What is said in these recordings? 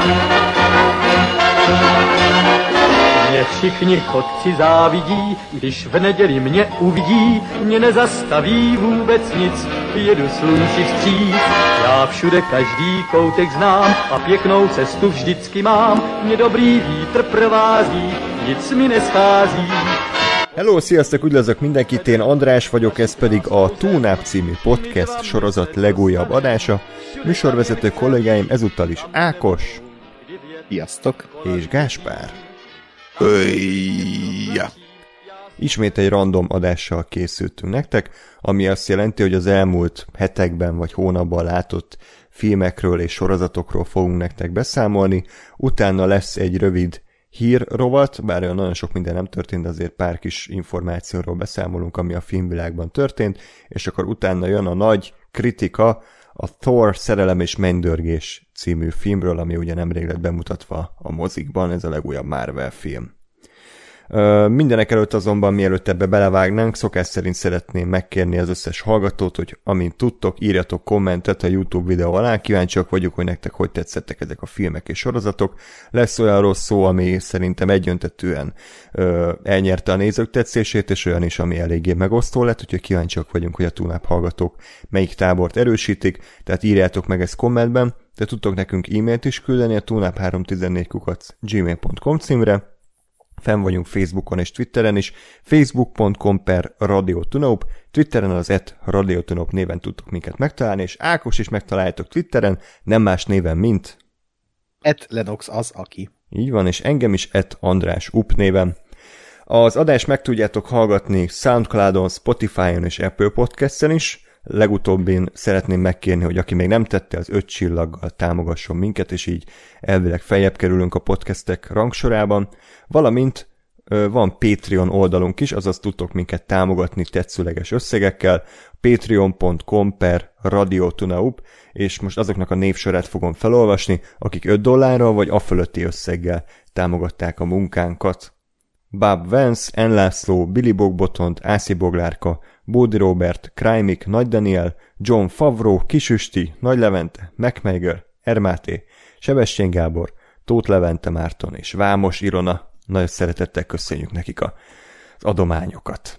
Mě všichni chodci závidí, když v neděli mě uvidí, mě nezastaví vůbec nic, jedu slunci vstříc. Já všude každý koutek znám a pěknou cestu vždycky mám, mě dobrý vítr provází, nic mi neschází. Hello, sziasztok, üdvözlök mindenkit, én András vagyok, ez pedig a Tune Up című podcast sorozat legújabb adása. Műsorvezető kollégáim ezúttal is Ákos. Sziasztok. És Gáspár. Ja. Ismét egy random adással készültünk nektek, ami azt jelenti, hogy az elmúlt hetekben vagy hónapban látott filmekről és sorozatokról fogunk nektek beszámolni. Utána lesz egy rövid hírrovat, bár olyan nagyon sok minden nem történt, de azért pár kis információról beszámolunk, ami a filmvilágban történt, és akkor utána jön a nagy kritika a Thor szerelem és mennydörgés című filmről, ami ugye nemrég lett bemutatva a mozikban, ez a legújabb Marvel film. Mindenek előtt azonban, mielőtt ebbe belevágnánk, szokás szerint szeretném megkérni az összes hallgatót, hogy amint tudtok, írjatok kommentet a YouTube videó alá, kíváncsiak vagyok, hogy nektek hogy tetszettek ezek a filmek és sorozatok. Lesz olyan rossz szó, ami szerintem egyöntetűen elnyerte a nézők tetszését, és olyan is, ami eléggé megosztó lett, úgyhogy kíváncsiak vagyunk, hogy a Tune Up hallgatók melyik tábort erősítik, tehát írjátok meg ezt kommentben, de tudtok nekünk e-mailt is küldeni a tuneup314@gmail.com címre. Fenn vagyunk Facebookon és Twitteren is, facebook.com/radiotuneup, Twitteren az @radiotuneup néven tudtok minket megtalálni, és Ákos is megtaláljátok Twitteren, nem más néven, mint @Lenox az, aki. Így van, és engem is @AndrásUp néven. Az adást meg tudjátok hallgatni Soundcloudon, Spotify-on és Apple Podcast-en is. Legutóbbin szeretném megkérni, hogy aki még nem tette, az 5 csillaggal támogasson minket, és így elvileg feljebb kerülünk a podcastek rangsorában. Valamint van Patreon oldalunk is, azaz tudtok minket támogatni tetszőleges összegekkel, patreon.com/radiotuneup, és most azoknak a névsorát fogom felolvasni, akik $5 vagy afölötti összeggel támogatták a munkánkat. Bob Vance, N. László, Billy Bogbotont, Ászi Boglárka, Bódi Robert, Krajmik, Nagy Daniel, John Favreau, Kisüsti, Nagy Levente, MacMager, Ermáté, Sebestyén Gábor, Tóth Levente Márton és Vámos Ilona. Nagyon szeretettel köszönjük nekik az adományokat.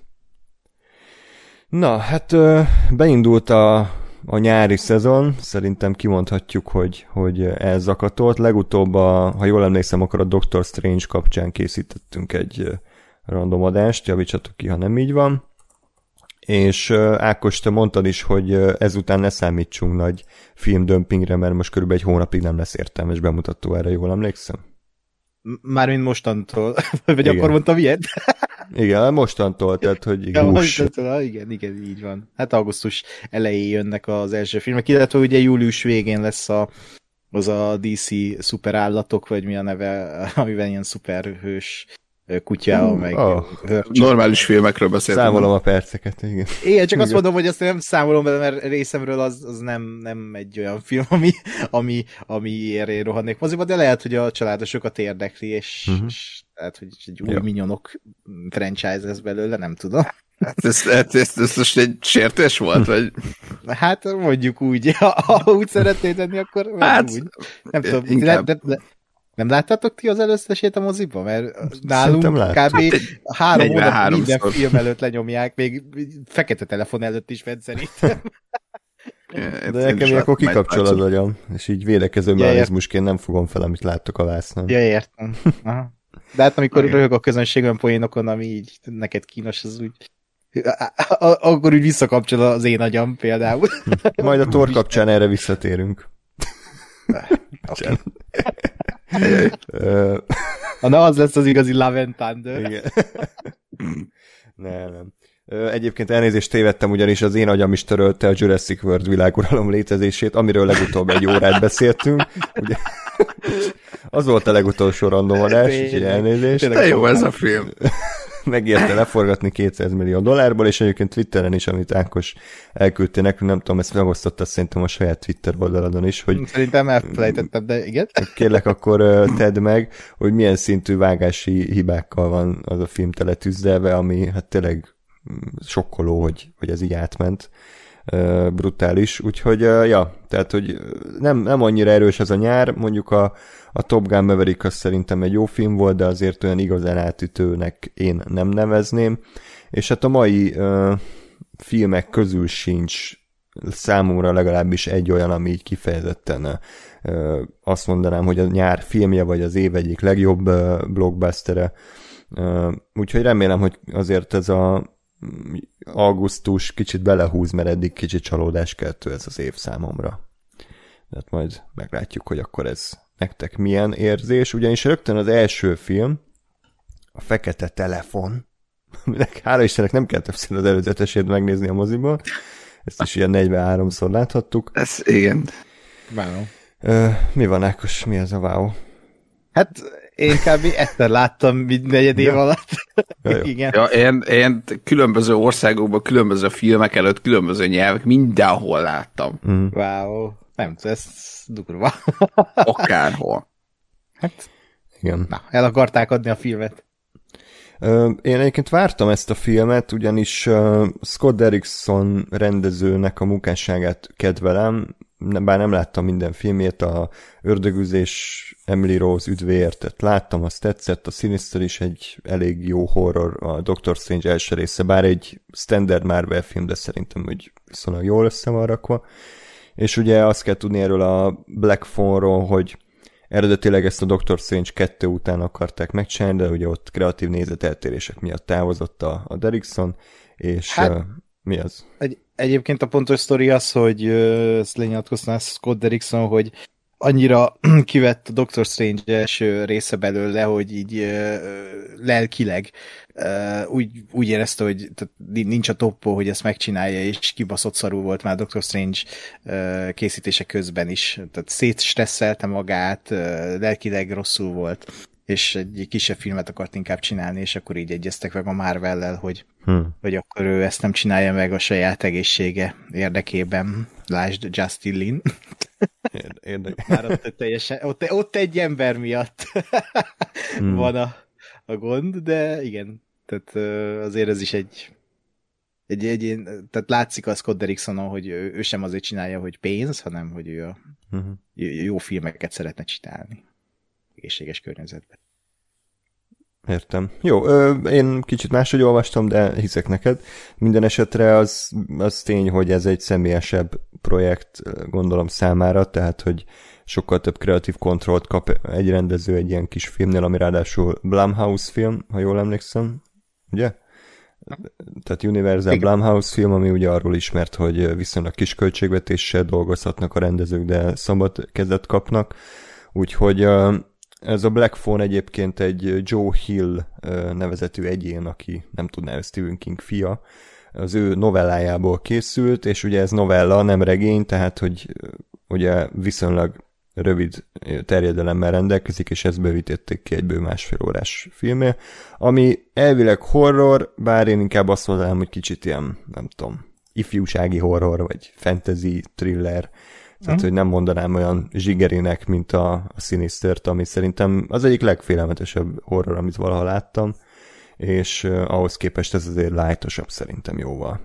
Na, hát beindult a nyári szezon, szerintem kimondhatjuk, hogy elzakatolt. Legutóbb, ha jól emlékszem, akkor a Doctor Strange kapcsán készítettünk egy random adást, javítsatok ki, ha nem így van. És Ákos, te mondtad is, hogy ezután ne számítsunk nagy filmdömpingre, mert most körülbelül egy hónapig nem lesz értelmes bemutató, erre jól emlékszem? Mármint mostantól. Vagy igen. Akkor mondtam ilyet? Igen, mostantól, tehát hogy ja, mostantól, igen, így van. Hát augusztus elején jönnek az első filmek, illetve ugye július végén lesz az a DC szuperállatok, vagy mi a neve, amiben ilyen szuperhős kutyával, meg normális filmekről beszéltem. Számolom a perceket, igen. Igen, csak azt mondom, hogy azt nem számolom bele, mert részemről az nem egy olyan film, amiért én rohannék moziba, de lehet, hogy a családosokat érdekli, és lehet, hogy egy új Minionok franchise lesz belőle, nem tudom. Hát ez most egy sértés volt, vagy? Hát mondjuk úgy, ha úgy szeretnéd tenni, akkor hát, úgy. Nem tudom, nem láttátok ti az előszesét a moziba? Mert nálunk kb. 3 óra minden film előtt lenyomják, még fekete telefon előtt is fent szerintem. De nekem ilyenkor kikapcsol az agyam, és így védekező mechanizmusként nem fogom fel, amit láttok a vásznán. Ja, értem. Aha. De hát amikor röhög a közönség olyan poénokon, ami így neked kínos, az úgy... Akkor úgy visszakapcsol az én agyam például. Majd a Thor kapcsán erre visszatérünk. Okay. Na, az lesz az igazi Love and Thunder. Igen. Nem. Egyébként elnézést tévedtem, ugyanis az én agyam is törölte a Jurassic World világuralom létezését, amiről legutóbb 1 órát beszéltünk. Ugye, az volt a legutolsó random adás, úgyhogy elnézést. De jó ez a film. Megérte leforgatni $200 millió, és egyébként Twitteren is, amit Ákos elküldtél nekünk, nem tudom, ezt megosztotta szerintem a saját Twitter oldaladon is, hogy... Szerintem elfelejtettem, de igen. Kérlek, akkor tedd meg, hogy milyen szintű vágási hibákkal van az a film teletűzdelve, ami hát tényleg sokkoló, hogy ez így átment. brutális, úgyhogy tehát, hogy nem annyira erős ez a nyár, mondjuk a Top Gun Maverick az szerintem egy jó film volt, de azért olyan igazán átütőnek én nem nevezném, és hát a mai filmek közül sincs számomra legalábbis egy olyan, ami így kifejezetten azt mondanám, hogy a nyár filmje, vagy az év egyik legjobb blockbustere. Úgyhogy remélem, hogy azért ez a augusztus kicsit belehúz, mert eddig kicsit csalódáskeltő ez az év számomra. Tehát majd meglátjuk, hogy akkor ez nektek milyen érzés, ugyanis rögtön az első film, a Fekete Telefon, aminek hála Istennek nem kell többször az előzetesét megnézni a moziban, ezt is ilyen 43-szor láthattuk. Ez igen. Wow. Mi van, Ákos? Mi ez a wow? Hát én kb. Egyszer láttam negyed év alatt. Igen. Ja, én különböző országokban, különböző filmek előtt, különböző nyelvek, mindenhol láttam. Mm. Wow. Nem tudom, ez durva. Akárhol. Hát, igen. Na, el akarták adni a filmet. Én egyébként vártam ezt a filmet, ugyanis Scott Derrickson rendezőnek a munkásságát kedvelem, bár nem láttam minden filmjét, a Ördögüzés, Emily Rose üdvéért láttam, azt tetszett, a Sinister is egy elég jó horror, a Doctor Strange első része, bár egy standard Marvel film, de szerintem hogy viszonylag jól össze van rakva. És ugye azt kell tudni erről a Black Phone-ról, hogy eredetileg ezt a Doctor Strange 2 után akarták megcsinálni, de ugye ott kreatív nézeteltérések miatt távozott a Derrickson, és hát, mi az? Egyébként a pontos sztori az, hogy ezt lenyilatkoztam Scott Derrickson, hogy annyira kivett a Doctor Strange első része belőle, hogy így lelkileg úgy érezte, hogy nincs a toppó, hogy ezt megcsinálja, és kibaszott szarul volt már Doctor Strange készítése közben is. Tehát szétstresszelte magát, lelkileg rosszul volt, és egy kisebb filmet akart inkább csinálni, és akkor így egyeztek meg a Marvellel, hogy akkor ő ezt nem csinálja meg a saját egészsége érdekében. Lásd Justin Lin. Már ott egy ember miatt van a gond, de igen, tehát azért ez is tehát látszik a Scott Derricksonon, hogy ő sem azért csinálja, hogy pénz, hanem hogy ő jó filmeket szeretne csinálni egészséges környezetben. Értem. Jó, én kicsit máshogy olvastam, de hiszek neked. Minden esetre az tény, hogy ez egy személyesebb projekt, gondolom számára, tehát, hogy sokkal több kreatív kontrollt kap egy rendező egy ilyen kis filmnél, ami ráadásul Blumhouse film, ha jól emlékszem, ugye? Tehát Universal Blumhouse film, ami ugye arról ismert, hogy viszonylag kis költségvetéssel dolgozhatnak a rendezők, de szabad kezet kapnak. Úgyhogy ez a Black Phone egyébként egy Joe Hill nevezetű egyén, aki nem tudná, ő Stephen King fia, az ő novellájából készült, és ugye ez novella, nem regény, tehát hogy ugye viszonylag rövid terjedelemmel rendelkezik, és ezt bővítették ki egy bő 1,5 órás filmé, ami elvileg horror, bár én inkább azt mondanám, hogy kicsit ilyen, nem tudom, ifjúsági horror, vagy fantasy thriller, tehát, hogy nem mondanám olyan zsigerinek, mint a Sinistert, ami szerintem az egyik legfélelmetesebb horror, amit valaha láttam, és ahhoz képest ez azért lightosabb szerintem jóval.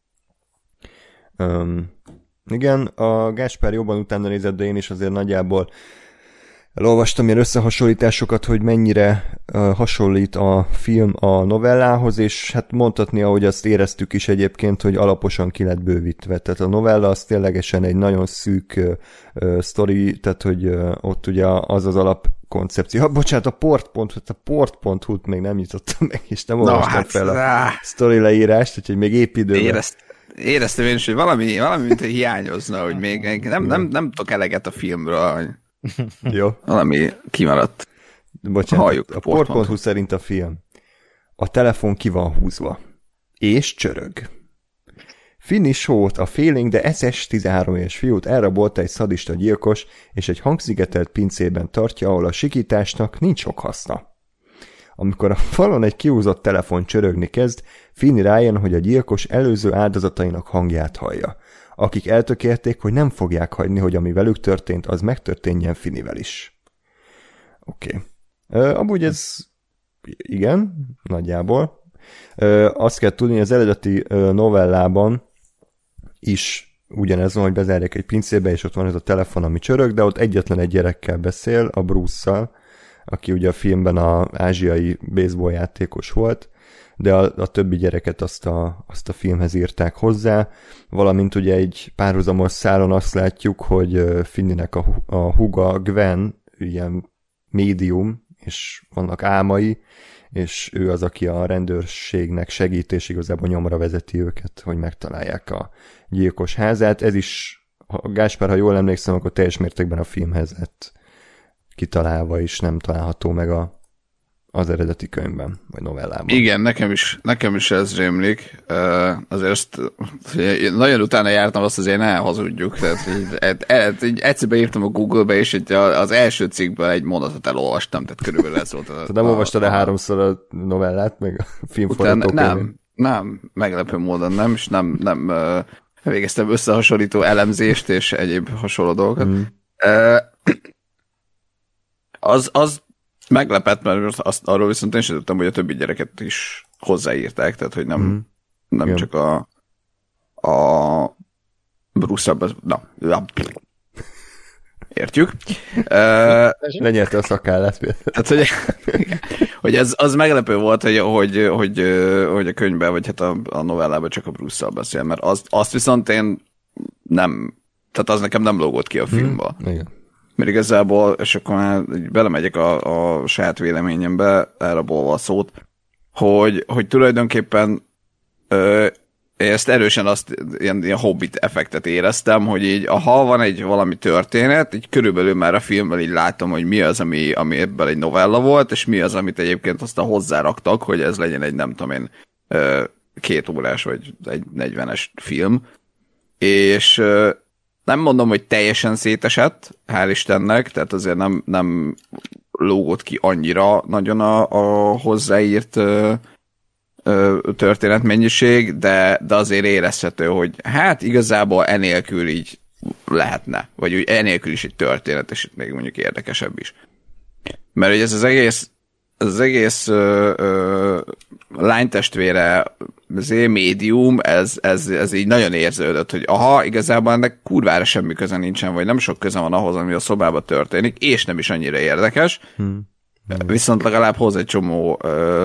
Igen, a Gáspár jobban utána nézett, de én is azért nagyjából elolvastam ilyen összehasonlításokat, hogy mennyire hasonlít a film a novellához, és hát mondhatni, ahogy azt éreztük is egyébként, hogy alaposan ki lett bővítve. Tehát a novella az ténylegesen egy nagyon szűk sztori, tehát hogy ott ugye az alapkoncepció. Bocsánat, a port.hu-t még nem nyitottam meg, és nem olvastam fel a sztori leírást, úgyhogy még épp időben. Éreztem én is, hogy valami mint hiányozna, hogy még nem tudok eleget a filmről, hogy jó. Valami kimaradt. Bocsánat, halljuk, a port.hu szerint a film. A telefon ki van húzva. És csörög. Finny Short, a félénk, de eszes 13 éves fiút elrabolta egy szadista gyilkos, és egy hangszigetelt pincében tartja, ahol a sikításnak nincs sok haszna. Amikor a falon egy kihúzott telefon csörögni kezd, Finny rájön, hogy a gyilkos előző áldozatainak hangját hallja, akik eltökélték, hogy nem fogják hagyni, hogy ami velük történt, az megtörténjen Finnyvel is. Oké. Amúgy ez igen, nagyjából. Azt kell tudni, hogy az eredeti novellában is ugyanez van, hogy bezárják egy pincébe, és ott van ez a telefon, ami csörög, de ott egyetlen egy gyerekkel beszél, a Bruce-szal, aki ugye a filmben az ázsiai baseball játékos volt, de a többi gyereket azt a filmhez írták hozzá, valamint ugye egy párhuzamos szálon azt látjuk, hogy Finninek a húga Gwen ilyen médium, és vannak álmai, és ő az, aki a rendőrségnek segít, és igazából nyomra vezeti őket, hogy megtalálják a gyilkos házát. Ez is, Gáspár, ha jól emlékszem, akkor teljes mértékben a filmhez lett kitalálva, és nem található meg az eredeti könyvben, vagy novellában. Igen, nekem is ez rémlik. Azért ezt, nagyon utána jártam, azt azért ne hazudjuk. Tehát így egyszerűen írtam a Google-be, és az első cikkből egy mondatot elolvastam, tehát körülbelül ez volt. Tehát nem olvastad háromszor a novellát, meg a filmforgatókönyvét? Nem, meglepő módon nem, és nem végeztem összehasonlító elemzést, és egyéb hasonló dolgokat. Az meglepett, mert arról viszont én sem tudtam, hogy a többi gyereket is hozzáírták, tehát hogy nem csak a Bruce-ba, értjük. Lenyelte a szakállát. Tehát, hogy az meglepő volt, hogy a könyvben, vagy hát a novellában csak a Bruce-szal beszél, mert azt viszont én nem, tehát az nekem nem lógott ki a filmbe. Igen. Mert igazából, és akkor már belemegyek a saját véleményembe, elrabolva a szót, hogy tulajdonképpen én ezt erősen ilyen Hobbit effektet éreztem, hogy így, ha van valami történet, így körülbelül már a filmben így látom, hogy mi az, ami ebből egy novella volt, és mi az, amit egyébként aztán hozzáraktak, hogy ez legyen egy, nem tudom én, 2 órás, vagy egy 40-es film. És nem mondom, hogy teljesen szétesett, hál' Istennek, tehát azért nem lógott ki annyira nagyon a hozzáírt történetmennyiség, de azért érezhető, hogy hát igazából enélkül így lehetne, vagy úgy enélkül is egy történet, és még mondjuk érdekesebb is. Mert hogy ez az egész lánytestvére médium, ez így nagyon érződött, hogy igazából ennek kurvára semmi köze nincsen, vagy nem sok köze van ahhoz, ami a szobában történik, és nem is annyira érdekes, viszont legalább hoz egy csomó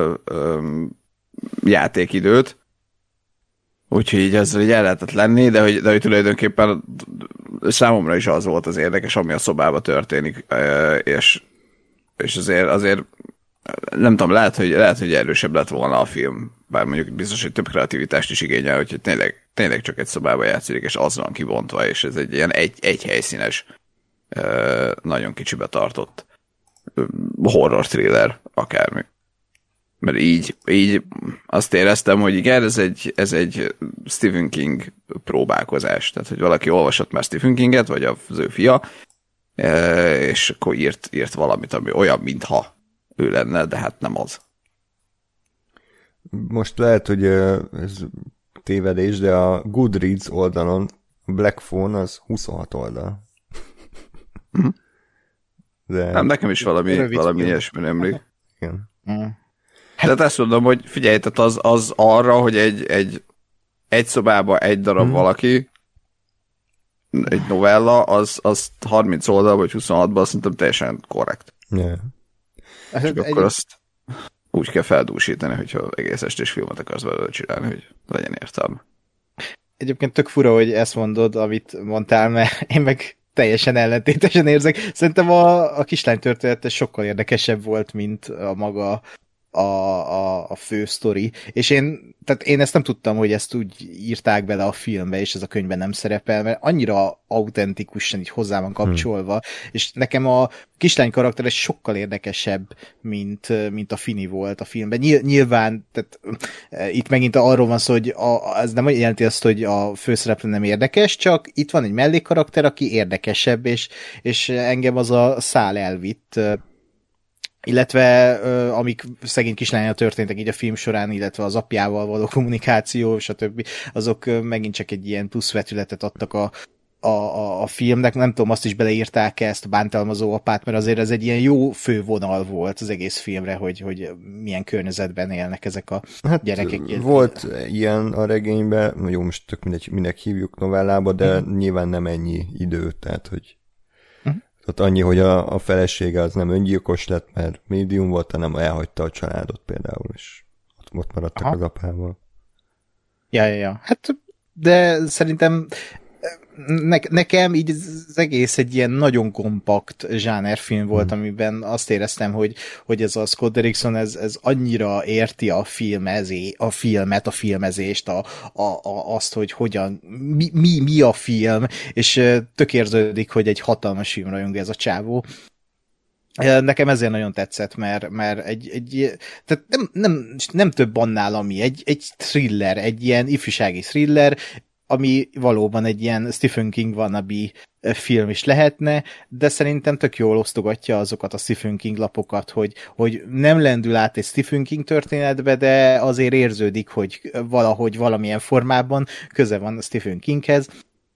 játékidőt, úgyhogy így ezzel így el lehetett lenni, de hogy tulajdonképpen számomra is az volt az érdekes, ami a szobában történik, és azért nem tudom, lehet, hogy erősebb lett volna a film, bár mondjuk biztos, hogy több kreativitást is igényel, hogy tényleg csak egy szobában játszik, és az van kibontva, és ez egy ilyen egy helyszínes, nagyon kicsibe tartott horror thriller, akármi. Mert így azt éreztem, hogy igen, ez egy Stephen King próbálkozás. Tehát, hogy valaki olvasott már Stephen Kinget, vagy az ő fia, és akkor írt valamit, ami olyan, mintha ő lenne, de hát nem az. Most lehet, hogy ez tévedés, de a Goodreads oldalon Black Phone az 26 oldal. De... Nem, nekem is valami ilyesmi emlék. Igen. Tehát azt mondom, hogy figyelj, tehát az arra, hogy egy szobában egy darab valaki, egy novella, az 30 oldal vagy 26-ban szerintem teljesen korrekt. Yeah. Csak akkor azt úgy kell feldúsítani, hogyha egész estés filmet akarsz belőle csinálni, hogy legyen értelme. Egyébként tök fura, hogy ezt mondod, amit mondtál, mert én meg teljesen ellentétesen érzek. Szerintem a kislány története sokkal érdekesebb volt, mint a maga a fő sztori, és én ezt nem tudtam, hogy ezt úgy írták bele a filmbe, és ez a könyvben nem szerepel, mert annyira autentikusan így hozzá van kapcsolva, és nekem a kislány karakter sokkal érdekesebb, mint a Fini volt a filmben. Nyilván, tehát itt megint arról van szó, hogy ez nem jelenti azt, hogy a főszereplő nem érdekes, csak itt van egy mellékkarakter, aki érdekesebb, és engem az a szál elvitt, illetve amik szegény kislányra történtek így a film során, illetve az apjával való kommunikáció, stb. Azok megint csak egy ilyen plusz vetületet adtak a filmnek, nem tudom, azt is beleírták ezt a bántalmazó apát, mert azért ez egy ilyen jó fővonal volt az egész filmre, hogy milyen környezetben élnek ezek a gyerekek. Volt ilyen a regényben, jó, most tök mindegy hívjuk novellába, de nyilván nem ennyi idő, tehát hogy ott annyi, hogy a felesége az nem öngyilkos lett, mert médium volt, hanem elhagyta a családot például, és ott maradtak az apával. Ja. Hát, de szerintem nekem így az egész egy ilyen nagyon kompakt zsánerfilm volt, amiben azt éreztem, hogy ez a Scott Derrickson, ez annyira érti a filmet, a filmezést, azt, hogy hogyan, mi a film, és tök érződik, hogy egy hatalmas filmrajongó ez a csávó. Nekem ezért nagyon tetszett, mert tehát nem több annál, ami egy thriller, egy ilyen ifjúsági thriller, ami valóban egy ilyen Stephen King wannabe film is lehetne, de szerintem tök jól osztogatja azokat a Stephen King lapokat, hogy nem lendül át egy Stephen King történetbe, de azért érződik, hogy valahogy valamilyen formában köze van a Stephen Kinghez.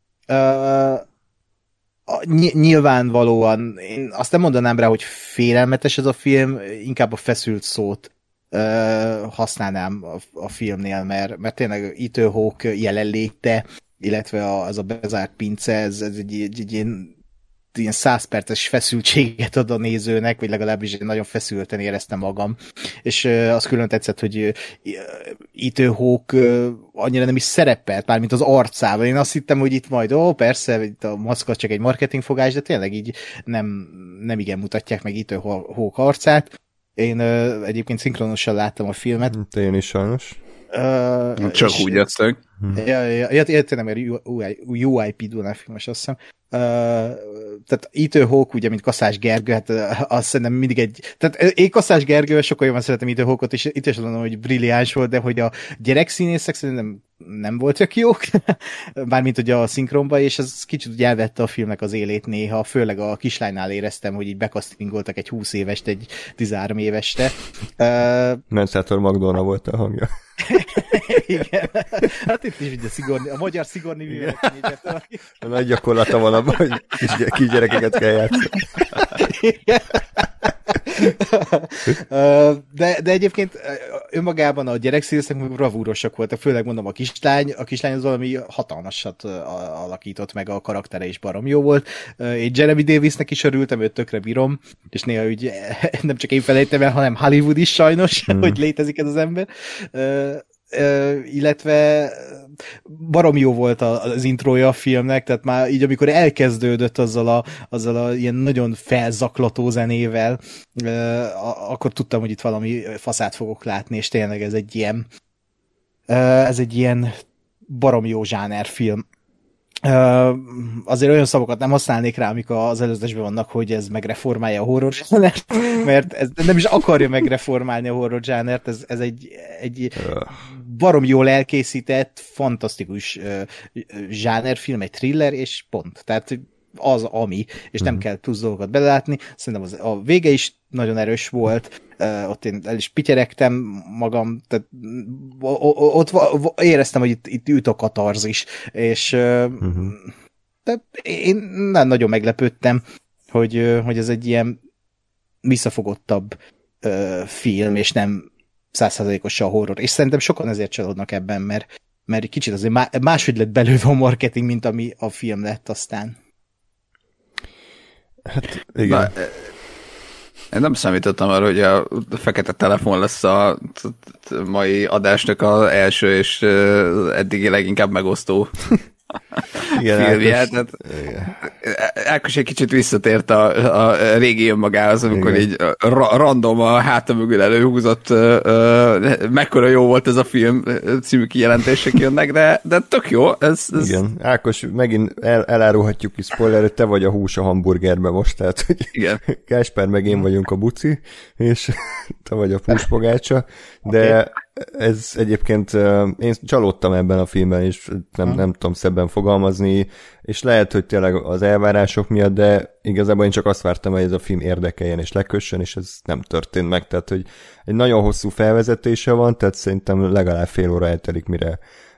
Nyilvánvalóan én azt nem mondanám rá, hogy félelmetes ez a film, inkább a feszült szót használnám a filmnél, mert tényleg Ethan Hawke jelenléte, illetve az a bezárt pince, ez egy ilyen 100 perces feszültséget ad a nézőnek, vagy legalábbis nagyon feszülten éreztem magam. És az külön tetszett, hogy Ethan Hawke annyira nem is szerepelt, mármint az arcában. Én azt hittem, hogy itt majd, persze, itt a maszkot csak egy marketingfogás, de tényleg így nem igen mutatják meg Ethan Hawke arcát. Én egyébként szinkronosan láttam a filmet. Te én is sajnos. Csak úgy jöttök. Tényleg, mert UIP-dúlnál filmes, azt hiszem. Tehát Ethan Hawke, ugye, mint Kaszás Gergő, hát azt szerintem mindig tehát én Kaszás Gergővel sokkal jobban szeretem Ethan Hawke-ot, és itt is mondom, hogy brilliáns volt, de hogy a gyerekszínészek szerintem nem voltak jók, bármint ugye a szinkronba, és ez kicsit úgy elvette a filmnek az élét néha, főleg a kislánynál éreztem, hogy így bekasztingoltak egy 20 évest, egy 13 éveste. Menszátor Magdolna volt a hangja. Igen. Hát itt is ugye a magyar szigorni művelet. A nagy gyakorlata van abban, hogy kisgyerekeket kell játszani. De egyébként önmagában a gyerekszínészek bravúrosak voltak, főleg mondom a kislány az valami hatalmasat alakított meg, a karaktere is barom jó volt. Én Jeremy Davisnek is örültem, őt tökre bírom, és néha úgy nem csak én felejtem el, hanem Hollywood is sajnos, hogy létezik ez az ember. Illetve barom jó volt az intrója a filmnek, tehát már így amikor elkezdődött azzal a ilyen nagyon felzaklató zenével, akkor tudtam, hogy itt valami faszát fogok látni, és tényleg ez egy ilyen barom jó zsánerfilm. Azért olyan szavakat nem használnék rá, amik az előzetesben vannak, hogy ez megreformálja a horror zsánert, mert ez nem is akarja megreformálni a horror zsánert, ez egy barom jól elkészített, fantasztikus zsánerfilm, egy thriller, és pont. Tehát az, ami, és nem kell plusz dolgokat belelátni. Szerintem a vége is nagyon erős volt, ott én el is pityeregtem magam, tehát ott éreztem, hogy itt üt a katarzis, és de én nagyon meglepődtem, hogy ez egy ilyen visszafogottabb film, és nem 100%-osan horror. És szerintem sokan ezért csalódnak ebben, mert kicsit azért máshogy lett belőve a marketing, mint ami a film lett aztán. Hát igen. Én nem számítottam arra, hogy a fekete telefon lesz a mai adásnak az első és eddigi leginkább megosztó filmje. Ákos egy kicsit visszatért a régi önmagához, amikor így random a háta mögül előhúzott mekkora jó volt ez a film című kijelentések jönnek, de tök jó. Igen, Ákos, megint elárulhatjuk ki spoiler, hogy te vagy a hús a hamburgerben most, tehát hogy Gásper meg én vagyunk a buci, és te vagy a húspogácsa, de ez egyébként, én csalódtam ebben a filmben, és nem tudom szebben fogalmazni, és lehet, hogy tényleg az elvárások miatt, de igazából én csak azt vártam, hogy ez a film érdekeljen és lekössön, és ez nem történt meg, tehát hogy egy nagyon hosszú felvezetése van, tehát szerintem legalább fél óra eltelik, mire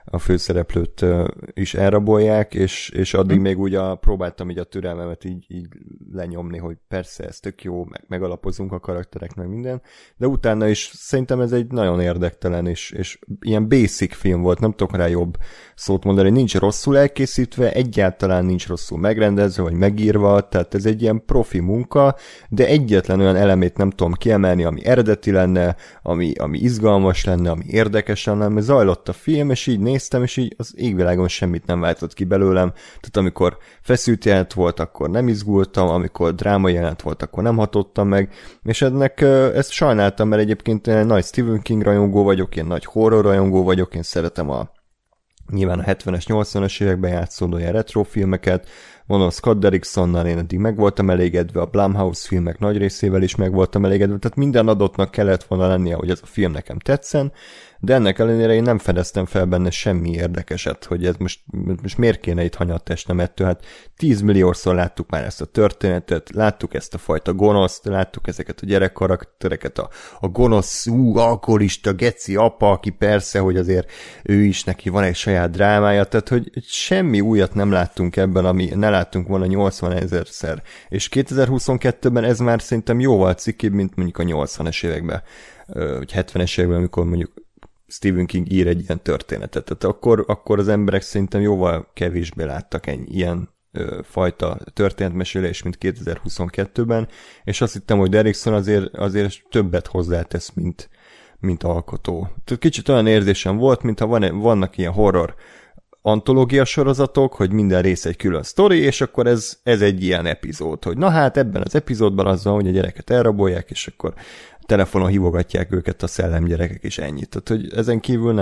a főszereplőt is elrabolják, és addig még úgy próbáltam így a türelmemet így lenyomni, hogy persze ez tök jó, megalapozunk a karakterek, meg minden, de utána is szerintem ez egy nagyon érdektelen, és ilyen basic film volt, nem tudok rá jobb szót mondani, nincs rosszul elkészítve, egyáltalán nincs rosszul megrendezve, vagy megírva, tehát ez egy ilyen profi munka, de egyetlen olyan elemét nem tudom kiemelni, ami eredeti lenne, ami izgalmas lenne, ami érdekes lenne, mert zajlott a film, és így néztem, és így az égvilágon semmit nem váltott ki belőlem, tehát amikor feszült jelent volt, akkor nem izgultam, amikor drámai jelent volt, akkor nem hatottam meg, és ezt sajnáltam, mert egyébként én nagy Stephen King rajongó vagyok, én nagy horror rajongó vagyok, én szeretem nyilván a 70-es, 80-as években játszódó ilyen retro filmeket, mondom, Scott Derricksonnal én eddig meg voltam elégedve, a Blumhouse filmek nagy részével is meg voltam elégedve, tehát minden adottnak kellett volna lennie, hogy ez a film nekem tetszen, de ennek ellenére én nem fedeztem fel benne semmi érdekeset, hogy ez most miért kéne itt hanyat esnem ettől, hát 10 milliószor láttuk már ezt a történetet, láttuk ezt a fajta gonoszt, láttuk ezeket a gyerekkaraktereket, a gonosz, alkoholista, geci apa, aki persze, hogy azért ő is neki van egy saját drámája, tehát hogy semmi újat nem láttunk ebben, ami ne láttunk volna 80 000-szer, és 2022-ben ez már szerintem jóval cikkibb, mint mondjuk a 80-es években, vagy 70-es években, amikor mondjuk Stephen King ír egy ilyen történetet. Tehát akkor az emberek szerintem jóval kevésbé láttak ilyen fajta történetmesélés, mint 2022-ben, és azt hittem, hogy Derrickson azért többet hozzátesz, mint alkotó. Tehát kicsit olyan érzésem volt, mintha vannak ilyen horror antológia sorozatok, hogy minden rész egy külön sztori, és akkor ez egy ilyen epizód, hogy na hát ebben az epizódban az van, hogy a gyereket elrabolják, és akkor telefonon hívogatják őket a szellemgyerekek, és ennyit. Tehát, hogy ezen kívül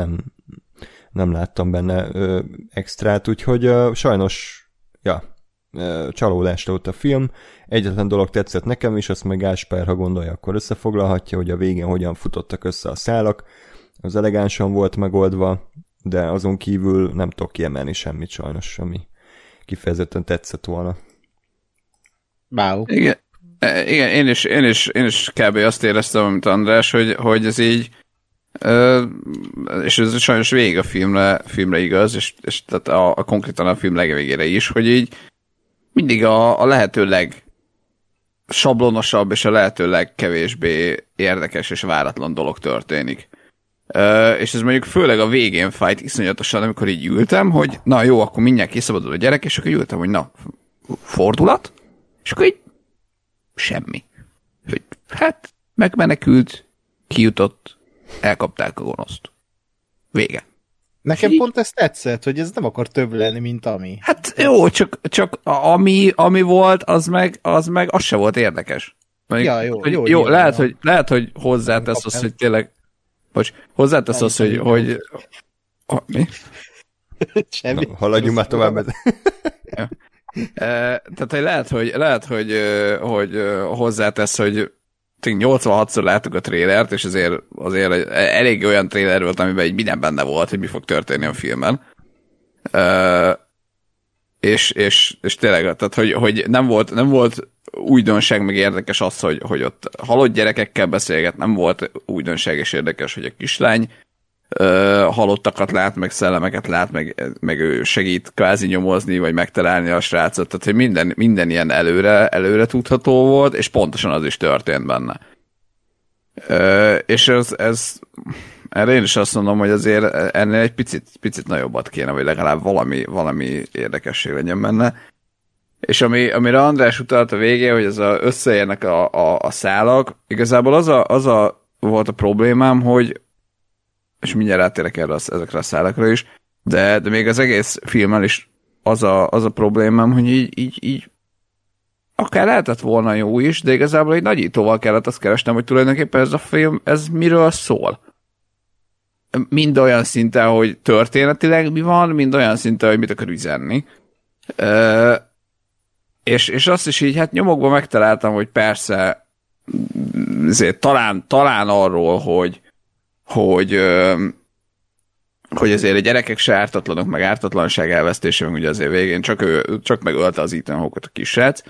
nem láttam benne extrát, úgyhogy sajnos csalódást volt a film. Egyetlen dolog tetszett nekem is, azt meg Gáspár, ha gondolja, akkor összefoglalhatja, hogy a végén hogyan futottak össze a szálak. Az elegánsan volt megoldva, de azon kívül nem tudok kiemelni semmit sajnos, ami kifejezetten tetszett volna. Wow. Igen, én is kb. Azt éreztem, mint András, hogy ez így és ez sajnos végig a filmre igaz, és tehát konkrétan a film legvégére is, hogy így mindig a lehető legsablonosabb és a lehető legkevésbé érdekes és váratlan dolog történik. És ez mondjuk főleg a végén fájt iszonyatosan, amikor így ültem, hogy na jó, akkor mindjárt kiszabadul a gyerek, és akkor ültem, hogy na, fordulat, és akkor így semmi. Hogy hát megmenekült, kijutott, elkapták a gonoszt. Vége. Nekem pont ez tetszett, hogy ez nem akar több lenni, mint ami. Hát jó, csak ami volt, az meg az se volt érdekes. Mondjuk, jó, lehet, hogy hozzátesz azt, hogy tényleg hozzátesz azt, hogy mi? Semmi. Na, haladjunk már tovább. Tehát lehet, hogy hozzátesz, hogy 86-szor láttuk a trélert, és azért elég olyan tréler volt, amiben így minden benne volt, hogy mi fog történni a filmben. És tényleg, tehát hogy nem volt újdonság, meg érdekes az, hogy ott halott gyerekekkel beszélget, nem volt újdonság és érdekes, hogy a kislány halottakat lát, meg szellemeket lát, meg ő segít kvázi nyomozni, vagy megtalálni a srácot, tehát hogy minden ilyen előre tudható volt, és pontosan az is történt benne. És ez erre én is azt mondom, hogy azért ennél egy picit nagyobbat kéne, vagy legalább valami érdekesség legyen benne. És amire András utalt a végén, hogy ez összeérnek a szálak, igazából az volt a problémám, hogy és mindjárt rátérek ezekre a szálakra is, de még az egész filmmel is az a problémám, hogy így akár lehetett volna jó is, de igazából egy nagyítóval kellett azt keresnem, hogy tulajdonképpen ez a film, ez miről szól. Mind olyan szinten, hogy történetileg mi van, mind olyan szinten, hogy mit akar üzenni. És azt is így, hát nyomokban megtaláltam, hogy persze azért talán arról, hogy azért a gyerekek se ártatlanok, meg ártatlanság elvesztése, meg ugye azért végén csak megölte az Ethan Hawke-ot a kisrác.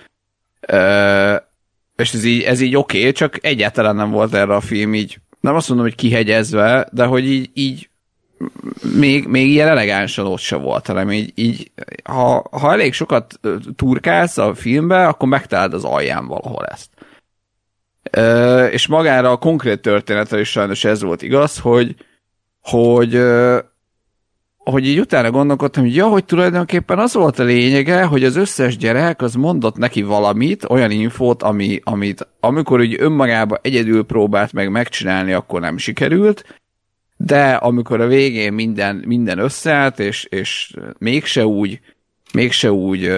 És ez így oké, csak egyáltalán nem volt erre a film így, nem azt mondom, hogy kihegyezve, de hogy így még ilyen elegánsan ott se volt, hanem így ha elég sokat turkálsz a filmbe, akkor megtalálod az alján valahol ezt. És magára a konkrét történetre is sajnos ez volt igaz, hogy így utána gondolkodtam, hogy tulajdonképpen az volt a lényege, hogy az összes gyerek az mondott neki valamit, olyan infót, amit amikor úgy önmagába egyedül próbált meg megcsinálni, akkor nem sikerült, de amikor a végén minden összeállt, és mégse úgy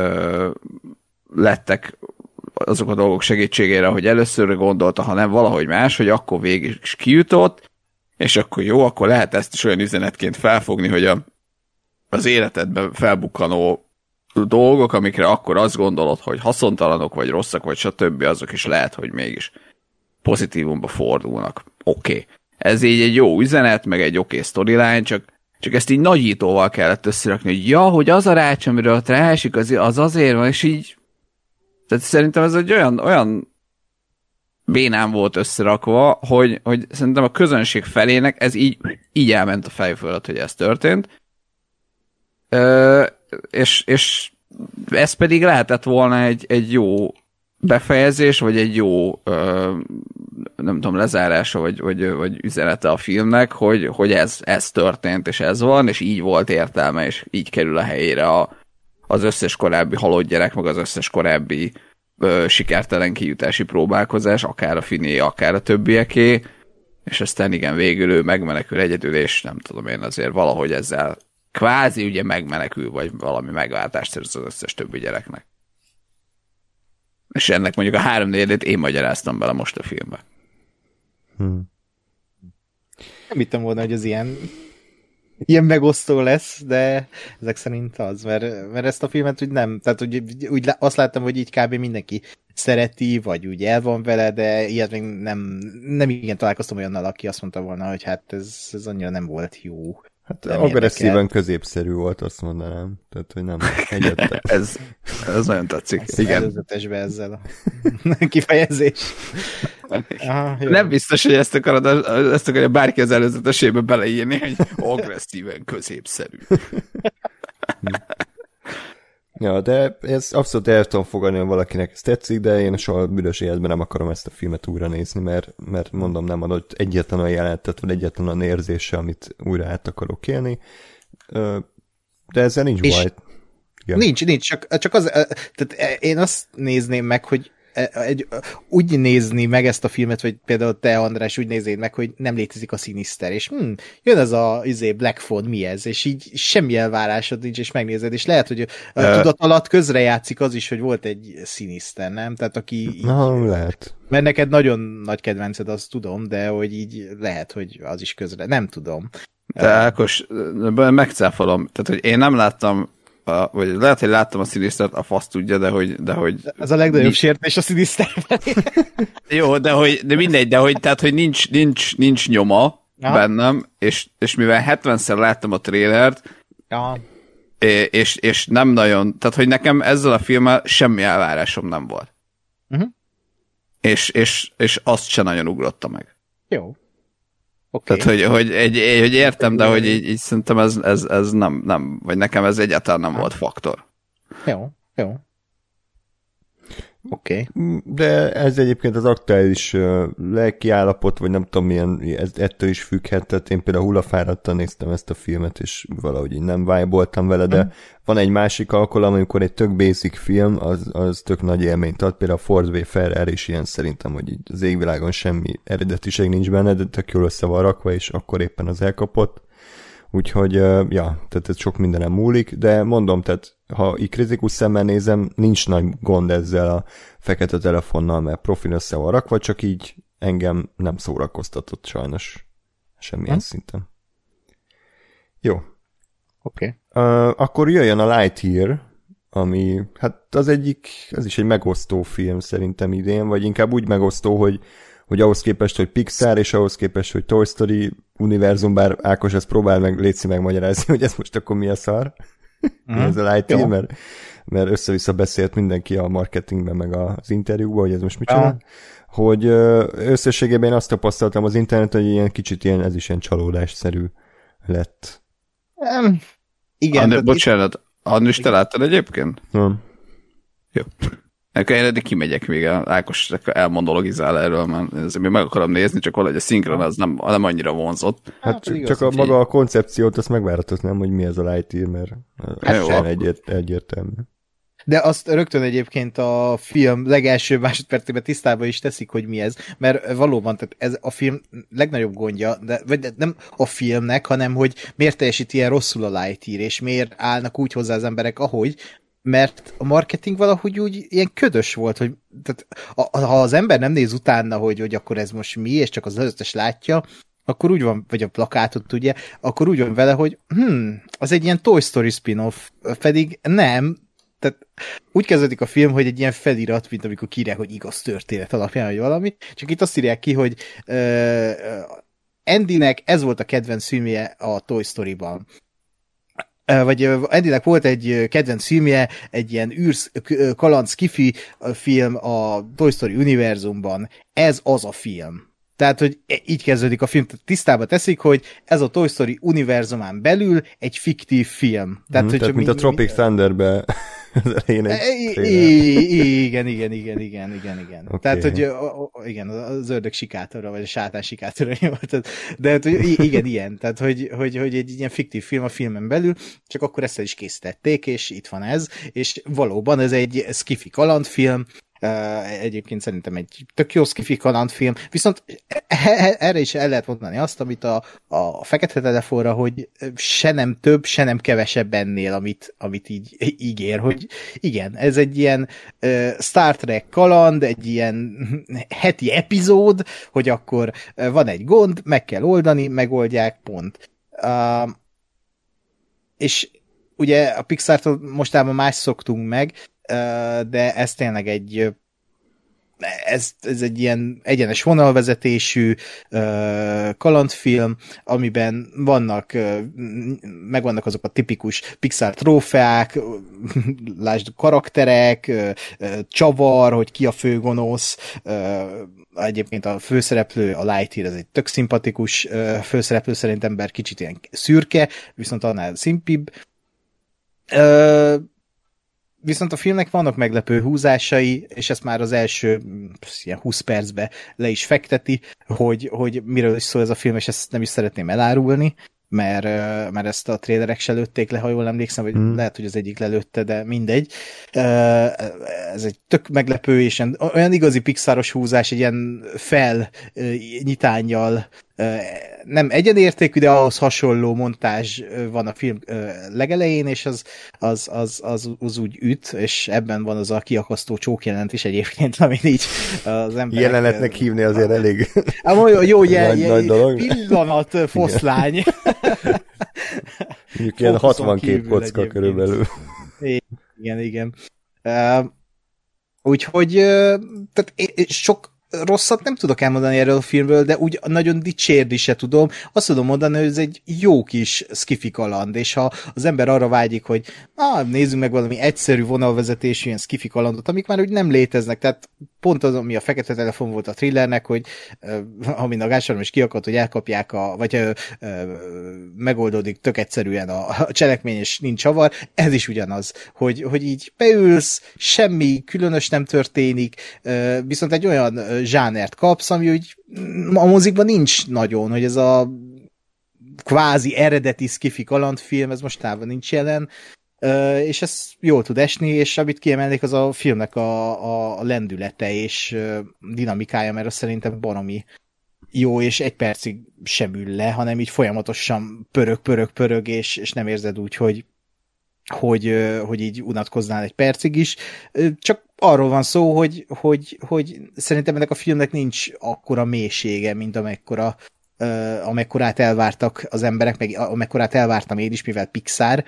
lettek azok a dolgok segítségére, hogy először gondolta, hanem valahogy más, hogy akkor végig is kijutott, és akkor jó, akkor lehet ezt is olyan üzenetként felfogni, hogy az életedben felbukkanó dolgok, amikre akkor azt gondolod, hogy haszontalanok, vagy rosszak, vagy stb., azok is lehet, hogy mégis pozitívumba fordulnak. Oké. Ez így egy jó üzenet, meg egy oké storyline, csak ezt így nagyítóval kellett összerakni, hogy az a rács, amiről ott ráesik, az azért van, és így tehát szerintem ez egy olyan bénán volt összerakva, hogy szerintem a közönség felének ez így elment a fej fölött, hogy ez történt. És ez pedig lehetett volna egy jó befejezés, vagy egy jó nem tudom, lezárása, vagy üzenete a filmnek, hogy ez történt, és ez van, és így volt értelme, és így kerül a helyére az összes korábbi halott gyerek, meg az összes korábbi sikertelen kijutási próbálkozás, akár a Finé, akár a többieké, és aztán igen, végül ő megmenekül egyedül, és nem tudom én azért valahogy ezzel kvázi ugye megmenekül, vagy valami megváltást szerez az összes többi gyereknek. És ennek mondjuk a 3/4-ét én magyaráztam bele most a filmbe. Nem hittem volna, hogy az ilyen megosztó lesz, de ezek szerint az, mert ezt a filmet úgy nem, tehát úgy azt láttam, hogy így kb. Mindenki szereti, vagy úgy el van vele, de ilyet még nem igen találkoztam olyannal, aki azt mondta volna, hogy hát ez annyira nem volt jó. Hát agresszíven középszerű volt, azt mondanám. Tehát, hogy nem egyetlen. ez nagyon tetszik. Igen. Előzetesbe ezzel a kifejezés. Nem biztos, hogy ezt akarja bárki az előzetesébe beleírni, hogy agresszíven középszerű. Ja, de ez abszolút el tudom fogadni, hogy valakinek ez tetszik, de én soha büdös életben nem akarom ezt a filmet újra nézni, mert mondom, nem adott egyetlen olyan jelentet, vagy egyetlen olyan érzése, amit újra át akarok élni. De ezzel nincs baj. Nincs, csak az, tehát én azt nézném meg, hogy úgy nézni meg ezt a filmet, vagy például te, András, úgy néznéd meg, hogy nem létezik a Sinister, és jön ez a Black Phone, mi ez? És így semmi elvárásod nincs, és megnézed, és lehet, hogy a tudat alatt közrejátszik az is, hogy volt egy Sinister, nem? Tehát aki... lehet. Mert neked nagyon nagy kedvenced, azt tudom, de hogy így lehet, hogy az is közre. Nem tudom. De Ákos, megcáfolom. Tehát, hogy én nem láttam vagy lehet, hogy láttam a Sinistert, a fasz tudja, de hogy... Ez a legnagyobb sértés a Sinisterben. Jó, de mindegy, tehát, hogy nincs nyoma bennem, és mivel 70-szer láttam a trélert, és nem nagyon, tehát, hogy nekem ezzel a filmmel semmi elvárásom nem volt. És azt se nagyon ugrotta meg. Jó. Okay. Tehát, hogy értem, de hogy így szerintem ez nem, vagy nekem ez egyáltalán nem volt faktor. Jó. Oké. De ez egyébként az aktuális lelkiállapot, vagy nem tudom milyen, ez ettől is függhet, tehát én például hullafáradtan néztem ezt a filmet, és valahogy így nem vibe-oltam vele, de van egy másik alkalom, amikor egy tök basic film, az tök nagy élményt ad, például a Ford v. Ferrari is ilyen szerintem, hogy így az égvilágon semmi eredetiség nincs benne, de tök jól össze van rakva, és akkor éppen az elkapott. Úgyhogy, tehát ez sok mindenem múlik, de mondom, tehát ha így kritikus szemmel nézem, nincs nagy gond ezzel a fekete telefonnal, mert profil össze van rakva, csak így engem nem szórakoztatott sajnos semmilyen szinten. Jó. Oké. Akkor jöjjön a Lightyear, ami, hát az is egy megosztó film szerintem idén, vagy inkább úgy megosztó, hogy ahhoz képest, hogy Pixar, és ahhoz képest, hogy Toy Story univerzum, bár Ákos ezt próbál meg, létszi megmagyarázni, hogy ez most akkor mi a szar. Mi ez a Lightyear, mert össze-vissza beszélt mindenki a marketingben, meg az interjúban, hogy ez most micsoda. Hogy összességében én azt tapasztaltam az interneten, hogy ilyen kicsit ez is ilyen csalódásszerű lett. Igen. Bocsánat, Annus, te láttad egyébként? Nem. Jó. Akkor én eddig kimegyek még, Ákos elmondologizál erről, mert ezért még meg akarom nézni, csak valahogy a szinkron az nem annyira vonzott. Hát csak maga a koncepciót, azt megváratott, nem, hogy mi ez a Lightyear, mert sem egyértelmű. De azt rögtön egyébként a film legelső másodpercében tisztában is teszik, hogy mi ez, mert valóban, tehát ez a film legnagyobb gondja, de nem a filmnek, hanem hogy miért teljesít ilyen rosszul a Lightyear, és miért állnak úgy hozzá az emberek, ahogy, mert a marketing valahogy úgy ilyen ködös volt, hogy tehát, ha az ember nem néz utána, hogy akkor ez most mi, és csak az összes látja, akkor úgy van, vagy a plakátot ugye, akkor úgy van vele, hogy az egy ilyen Toy Story spin-off, pedig nem, tehát úgy kezdődik a film, hogy egy ilyen felirat, mint amikor kírják, hogy igaz történet alapján, vagy valami, csak itt azt írják ki, hogy Andynek ez volt a kedvenc filmje a Toy Story-ban. Vagy Andynek volt egy kedvenc filmje, egy ilyen kaland sci-fi film a Toy Story univerzumban. Ez az a film. Tehát, hogy így kezdődik a film, tisztába teszik, hogy ez a Toy Story univerzumán belül egy fiktív film. Tehát mint a Tropic Thunderben az elején Igen. Okay. Tehát, hogy igen, az ördög sikátora, vagy a sátán sikátora volt. De hát, hogy igen, ilyen. Tehát, hogy egy ilyen fiktív film a filmen belül, csak akkor ezt is készítették, és itt van ez, és valóban ez egy sci-fi kalandfilm, egyébként szerintem egy tök jó sci-fi kalandfilm, viszont erre is el lehet mondani azt, amit a Fekete Telefonra, hogy se nem több, se nem kevesebb ennél, amit így ígér, hogy igen, ez egy ilyen Star Trek kaland, egy ilyen heti epizód, hogy akkor van egy gond, meg kell oldani, megoldják, pont. És ugye a Pixar-tól mostában más szoktunk meg, de ez tényleg ez egy ilyen egyenes vonalvezetésű kalandfilm, amiben megvannak azok a tipikus Pixar trófeák, lásd karakterek, csavar, hogy ki a főgonosz, egyébként a főszereplő, a Lightyear, ez egy tök szimpatikus főszereplő szerintem, bár kicsit ilyen szürke, viszont annál szimpibb. Viszont a filmnek vannak meglepő húzásai, és ezt már az első ilyen 20 percbe le is fekteti, hogy miről is szól ez a film, és ezt nem is szeretném elárulni, mert ezt a trélerek se lőtték le, ha jól emlékszem, vagy lehet, hogy az egyik lelőtte, de mindegy. Ez egy tök meglepő, és olyan igazi Pixaros húzás, egy ilyen felnyitánnyal, nem egyenértékű, de ahhoz hasonló montázs van a film legelején, és az úgy üt, és ebben van az a kiakasztó csókjelent is egyébként, amit így az emberek... Jelenetnek hívni azért elég jó nagy dolog. Pillanat, foszlány. Mondjuk ilyen 62 kocka körülbelül. Igen. Úgyhogy tehát sok rosszat nem tudok elmondani erről a filmről, de úgy nagyon dicsérni se tudom. Azt tudom mondani, hogy ez egy jó kis sci-fi kaland, és ha az ember arra vágyik, hogy nézzünk meg valami egyszerű vonalvezetésű ilyen sci-fi kalandot, amik már úgy nem léteznek, tehát pont az, ami a Fekete Telefon volt a thrillernek, hogy amin a gássarom is kiakadt, hogy elkapják, vagy megoldódik tök egyszerűen a cselekmény, és nincs csavar, ez is ugyanaz, hogy így beülsz, semmi különös nem történik, viszont egy olyan zsánert kapsz, ami úgy a mozikban nincs nagyon, hogy ez a kvázi eredeti sci-fi kalandfilm, ez mostában nincs jelen, és ez jól tud esni, és amit kiemelnék, az a filmnek a lendülete és dinamikája, mert az szerintem baromi jó, és egy percig sem ül le, hanem így folyamatosan pörög, és nem érzed úgy, hogy így unatkoznál egy percig is. Csak arról van szó, hogy szerintem ennek a filmnek nincs akkora mélysége, mint amekkorát elvártak az emberek, meg amekkorát elvártam én is, mivel Pixar.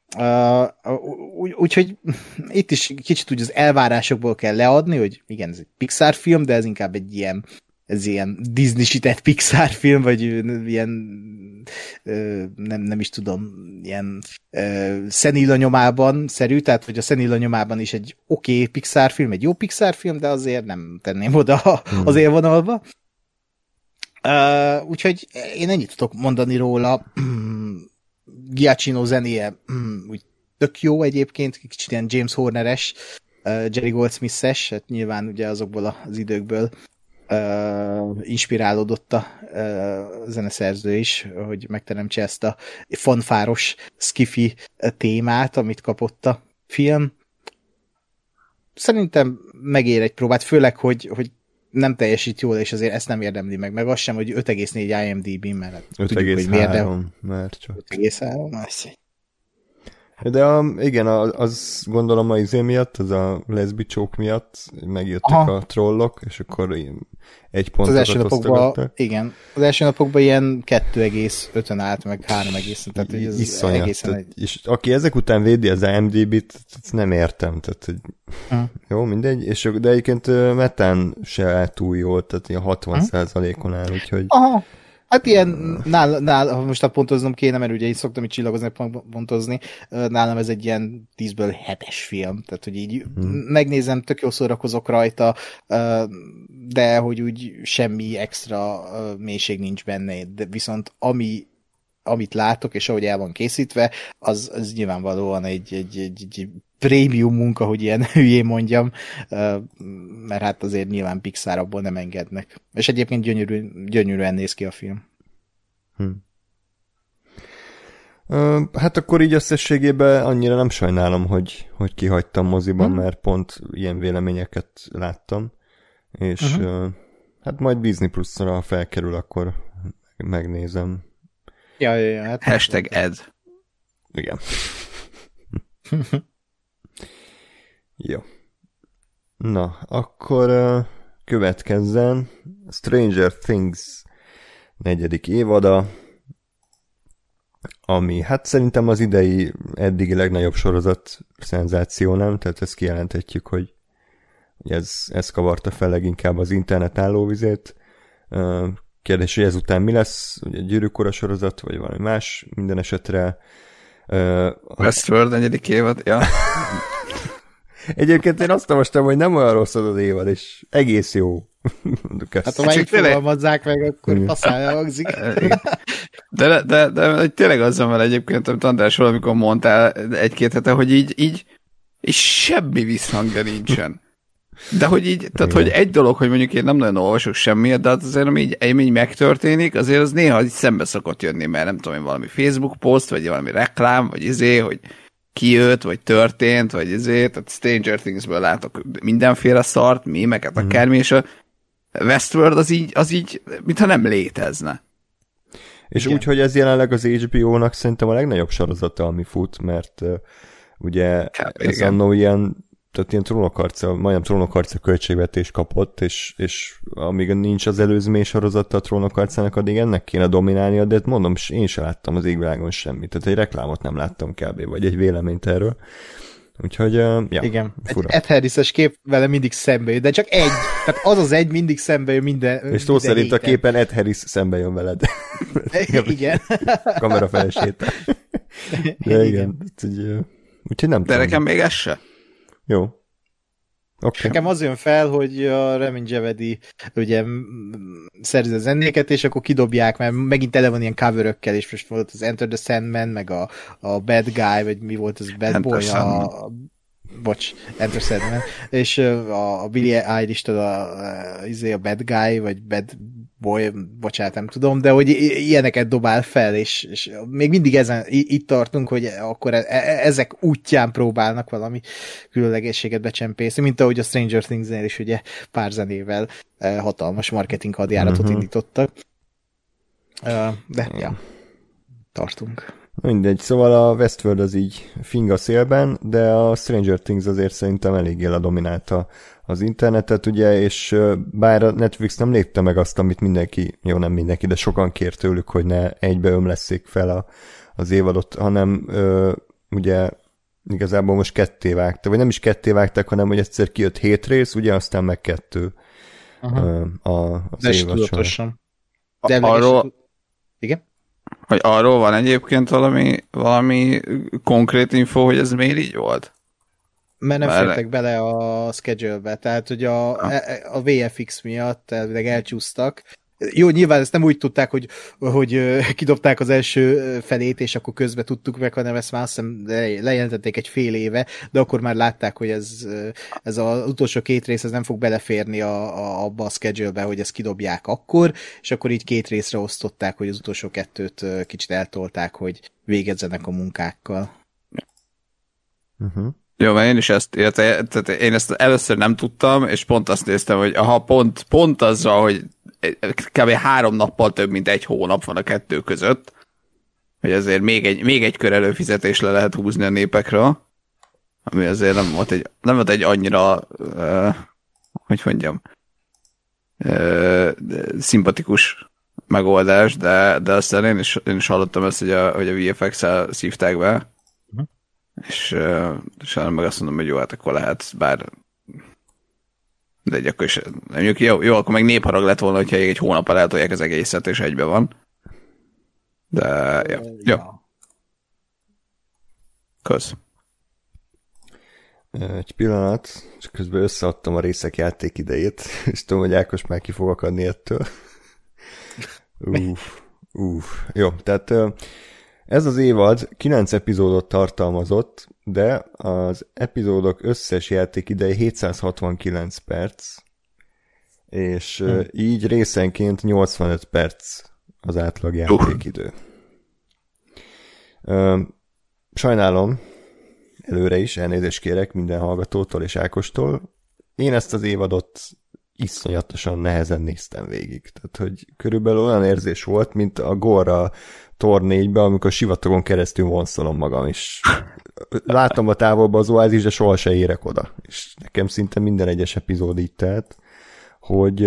Úgyhogy itt is kicsit úgy az elvárásokból kell leadni, hogy igen, ez egy Pixar film, de ez inkább egy ilyen Disney-sített Pixar film, vagy ilyen nem is tudom, ilyen Szenilla nyomában szerű, tehát hogy a Szenilla nyomában is egy oké Pixar film, egy jó Pixar film, de azért nem tenném oda az élvonalba. Úgyhogy én ennyit tudok mondani róla. Giacchino zenéje úgy tök jó egyébként, kicsit ilyen James Horner-es, Jerry Goldsmith-es, hát nyilván ugye azokból az időkből inspirálódott a zeneszerző is, hogy megteremtse ezt a fanfáros skifi témát, amit kapott a film. Szerintem megér egy próbát, főleg, hogy nem teljesít jól, és azért ezt nem érdemli meg az sem, hogy 5,4 IMDb-n, mert 5,3, mert csak. 5,3, de igen, az gondolom a izé miatt, az a leszbi csók miatt megjöttek a trollok, és akkor egy pontot osztogattak. Igen, az első napokban ilyen 2,5-ön állt, meg 3, tehát ez iszonyat, egészen és aki ezek után védi az IMDb-t, nem értem, tehát hogy jó, mindegy, de egyébként Metán se áll túl jól, tehát ilyen 60%-on áll, úgyhogy... Aha. Hát ilyen, ha most pontoznom kéne, mert ugye én szoktam így csillagozni, pontozni, nálam ez egy ilyen 10-ből 7-es film, tehát hogy így megnézem, tök jól szórakozok rajta, de hogy úgy semmi extra mélység nincs benne, de viszont amit látok, és ahogy el van készítve, az nyilvánvalóan egy prémium munka, hogy ilyen hülyén mondjam, mert hát azért nyilván Pixar abból nem engednek. És egyébként gyönyörűen néz ki a film. Hát akkor így összességében annyira nem sajnálom, hogy kihagytam moziban, mert pont ilyen véleményeket láttam, és hát majd Disney Plus-ra, ha felkerül, akkor megnézem. Ja, hát #ed. Igen. Jó. Na, akkor következzen Stranger Things 4. évada, ami hát szerintem az idei eddigi legnagyobb sorozat szenzáció, nem? Tehát ezt kijelenthetjük, hogy ez kavarta fel leginkább az internet állóvizét. Kérdés, hogy ezután mi lesz? Ugye Gyűrűk ura sorozat, vagy valami más? Minden esetre... Westworld 4. évad, ja. Egyébként én azt olvastam, hogy nem olyan rossz az évad, és egész jó. Hát ha már így fogalmazzák meg, akkor faszálja hangzik. De tényleg azzal van egyébként, amit András valamikor mondtál 1-2 hete, hogy így semmi visszhangja nincsen. De hogy így, tehát hogy egy dolog, hogy mondjuk én nem nagyon olvasok semmiért, de hát azért, ami így megtörténik, azért az néha így szembe szokott jönni, mert nem tudom én, valami Facebook poszt, vagy valami reklám, vagy hogy kijött, vagy történt, vagy tehát Stranger Things-ből látok mindenféle szart, mémeket, akármi, és a Westworld az így, mintha nem létezne. És úgy, hogy ez jelenleg az HBO-nak szerintem a legnagyobb sorozata, ami fut, mert ugye ez annó ilyen trónokharca, majdnem trónokharca költségvetés kapott, és amíg nincs az előzmény sorozata a trónokharcának, addig ennek kéne dominálnia, de mondom, én sem láttam az égvilágon semmit, tehát egy reklámot nem láttam kb. Vagy egy véleményt erről. Úgyhogy, ja, igen, fura. Egy Ed Harris-es kép vele mindig szembe jön, de csak egy, tehát az egy mindig szembe jön minden. És szó szerint héten. A képen Ed Harris szembe jön veled. Igen. Kamera felsétál. De igen. Úgyhogy nem de nekem még ez se. Jó. Okay. Nekem az jön fel, hogy a Ramin Djawadi ugye szerzi a zenéket, és akkor kidobják, mert megint tele van ilyen coverökkel, és most volt az Enter the Sandman, meg a Bad Guy, vagy mi volt az, Bad Boy, Enter Sandman, és a Billie Eilish, a Bad Guy, vagy Bad Boy, bocsánat, nem tudom, de hogy ilyeneket dobál fel, és még mindig itt tartunk, hogy akkor ezek útján próbálnak valami különlegességet becsempészni, mint ahogy a Stranger Things-nél is ugye pár zenével hatalmas marketing hadjáratot indítottak. De ja, tartunk. Mindegy, szóval a Westworld az így fing a szélben, de a Stranger Things azért szerintem eléggé ledominálta az internetet, ugye, és bár a Netflix nem lépte meg azt, amit mindenki, jó, nem mindenki, de sokan kér tőlük, hogy ne egybe ömlesszék fel az évadot, hanem ugye igazából most ketté vágtak, vagy nem is ketté vágtak, hanem hogy egyszer kijött 7 rész, ugye, aztán meg 2 az évad során. De arról... Igen? Hogy arról van egyébként valami konkrét info, hogy ez miért így volt? Mert nem fértek bele a schedule-be, tehát hogy a VFX miatt elvileg elcsúsztak, Jó, nyilván ezt nem úgy tudták, hogy kidobták az első felét, és akkor közben tudtuk meg, hanem ezt már azt hiszem lejelentették egy fél éve, de akkor már látták, hogy ez az utolsó 2 rész ez nem fog beleférni abba a schedule-be, hogy ezt kidobják akkor, és akkor így 2 részre osztották, hogy az utolsó 2-t kicsit eltolták, hogy végezzenek a munkákkal. Jó, mert én is én ezt először nem tudtam, és pont azt néztem, hogy pont azzal, hogy kb. 3 nappal több, mint 1 hónap van a 2 között, hogy azért még egy kör előfizetés le lehet húzni a népekről, ami azért nem volt egy annyira, hogy mondjam, szimpatikus megoldás, de aztán én is hallottam ezt, hogy a VFX-el szívták be, és meg azt mondom, hogy jó, hát akkor lehet, bár de egy akkor is, mondjuk jó, akkor meg népharag lett volna, hogyha egy hónappal eltolják az egészet, és egybe van. De, jó. Kösz. Egy pillanat, és közben összeadtam a részek játék idejét, és tudom, hogy Ákos már ki fog akadni ettől. Jó, tehát ez az évad 9 epizódot tartalmazott, de az epizódok összes játék ideje 769 perc, és így részenként 85 perc az átlag játékidő. Sajnálom, előre is elnézést kérek minden hallgatótól és Ákostól. Én ezt az évadot iszonyatosan nehezen néztem végig. Tehát, hogy körülbelül olyan érzés volt, mint a Gorra Thor 4-be, amikor sivatagon keresztül vonszolom magam, és látom a távolba az oázis, de soha se érek oda. És nekem szinte minden egyes epizód így telt, hogy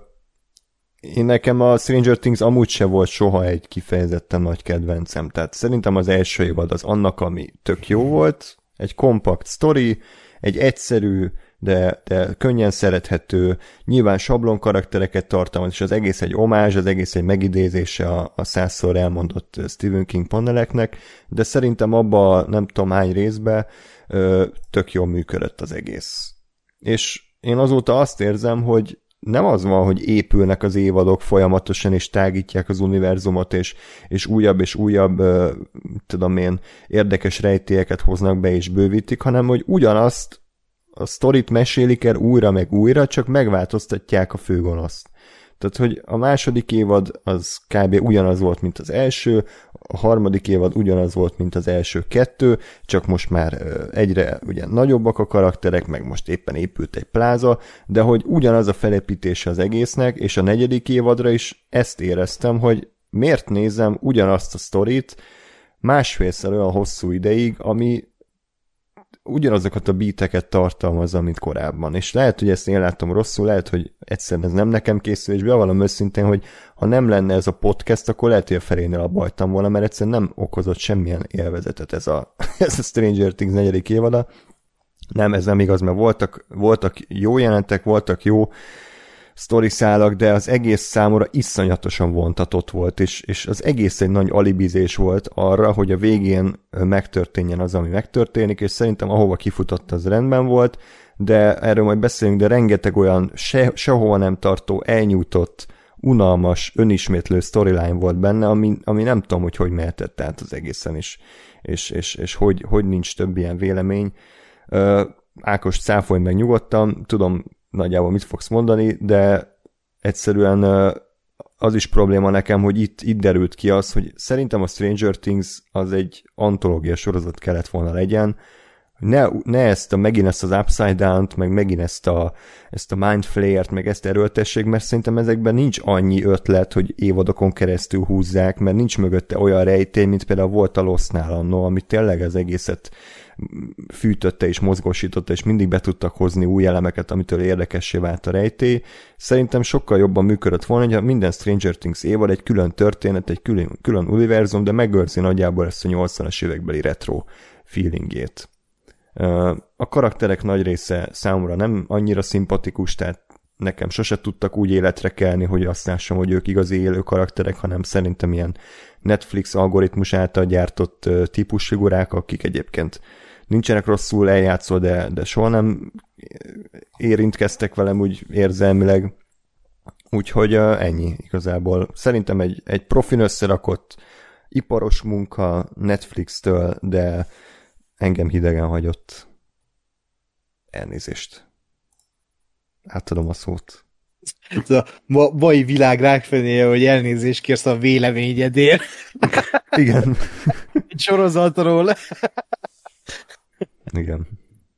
nekem a Stranger Things amúgy se volt soha egy kifejezetten nagy kedvencem. Tehát szerintem az első évad az annak, ami tök jó volt, egy kompakt sztori, egy egyszerű, de könnyen szerethető, nyilván sablon karaktereket tartalmaz, és az egész egy omázs, az egész egy megidézése a 100-szor elmondott Stephen King paneleknek, de szerintem abban nem tudom hány részben tök jól működött az egész. És én azóta azt érzem, hogy nem az van, hogy épülnek az évadok folyamatosan, és tágítják az univerzumot, és újabb, tudom én, érdekes rejtélyeket hoznak be, és bővítik, hanem hogy ugyanazt a sztorit mesélik el újra meg újra, csak megváltoztatják a főgonoszt. Tehát, hogy a második évad az kb. Ugyanaz volt, mint az első, a harmadik évad ugyanaz volt, mint az első 2, csak most már egyre ugye nagyobbak a karakterek, meg most éppen épült egy pláza, de hogy ugyanaz a felépítése az egésznek, és a negyedik évadra is ezt éreztem, hogy miért nézem ugyanazt a sztorit másfélszer olyan hosszú ideig, ami ugyanazokat a beateket tartalmazza, mint korábban. És lehet, hogy ezt én láttam rosszul, lehet, hogy egyszerűen ez nem nekem készül, és bevallom őszintén, hogy ha nem lenne ez a podcast, akkor lehet, hogy a felénél abba hagytam volna, mert egyszerűen nem okozott semmilyen élvezetet ez a Stranger Things 4. évada. Nem, ez nem igaz, mert voltak jó jelentek, voltak jó sztoriszálak, de az egész számomra iszonyatosan vontatott volt, és az egész egy nagy alibizés volt arra, hogy a végén megtörténjen az, ami megtörténik, és szerintem ahova kifutott, az rendben volt, de erről majd beszélünk, de rengeteg olyan sehova nem tartó, elnyújtott, unalmas, önismétlő storyline volt benne, ami nem tudom, hogy mehetett át az egészen is, és hogy nincs több ilyen vélemény. Ákos, cáfolj meg nyugodtan, tudom, nagyjából mit fogsz mondani, de egyszerűen az is probléma nekem, hogy itt derült ki az, hogy szerintem a Stranger Things az egy antológia sorozat kellett volna legyen, ne megint ezt az Upside Down-t, meg megint ezt a Mind Flayer-t, meg ezt erőltessék, mert szerintem ezekben nincs annyi ötlet, hogy évadokon keresztül húzzák, mert nincs mögötte olyan rejtély, mint például volt a Lost-nál annó, ami tényleg az egészet fűtötte és mozgósította, és mindig be tudtak hozni új elemeket, amitől érdekessé vált a rejtély. Szerintem sokkal jobban működött volna, hogy minden Stranger Things évad egy külön történet, egy külön univerzum, de megőrzi nagyjából ezt a 80-as évekbeli retro feelingjét. A karakterek nagy része számomra nem annyira szimpatikus, tehát nekem sose tudtak úgy életre kelni, hogy azt lássam, hogy ők igazi élő karakterek, hanem szerintem ilyen Netflix algoritmus által gyártott típusfigurák, akik egyébként nincsenek rosszul eljátszva, de soha nem érintkeztek velem úgy érzelmileg, Úgyhogy ennyi igazából. Szerintem egy profin összerakott iparos munka Netflix-től, de engem hidegen hagyott. Elnézést. Átadom a szót. Ez a mai világ rákfenéje, hogy elnézést kérsz a véleményedért. Igen. Egy sorozatról. Igen.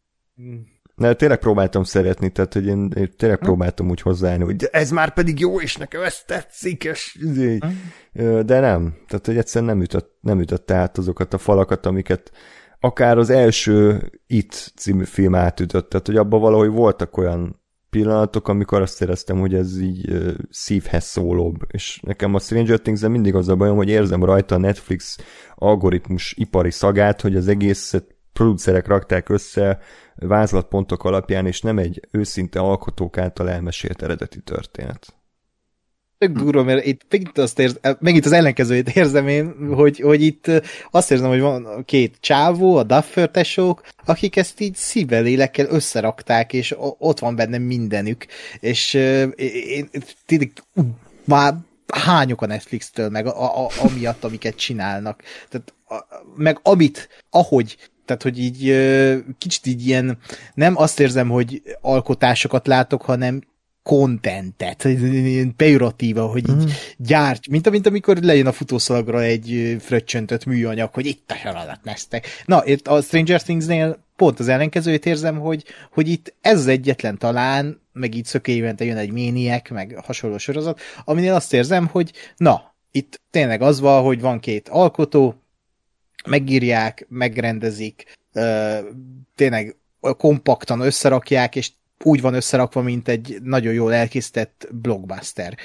De tényleg próbáltam szeretni, tehát hogy én tényleg próbáltam úgy hozzáállni, hogy ez már pedig jó, és nekem ez tetszik, és de nem. Tehát, hogy egyszerűen nem ütötte át azokat a falakat, amiket akár az első It című film átütött. Tehát, hogy abban valahogy voltak olyan pillanatok, amikor azt éreztem, hogy ez így szívhez szólóbb. És nekem a Stranger Things-en mindig az a bajom, hogy érzem rajta a Netflix algoritmus ipari szagát, hogy az egészet producerek rakták össze vázlatpontok alapján, és nem egy őszinte alkotók által elmesélt eredeti történet. Tök durva, mert itt megint az ellenkezőjét érzem én, hogy itt azt érzem, hogy van két csávó, a Duffer tesók, akik ezt így szívvel, lélekkel összerakták, és ott van benne mindenük, és én tényleg már hányok a Netflix-től, meg amiatt, amiket csinálnak. Tehát, meg tehát, hogy így kicsit így ilyen, nem azt érzem, hogy alkotásokat látok, hanem contentet, pejoratíva, hogy így gyárt, mint amikor lejön a futószalagra egy fröccsöntött műanyag, hogy itt a sorozat neztek. Na, itt a Stranger Things-nél pont az ellenkezőjét érzem, hogy itt ez az egyetlen talán, meg így szökélyvente jön egy Maniac, meg hasonló sorozat, aminél azt érzem, hogy na, itt tényleg az van, hogy van két alkotó, megírják, megrendezik, tényleg kompaktan összerakják, és úgy van összerakva, mint egy nagyon jól elkészített blockbuster.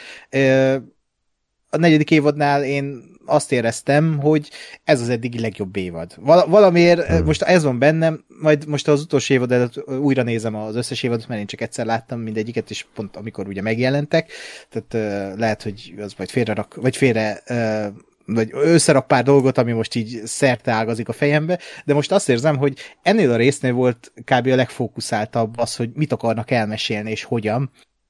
A 4. évadnál én azt éreztem, hogy ez az eddigi legjobb évad. Valamiért most ez van bennem, majd most az utolsó évad előtt újra nézem az összes évadot, mert én csak egyszer láttam mindegyiket, és pont amikor ugye megjelentek, tehát lehet, hogy az majd vagy összerak pár dolgot, ami most így szerte ágazik a fejembe, de most azt érzem, hogy ennél a résznél volt kb. A legfókuszáltabb az, hogy mit akarnak elmesélni, és hogyan.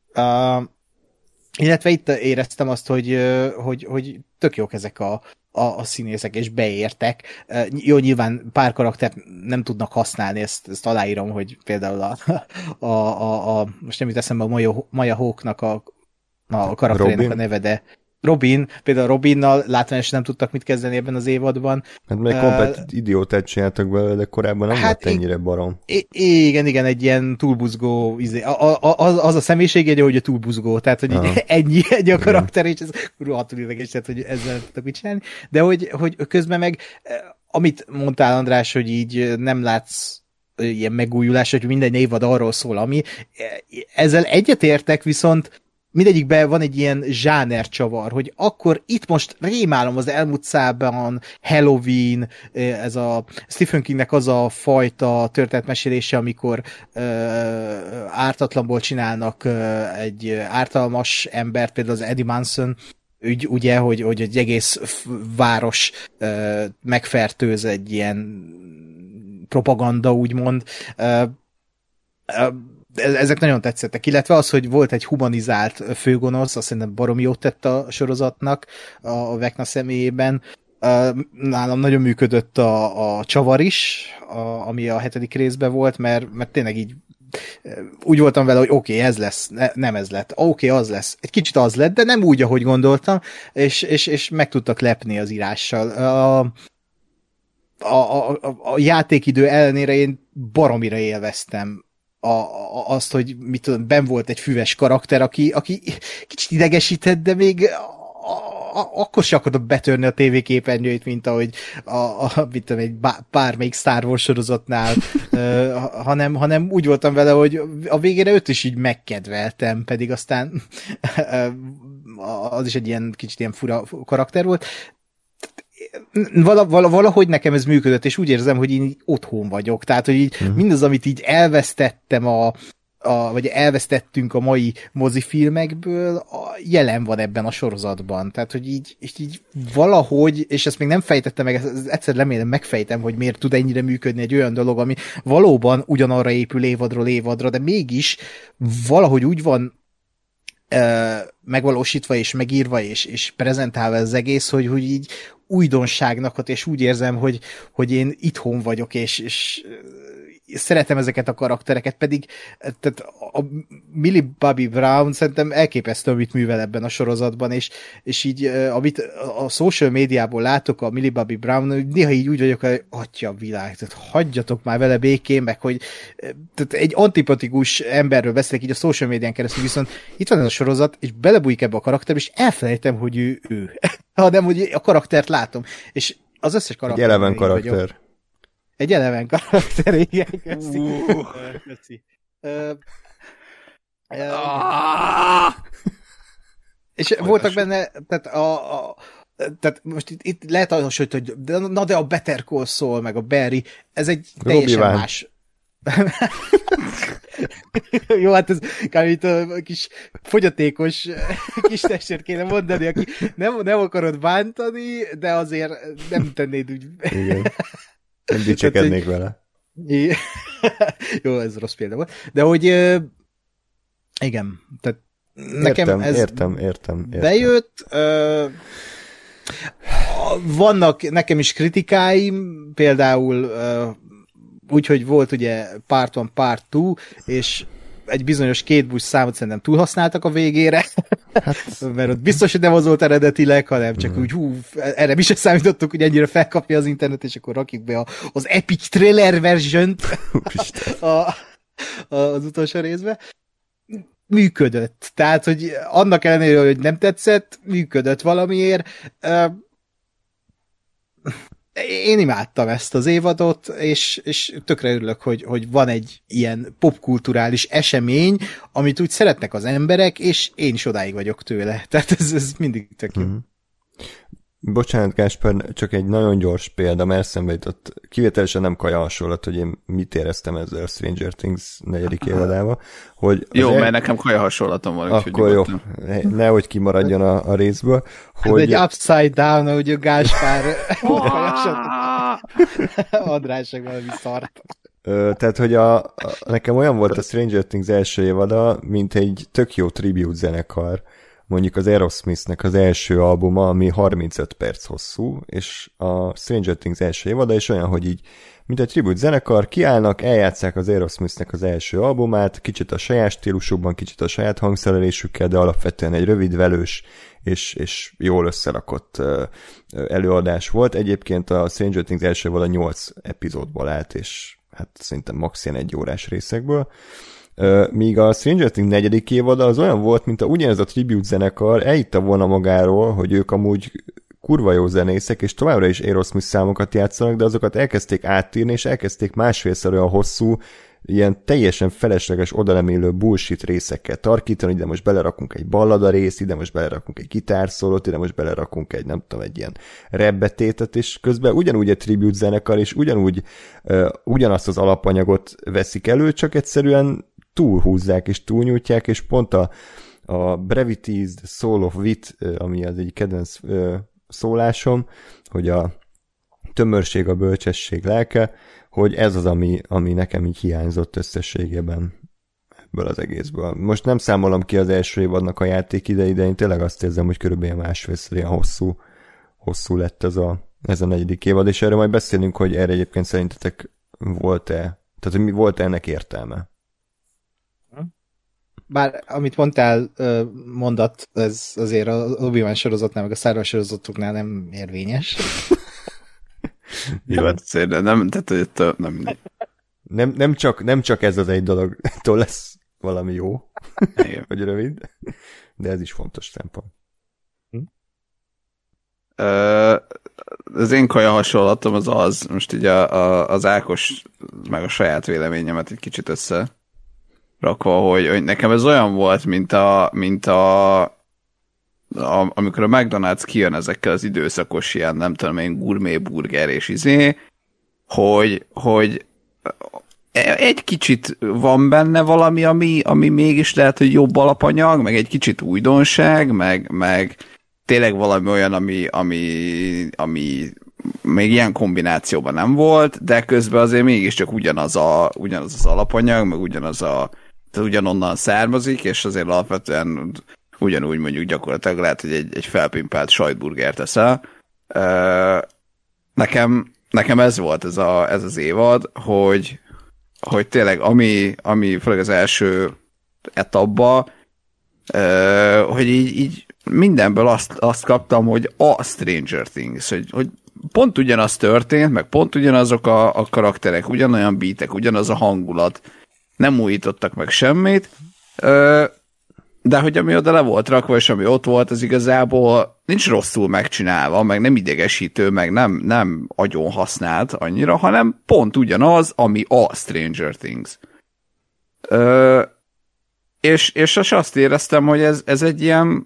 Illetve itt éreztem azt, hogy tök jók ezek a színészek, és beértek. Jó, nyilván pár karaktert nem tudnak használni, ezt aláírom, hogy például most nem jut eszembe a Maya Hawke-nak a karakterének a neve, de például Robinnal látványosan nem tudtak mit kezdeni ebben az évadban. Hát meg komplet idiótát csináltak belőle, de korábban nem volt ennyire barom. Igen, egy ilyen túlbuzgó, az a személyisége, hogy a túlbuzgó, tehát hogy ennyi a karakter, és ez rohadtul ideges, tehát hogy ezzel nem tudtak mit csinálni, de hogy közben meg, amit mondtál, András, hogy így nem látsz ilyen megújulás, hogy minden évad arról szól, ami ezzel egyetértek, viszont mindegyikben van egy ilyen zsánercsavar, hogy akkor itt most rémálom az elmúlt szában Halloween, ez a Stephen Kingnek az a fajta történetmesélése, amikor ártatlanból csinálnak egy ártalmas embert, például az Eddie Munson, ugye, hogy egy egész város megfertőz egy ilyen propaganda, úgymond. Ezek nagyon tetszettek, illetve az, hogy volt egy humanizált főgonosz, azt szerintem baromi jót tett a sorozatnak a Vecna személyében. Nálam nagyon működött a csavar is, ami a 7. részben volt, mert tényleg így úgy voltam vele, hogy oké, ez lesz, nem ez lett, oké, az lesz. Egy kicsit az lett, de nem úgy, ahogy gondoltam, és meg tudtak lepni az írással. A játékidő ellenére én baromira élveztem azt, hogy mit tudom, benn volt egy füves karakter, aki kicsit idegesített, de még akkor se akartam betörni a tévéképernyőit, mint ahogy mit tudom, egy bármelyik Star Wars sorozatnál, hanem úgy voltam vele, hogy a végére őt is így megkedveltem, pedig aztán az is egy ilyen kicsit ilyen fura karakter volt. Valahogy nekem ez működött, és úgy érzem, hogy én otthon vagyok. Tehát, hogy így mindaz, amit így elvesztettem vagy elvesztettünk a mai mozifilmekből, jelen van ebben a sorozatban. Tehát, hogy így valahogy, és ezt még nem fejtettem meg, egyszer remélem megfejtem, hogy miért tud ennyire működni egy olyan dolog, ami valóban ugyanarra épül évadról évadra, de mégis valahogy úgy van megvalósítva és megírva és prezentálva az egész, hogy így újdonságnak hat, és úgy érzem, hogy én itthon vagyok, és szeretem ezeket a karaktereket, pedig tehát a Millie Bobby Brown szerintem elképesztő, amit művel ebben a sorozatban, és így, amit a social médiából látok a Millie Bobby Brown, néha így úgy vagyok, hogy atya a világ, tehát hagyjatok már vele békén, meg hogy tehát egy antipatikus emberről beszélek így a social médián keresztül, viszont itt van ez a sorozat, és belebújik ebbe a karakterbe, és elfelejtem, hogy ő. hanem, hogy a karaktert látom, és az összes karakter. Egy eleven karakter. Vagyok. Egy eleven karakter, igen, köszi. És voltak benne, tehát most itt lehet hasonlítani, hogy de a Better Call Saul, meg a Barry, ez egy teljesen más. Jó, hát ez kb. A kis fogyatékos kis testért kéne mondani, aki nem akarod bántani, de azért nem tennéd úgy. Igen. Nem dicsekednék vele. Jó, ez rossz példa volt. De hogy igen, tehát nekem értem. Bejött. Vannak nekem is kritikáim, például úgyhogy volt ugye Part 1, Part 2, és egy bizonyos Kate Bush számot szerintem túlhasználtak a végére, mert ott biztos, hogy nem az volt eredetileg, hanem csak úgy, erre mi sem számítottuk, hogy ennyire felkapja az internet, és akkor rakjuk be az Epic Trailer version-t az utolsó részbe. Működött. Tehát, hogy annak ellenére, hogy nem tetszett, működött valamiért. Én imádtam ezt az évadot, és tökre örülök, hogy van egy ilyen popkulturális esemény, amit úgy szeretnek az emberek, és én is odáig vagyok tőle. Tehát ez mindig tök jó. Bocsánat, Gáspár, csak egy nagyon gyors példa, mert eszembe jutott, kivételesen nem kaja hasonlat, hogy én mit éreztem ezzel a Stranger Things 4. évadával. Hogy jó, mert nekem kaja hasonlatom van. Akkor jó, nehogy kimaradjon a részből. Hogy... Ez egy upside down, ahogy a Gáspár Andrásnak valami szart. Tehát, hogy nekem olyan volt a Stranger Things első évada, mint egy tök jó tribute zenekar, mondjuk az Aerosmithnek az első albuma, ami 35 perc hosszú, és a Stranger Things első évada is olyan, hogy így, mint egy tribute zenekar, kiállnak, eljátszák az Aerosmithnek az első albumát, kicsit a saját stílusukban, kicsit a saját hangszerelésükkel, de alapvetően egy rövid, velős és jól összerakott előadás volt. Egyébként a Stranger Things első évada 8 epizódból állt, és hát szerintem max. 1 órás részekből. Míg a Stranger Things 4. évada az olyan volt, mint ugyanez a tribute zenekar elhitte volna magáról, hogy ők amúgy kurva jó zenészek, és továbbra is Aerosmith számokat játszanak, de azokat elkezdték átírni, és elkezdték másfélszer olyan hosszú, ilyen teljesen felesleges, odalemélő bullshit részekkel tarkítani, ide most belerakunk egy ballada részt, ide most belerakunk egy gitárszólót, ide most belerakunk egy, nem tudom, egy ilyen rap-betétet, és közben ugyanúgy egy tribute zenekar, és ugyanazt az alapanyagot veszik elő, csak egyszerűen túlhúzzák és túlnyújtják, és pont a Brevity is the Soul of Wit, ami az egy kedvenc szólásom, hogy a tömörség a bölcsesség lelke, hogy ez az, ami nekem így hiányzott összességében ebből az egészből. Most nem számolom ki az első évadnak a játék idejét, de én tényleg azt érzem, hogy körülbelül másfélszer ilyen hosszú lett ez a 4. évad, és erről majd beszélünk, hogy erre egyébként szerintetek volt-e, tehát hogy volt-e ennek értelme? Bár amit mondtál, mondat, ez azért a Obi-Wan sorozatnál, meg a Star Wars sorozatoknál nem érvényes. Jó, nem csak ez az egy dologtól lesz valami jó, vagy rövid, de ez is fontos szempont. Az én kaja hasonlatom az, most így az Ákos meg a saját véleményemet egy kicsit összerakva, hogy nekem ez olyan volt, mint amikor a McDonald's kijön ezekkel az időszakos ilyen, nem tudom én, gourmet burger és hogy egy kicsit van benne valami, ami mégis lehet, hogy jobb alapanyag, meg egy kicsit újdonság, meg tényleg valami olyan, ami még ilyen kombinációban nem volt, de közben azért mégiscsak ugyanaz az alapanyag, meg ugyanonnan származik, és azért alapvetően ugyanúgy mondjuk gyakorlatilag lehet, hogy egy felpimpált sajtburgert eszel. Nekem ez volt ez az évad, hogy tényleg, ami főleg az első etapban, hogy így mindenből azt kaptam, hogy a Stranger Things, hogy pont ugyanaz történt, meg pont ugyanazok a karakterek, ugyanolyan beatek, ugyanaz a hangulat, nem újítottak meg semmit, de hogy ami oda le volt rakva, és ami ott volt, az igazából nincs rosszul megcsinálva, meg nem idegesítő, meg nem agyon használt annyira, hanem pont ugyanaz, ami a Stranger Things. És azt éreztem, hogy ez egy ilyen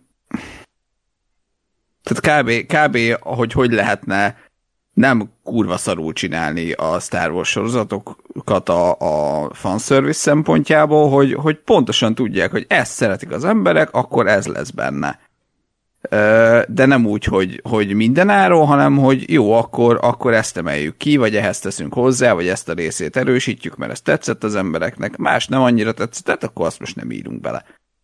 tehát kb. Hogy lehetne nem kurva szarul csinálni a Star Wars sorozatokat a fanservice szempontjából, hogy pontosan tudják, hogy ezt szeretik az emberek, akkor ez lesz benne. De nem úgy, hogy mindenáron, hanem hogy jó, akkor ezt emeljük ki, vagy ehhez teszünk hozzá, vagy ezt a részét erősítjük, mert ez tetszett az embereknek, más nem annyira tetszett, tehát akkor azt most nem írunk bele.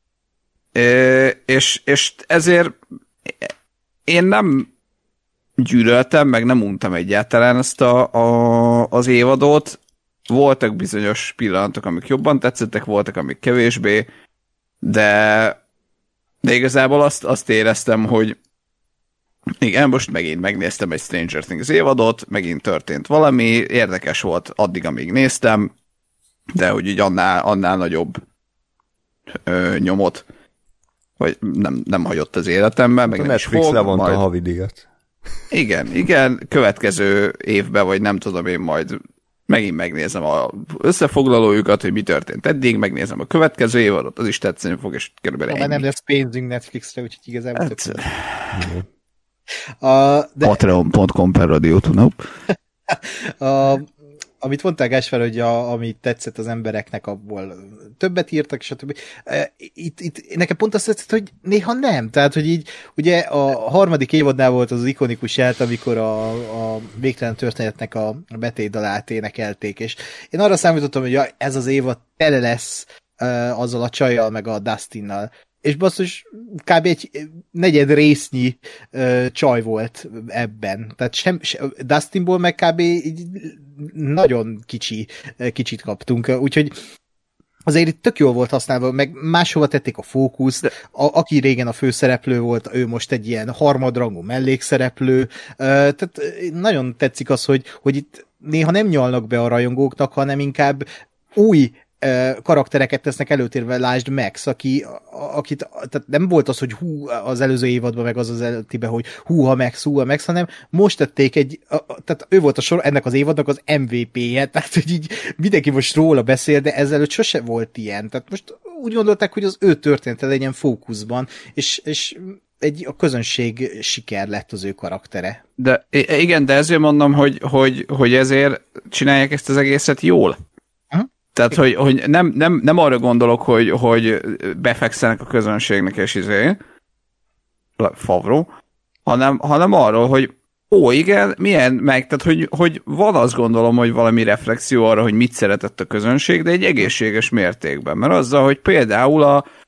És ezért én nem gyűlöltem, meg nem untam egyáltalán ezt az évadot. Voltak bizonyos pillanatok, amik jobban tetszettek, voltak, amik kevésbé, de igazából azt éreztem, hogy igen, most megint megnéztem egy Stranger Things évadot, megint történt valami, érdekes volt addig, amíg néztem, de hogy így annál nagyobb nyomot, vagy nem hagyott az életemben, meg a nem Netflix is fog. levonta a havidíjat. Igen, következő évben, vagy nem tudom én, majd megint megnézem az összefoglalójukat, hogy mi történt eddig, megnézem a következő évadot, az is tetszeni fog, és körülbelül ennyi. Nem lesz pénzünk Netflixre, úgyhogy igazából Patreon.com/Radio Tunop. Amit mondtál, Gáspár, hogy amit tetszett az embereknek, abból többet írtak, stb. Itt nekem pont azt tetszett, hogy néha nem. Tehát, hogy így, ugye a harmadik évadnál volt az ikonikus jelt, amikor a Végtelen Történetnek a betétdalát énekelték, és én arra számítottam, hogy ez az évad tele lesz azzal a csajjal, meg a Dustinnal. És basszus, kb. Egy negyed résznyi csaj volt ebben. Tehát Dustinból meg kb. Így nagyon kicsit kaptunk. Úgyhogy azért itt tök jól volt használva, meg máshova tették a fókuszt. Aki régen a főszereplő volt, ő most egy ilyen harmadrangú mellékszereplő. Tehát nagyon tetszik az, hogy itt néha nem nyalnak be a rajongóknak, hanem inkább új karaktereket tesznek előtérbe, lásd Max, akit tehát nem volt az, hogy az előző évadban, meg az előttiben, hogy hú, ha Max, hanem most tették tehát ő volt ennek az évadnak az MVP-je, tehát hogy így mindenki most róla beszél, de ezelőtt sose volt ilyen. Tehát most úgy gondolták, hogy az ő története legyen fókuszban, és a közönség siker lett az ő karaktere. De igen, de ezért mondom, hogy ezért csinálják ezt az egészet jól. Tehát, hogy nem arra gondolok, hogy befekszenek a közönségnek, és Favreau, hanem arról, hogy igen, milyen meg, tehát, hogy van azt gondolom, hogy valami reflexió arra, hogy mit szeretett a közönség, de egy egészséges mértékben. Mert azzal, hogy például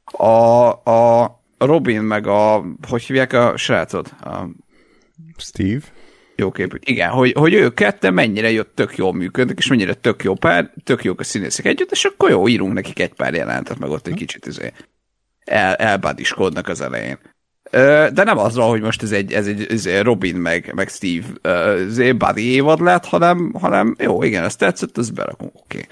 a Robin meg hogy hívják a srácot? Steve? Jó képű. Igen, hogy ők ketten mennyire tök jól működnek, és mennyire tök jó pár, tök jók a színészek együtt, és akkor jó, írunk nekik egy pár jelentet, meg ott egy kicsit elbádiskodnak az elején. De nem az van, hogy most ez egy Robin meg Steve buddy évad lett, hanem jó, igen, ezt tetszett, ezt berakunk, oké.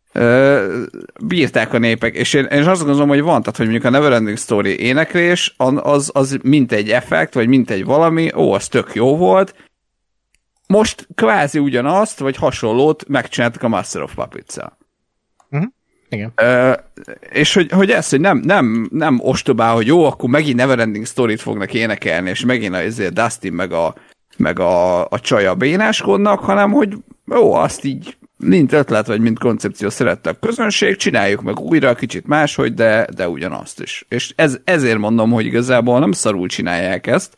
Bírták a népek, és én azt gondolom, hogy van, tehát, hogy mondjuk a Neverending Story éneklés, az mint egy effekt, vagy mint egy valami, az tök jó volt. Most kvázi ugyanazt, vagy hasonlót megcsináltak a Master of Puppets-szel. Igen. És hogy ez, hogy nem ostobál, hogy jó, akkor megint Neverending Story-t fognak énekelni, és megint azért Dustin meg a csaja bénáskodnak, hanem hogy jó, azt így mint ötlet, vagy mint koncepció szerette a közönség, csináljuk meg újra, kicsit máshogy, de ugyanazt is. És ezért mondom, hogy igazából nem szarul csinálják ezt,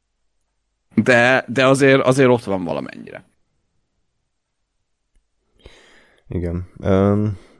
de azért ott van valamennyire. Igen.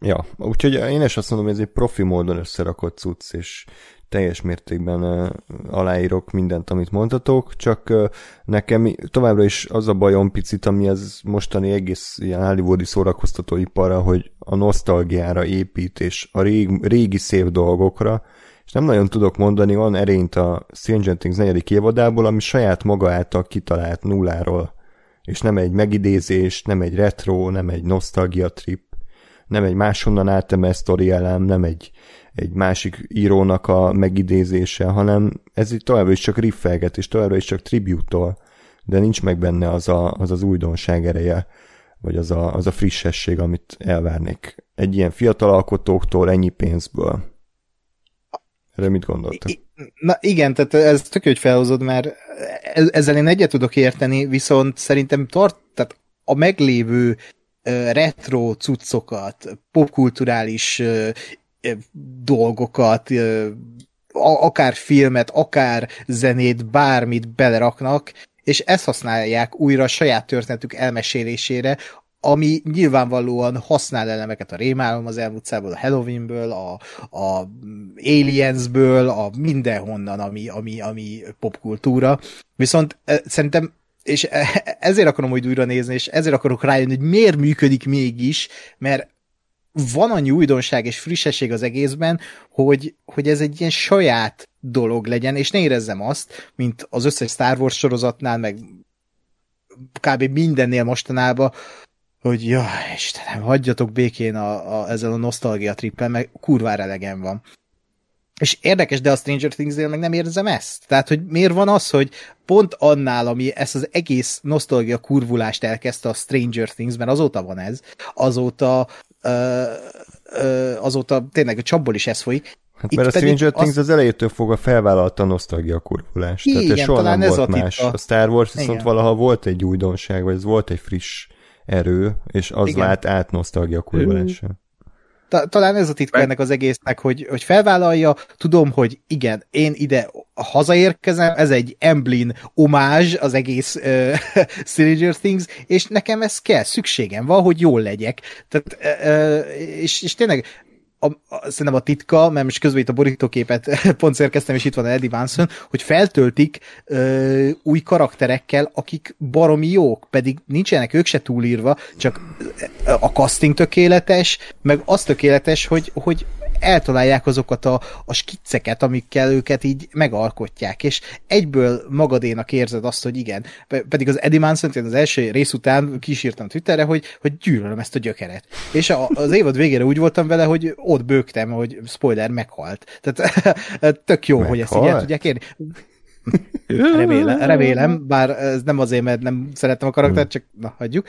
Ja, úgyhogy én is azt mondom, hogy ez egy profi módon összerakott cucc, és teljes mértékben aláírok mindent, amit mondhatok, csak nekem továbbra is az a bajom picit, ami az mostani egész ilyen hollywoodi szórakoztatóiparra, hogy a nosztalgiára épít, és a régi szép dolgokra, és nem nagyon tudok mondani, van erényt a Stranger Things 4. évadából, ami saját maga által kitalált nulláról, és nem egy megidézés, nem egy retro, nem egy nosztalgia trip, nem egy máshonnan átemelt sztori elem, nem egy másik írónak a megidézése, hanem ez itt továbbra is csak riffelget, és továbbra is csak tribute-tol, de nincs meg benne az újdonság ereje, vagy az a frissesség, amit elvárnék egy ilyen fiatal alkotóktól ennyi pénzből. Erre mit gondoltak? Na igen, tehát ez tök jó, hogy felhozod, mert ezzel én egyet tudok érteni, viszont szerintem tehát a meglévő retro cuccokat, popkulturális dolgokat, akár filmet, akár zenét, bármit beleraknak, és ezt használják újra a saját történetük elmesélésére, ami nyilvánvalóan használ elemeket a Rémálom az elmúlt szából, a Halloweenből, a Aliensből, a mindenhonnan, ami popkultúra. Viszont szerintem, és ezért akarom úgy újra nézni, és ezért akarok rájönni, hogy miért működik mégis, mert van annyi újdonság és frissesség az egészben, hogy ez egy ilyen saját dolog legyen, és ne érezzem azt, mint az összes Star Wars sorozatnál, meg kb. Mindennél mostanában, hogy jaj, Istenem, hagyjatok békén ezzel a nosztalgia trippel, meg kurvára elegem van. És érdekes, de a Stranger Things-nél meg nem érzem ezt. Tehát, hogy miért van az, hogy pont annál, ami ezt az egész nosztalgia kurvulást elkezdte a Stranger Things, mert azóta van ez, azóta tényleg a csapból is ez folyik. Hát mert a Stranger Things az elejétől fogva felvállalta a nosztalgia kurvulást. Igen, tehát soha talán nem ez volt a más. A Star Wars viszont valaha volt egy újdonság, vagy ez volt egy friss erő, és az vált át nosztalgia kurvulással. Talán ez a titka ennek az egésznek, hogy felvállalja, tudom, hogy igen, én ide hazaérkezem, ez egy Emblem homázs az egész Stranger Things, és nekem ez kell, szükségem van, hogy jól legyek. Tehát, és tényleg szerintem a titka, mert most közben itt a borítóképet pont szerkeztem, és itt van Eddie Munson, hogy feltöltik új karakterekkel, akik baromi jók, pedig nincsenek ők se túlírva, csak a casting tökéletes, meg az tökéletes, hogy eltalálják azokat a skicceket, amikkel őket így megalkotják, és egyből magadénak érzed azt, hogy igen. Pedig az Eddie Munson az első rész után kísírtam Twitterre, hogy gyűlölöm ezt a gyökeret. És az évad végére úgy voltam vele, hogy ott bőgtem, hogy spoiler, meghalt. Tehát tök jó, hogy ezt így el tudják érni. Remélem, bár ez nem azért, mert nem szerettem a karaktert, csak na, hagyjuk.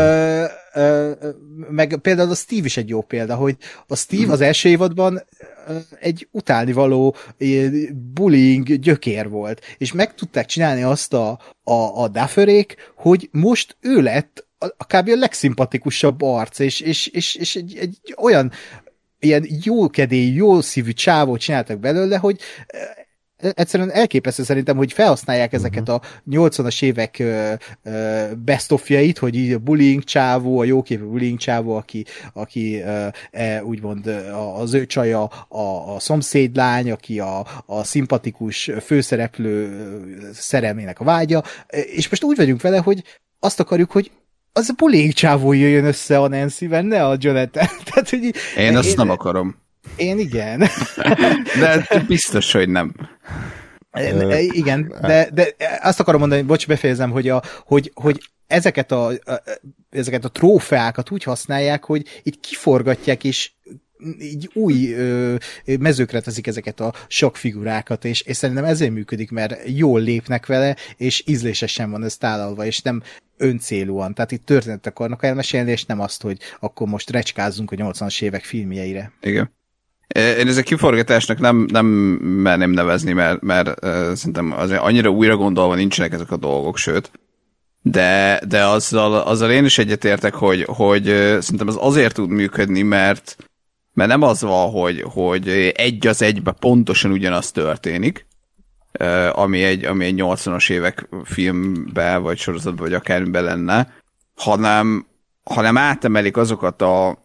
Meg például a Steve is egy jó példa, hogy a Steve az első évadban egy utálnivaló bullying gyökér volt, és meg tudták csinálni azt a Dufferék, hogy most ő lett a kb. A legszimpatikusabb arc, és egy olyan ilyen jókedély, jó szívű csávót csináltak belőle, hogy egyszerűen elképesztő szerintem, hogy felhasználják ezeket a 80-as évek best-of-jait, hogy így a bullying csávó, a jóképű bullying csávó, aki úgymond az ő csaja a szomszédlány, aki a szimpatikus főszereplő szerelmének a vágya, és most úgy vagyunk vele, hogy azt akarjuk, hogy az a bullying csávó jöjjön össze a Nancy-ben, ne a Jonathan. Tehát, hogy én azt nem akarom. Én igen. De biztos, hogy nem. Igen, de azt akarom mondani, bocs, befejezem, hogy ezeket a trófeákat úgy használják, hogy így kiforgatják, és így új mezőkre teszik ezeket a sok figurákat, és szerintem ezért működik, mert jól lépnek vele, és ízlésesen van ez tálalva, és nem öncélúan. Tehát itt történetet akarnak elmesélni, és nem azt, hogy akkor most recskázzunk a 80-as évek filmjeire. Igen. Én ezek kiforgatásnak nem merném nevezni, mert szerintem azért annyira újra gondolva nincsenek ezek a dolgok, sőt. De azzal én is egyetértek, hogy szerintem az azért tud működni, mert nem az van, hogy egy az egybe pontosan ugyanaz történik, ami egy 80-as évek filmben, vagy sorozatban, vagy akármiben lenne, hanem átemelik azokat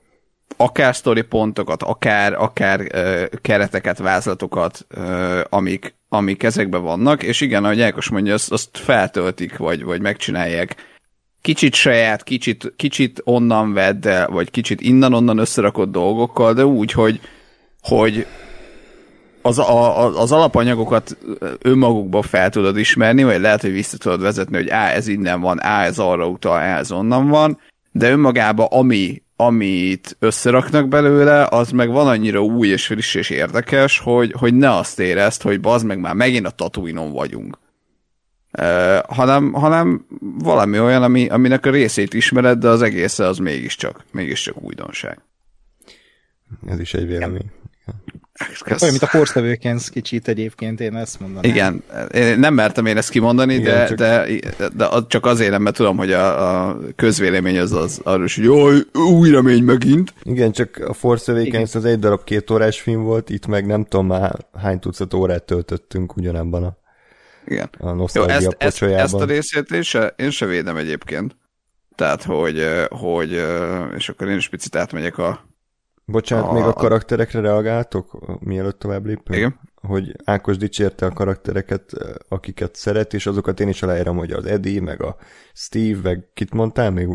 akár sztori pontokat, akár kereteket, vázlatokat, amik ezekben vannak, és igen, ahogy Ákos mondja, azt feltöltik, vagy megcsinálják kicsit saját, kicsit onnan vedd, vagy kicsit innen-onnan összerakott dolgokkal, de úgy, hogy az alapanyagokat önmagukban fel tudod ismerni, vagy lehet, hogy vissza tudod vezetni, hogy ez innen van, ez arra utal, ez onnan van, de önmagában amit összeraknak belőle, az meg van annyira új és friss és érdekes, hogy ne azt érezd, hogy bazd meg már megint a Tatooine-on vagyunk. Hanem valami olyan, aminek a részét ismered, de az egész az mégiscsak újdonság. Ez is egy vélemény. Olyan, mint a Force Awakens kicsit egyébként, én ezt mondanám. Igen, én nem mertem én ezt kimondani, igen, de csak azért nem, mert tudom, hogy a közvélemény az arról is, hogy jaj, új remény megint. Igen, csak a Force Awakens az egy darab 2 órás film volt, itt meg nem tudom már hány tucat órát töltöttünk ugyanabban a nosztalgia pocsolyában. Ezt a részét én se védem egyébként. Tehát, hogy és akkor én is picit átmegyek Bocsánat, még a karakterekre reagáltok, mielőtt tovább lépünk? Igen. Hogy Ákos dicsérte a karaktereket, akiket szeret, és azokat én is aláírom, hogy az Eddie, meg a Steve, meg kit mondtál még?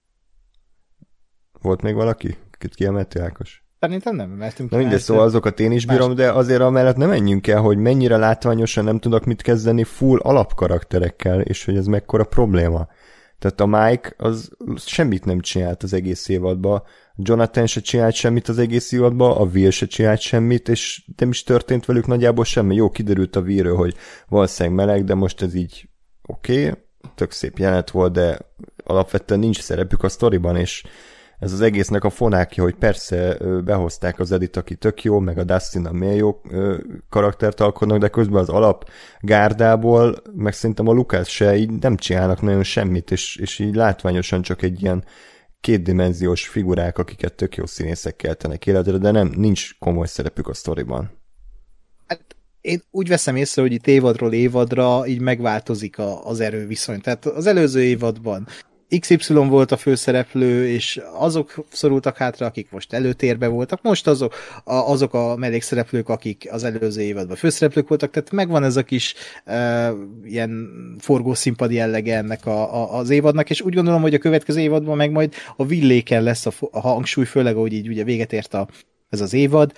Volt még valaki? Kit kiemelti, Ákos? Szerintem nem emeltünk. Na mindegy, szóval azokat én is bírom, de azért amellett nem menjünk el, hogy mennyire látványosan nem tudok mit kezdeni full alapkarakterekkel, és hogy ez mekkora probléma. Tehát a Mike az semmit nem csinált az egész évadban, Jonathan se csinált semmit az egész évadban, a Will se csinált semmit, és nem is történt velük nagyjából semmi. Jó, kiderült a Willről, hogy valószínűleg meleg, de most ez így oké, tök szép jelenet volt, de alapvetően nincs szerepük a sztoriban, és ez az egésznek a fonákja, hogy persze behozták az Edit, aki tök jó, meg a Dustin a milyen jó karaktert alkotnak, de közben az alap gárdából, meg szerintem a Lucas se így nem csinálnak nagyon semmit, és így látványosan csak egy ilyen kétdimenziós figurák, akiket tök jó színészek keltenek életre, de nincs komoly szerepük a sztoriban. Hát én úgy veszem észre, hogy itt évadról évadra így megváltozik az erőviszony. Tehát az előző évadban XY volt a főszereplő, és azok szorultak hátra, akik most előtérbe voltak. Most azok a mellékszereplők, akik az előző évadban főszereplők voltak, tehát megvan ez a kis ilyen forgószínpad jellege ennek az évadnak, és úgy gondolom, hogy a következő évadban meg majd a villéken lesz a hangsúly, főleg, ahogy így ugye véget ért ez az évad.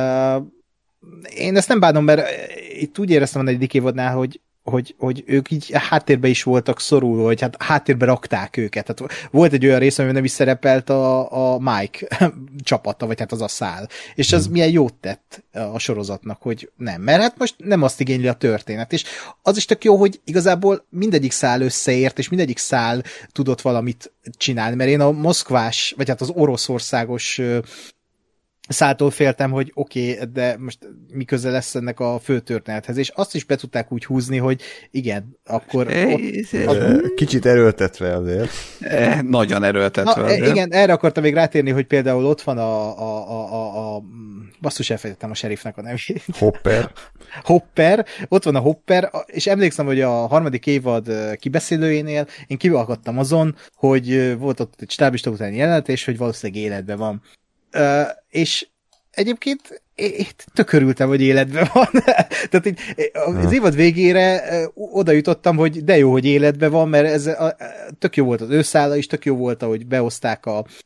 Én ezt nem bánom, mert itt úgy éreztem a 4. évadnál, hogy ők így háttérbe is voltak szorulva, vagy hát háttérbe rakták őket. Tehát volt egy olyan rész, amiben nem is szerepelt a Mike csapata, vagy hát az a szál. És ez milyen jót tett a sorozatnak, hogy nem. Mert hát most nem azt igényli a történet. És az is tök jó, hogy igazából mindegyik szál összeért, és mindegyik szál tudott valamit csinálni. Mert én a moszkvás, vagy hát az oroszországos száltól féltem, hogy oké, de most mi köze lesz ennek a főtörténethez, és azt is be tudták úgy húzni, hogy igen, akkor... Kicsit erőltetve azért. Nagyon erőltetve azért. Igen, erre akartam még rátérni, hogy például ott van a basszus, elfejtettem a sheriffnek a nevét. Hopper, ott van a Hopper, és emlékszem, hogy a 3. évad kibeszélőjénél én kivalkadtam azon, hogy volt ott egy stábista utáni jelenet, hogy valószínűleg életben van. És egyébként én tök örültem, hogy életben van. Tehát így, az évad végére oda jutottam, hogy de jó, hogy életben van, mert ez tök jó volt az őszála is, tök jó volt, ahogy behozták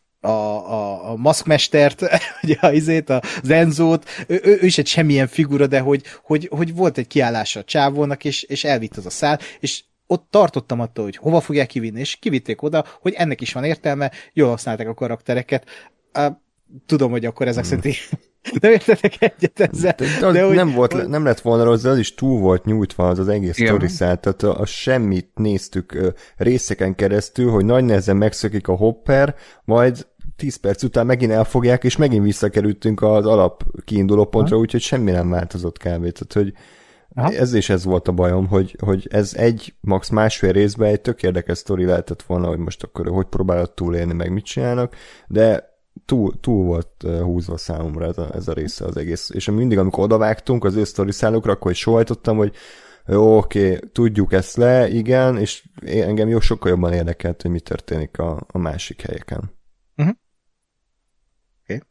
a maszkmestert, ugye az Enzót, ő is egy semmilyen figura, de hogy volt egy kiállása a csávónak, és elvitt az a szál, és ott tartottam attól, hogy hova fogják kivinni, és kivitték oda, hogy ennek is van értelme, jól használták a karaktereket. Tudom, hogy akkor ezek szerint nem értetek egyet ezzel. De hogy nem lett volna rossz, de az is túl volt nyújtva az egész sztoriszál. Tehát a semmit néztük részeken keresztül, hogy nagy nehezen megszökik a Hopper, majd 10 perc után megint elfogják, és megint visszakerültünk az alap kiinduló pontra, úgyhogy semmi nem változott kb. Tehát, hogy ez volt a bajom, hogy ez max. Másfél részben egy tök érdekes sztori lehetett volna, hogy most akkor hogy próbálod túlélni, meg mit csinálnak, de túl volt húzva számomra ez a része az egész. És mindig, amikor odavágtunk az ő sztoriszálokra, akkor is sóhajtottam, hogy jó, oké, tudjuk ezt le, igen, és engem sokkal jobban érdekelt, hogy mi történik a másik helyeken. Oké.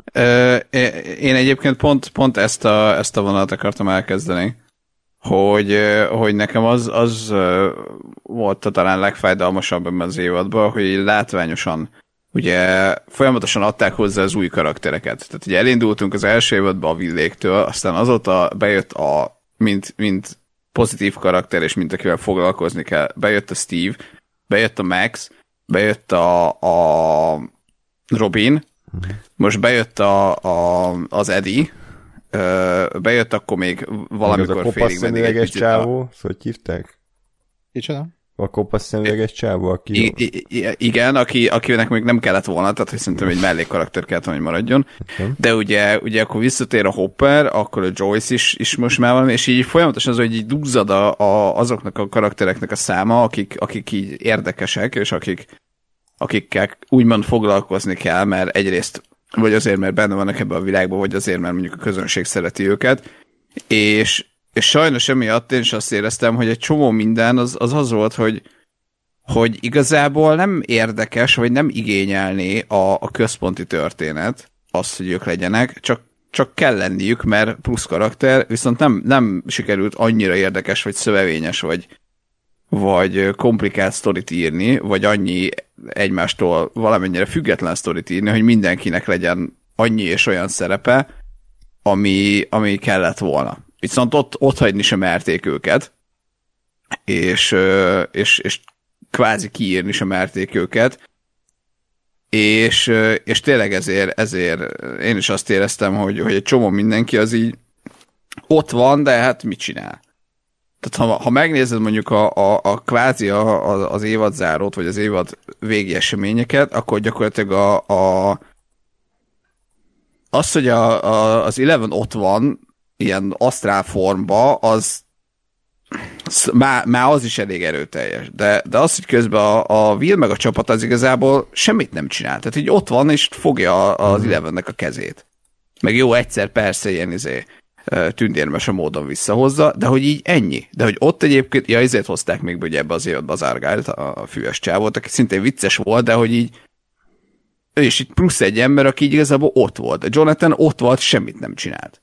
Én egyébként pont ezt a vonalat akartam elkezdeni, hogy nekem az volt talán legfájdalmasabb ebben az évadban, hogy látványosan ugye folyamatosan adták hozzá az új karaktereket. Tehát ugye elindultunk az első évadban a Villéktől, aztán azóta bejött mint pozitív karakter, és mint akivel foglalkozni kell, bejött a Steve, bejött a Max, bejött a Robin, most bejött az Eddie, bejött akkor még valamikor félig meddig egy kicsit csávó, hogy hívták? Kicsoda? A kopasz szemüveges csávó, aki... Igen, akinek még nem kellett volna, tehát hogy szerintem egy mellékkarakter kellett, hogy maradjon. Okay. De ugye akkor visszatér a Hopper, akkor a Joyce is most már van, és így folyamatosan az, hogy így duzzad azoknak a karaktereknek a száma, akik így érdekesek, és akikkel úgymond foglalkozni kell, mert egyrészt vagy azért, mert benne vannak ebben a világban, vagy azért, mert mondjuk a közönség szereti őket, és sajnos emiatt én is azt éreztem, hogy egy csomó minden az volt, hogy igazából nem érdekes, vagy nem igényelné a központi történet azt, hogy ők legyenek, csak kell lenniük, mert plusz karakter, viszont nem sikerült annyira érdekes, vagy szövevényes, vagy komplikált sztorit írni, vagy annyi egymástól valamennyire független sztorit írni, hogy mindenkinek legyen annyi és olyan szerepe, ami kellett volna. Viszont ott hagyni sem merték őket, és kvázi kiírni sem merték őket, és tényleg ezért én is azt éreztem, hogy egy csomó mindenki az így ott van, de hát mit csinál? Tehát ha megnézed mondjuk a kvázi az évadzárót, vagy az évad végi eseményeket, akkor gyakorlatilag az, hogy az Eleven ott van, ilyen asztrál formba, az már az is elég erőteljes. De az, hogy közben a Will meg a csapat az igazából semmit nem csinál. Tehát így ott van, és fogja az Elevennek a kezét. Meg jó, egyszer persze ilyen tündérmes a módon visszahozza, de hogy így ennyi. De hogy ott egyébként, ezért hozták még ugye ebbe az évadba az Argylt, a füves csávót, aki szintén vicces volt, de hogy így ő is itt plusz egy ember, aki így igazából ott volt. A Jonathan ott volt, semmit nem csinált.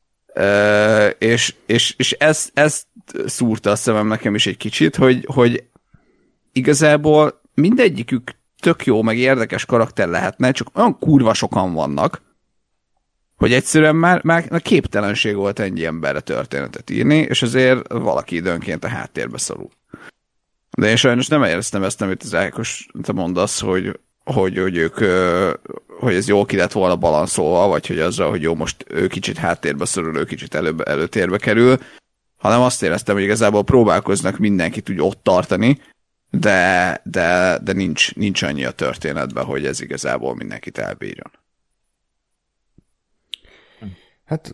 És ez szúrta a szemem nekem is egy kicsit, hogy igazából mindegyikük tök jó, meg érdekes karakter lehetne, csak olyan kurva sokan vannak, hogy egyszerűen már képtelenség volt ennyi emberre történetet írni, és azért valaki időnként a háttérbe szorul. De én sajnos nem éreztem ezt, amit az Ákos, te mondasz, hogy ők, hogy ez jól ki lett volna balanszolva, vagy hogy azzal, hogy jó, most ő kicsit háttérbe szorul, ő kicsit előtérbe kerül, hanem azt éreztem, hogy igazából próbálkoznak mindenkit úgy ott tartani, de nincs annyi a történetben, hogy ez igazából mindenkit elbírjon. Hát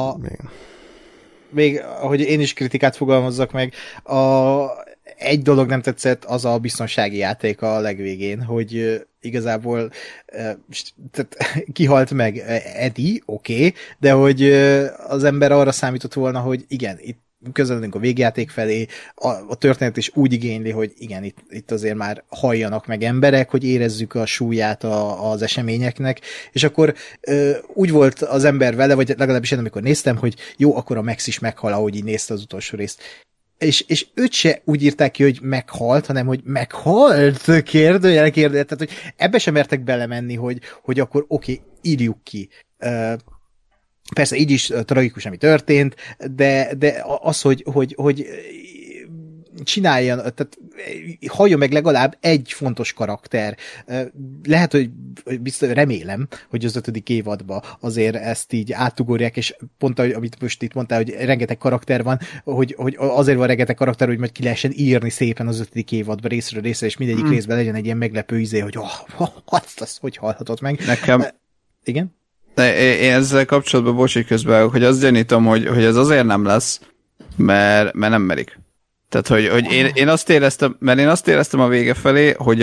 még ahogy én is kritikát fogalmazzak meg, egy dolog nem tetszett, az a biztonsági játék a legvégén, hogy igazából tehát kihalt meg Eddie, oké, de hogy az ember arra számított volna, hogy igen, itt közeledünk a végjáték felé, a történet is úgy igényli, hogy igen, itt azért már halljanak meg emberek, hogy érezzük a súlyát az eseményeknek, és akkor úgy volt az ember vele, vagy legalábbis én amikor néztem, hogy jó, akkor a Max is meghal, ahogy így nézte az utolsó részt. És őt se úgy írták ki, hogy meghalt, hanem hogy meghalt, kérdőjel, tehát hogy ebbe sem mertek belemenni, hogy akkor oké, írjuk ki. Persze így is tragikus, ami történt, de az, hogy csináljan, tehát halljon meg legalább egy fontos karakter. Lehet, hogy biztos, remélem, hogy az 5. évadban azért ezt így átugorják, és pont amit most itt mondtál, hogy rengeteg karakter van, hogy azért van rengeteg karakter, hogy majd ki lehessen írni szépen az 5. évadban részről részre, és mindegyik részben legyen egy ilyen meglepő izé, hogy azt hogy hallhatod meg. Nekem... Igen? Én ezzel kapcsolatban, bocs, közben, hogy azt gyanítom, hogy ez azért nem lesz, mert nem merik. Tehát, hogy én azt éreztem a vége felé, hogy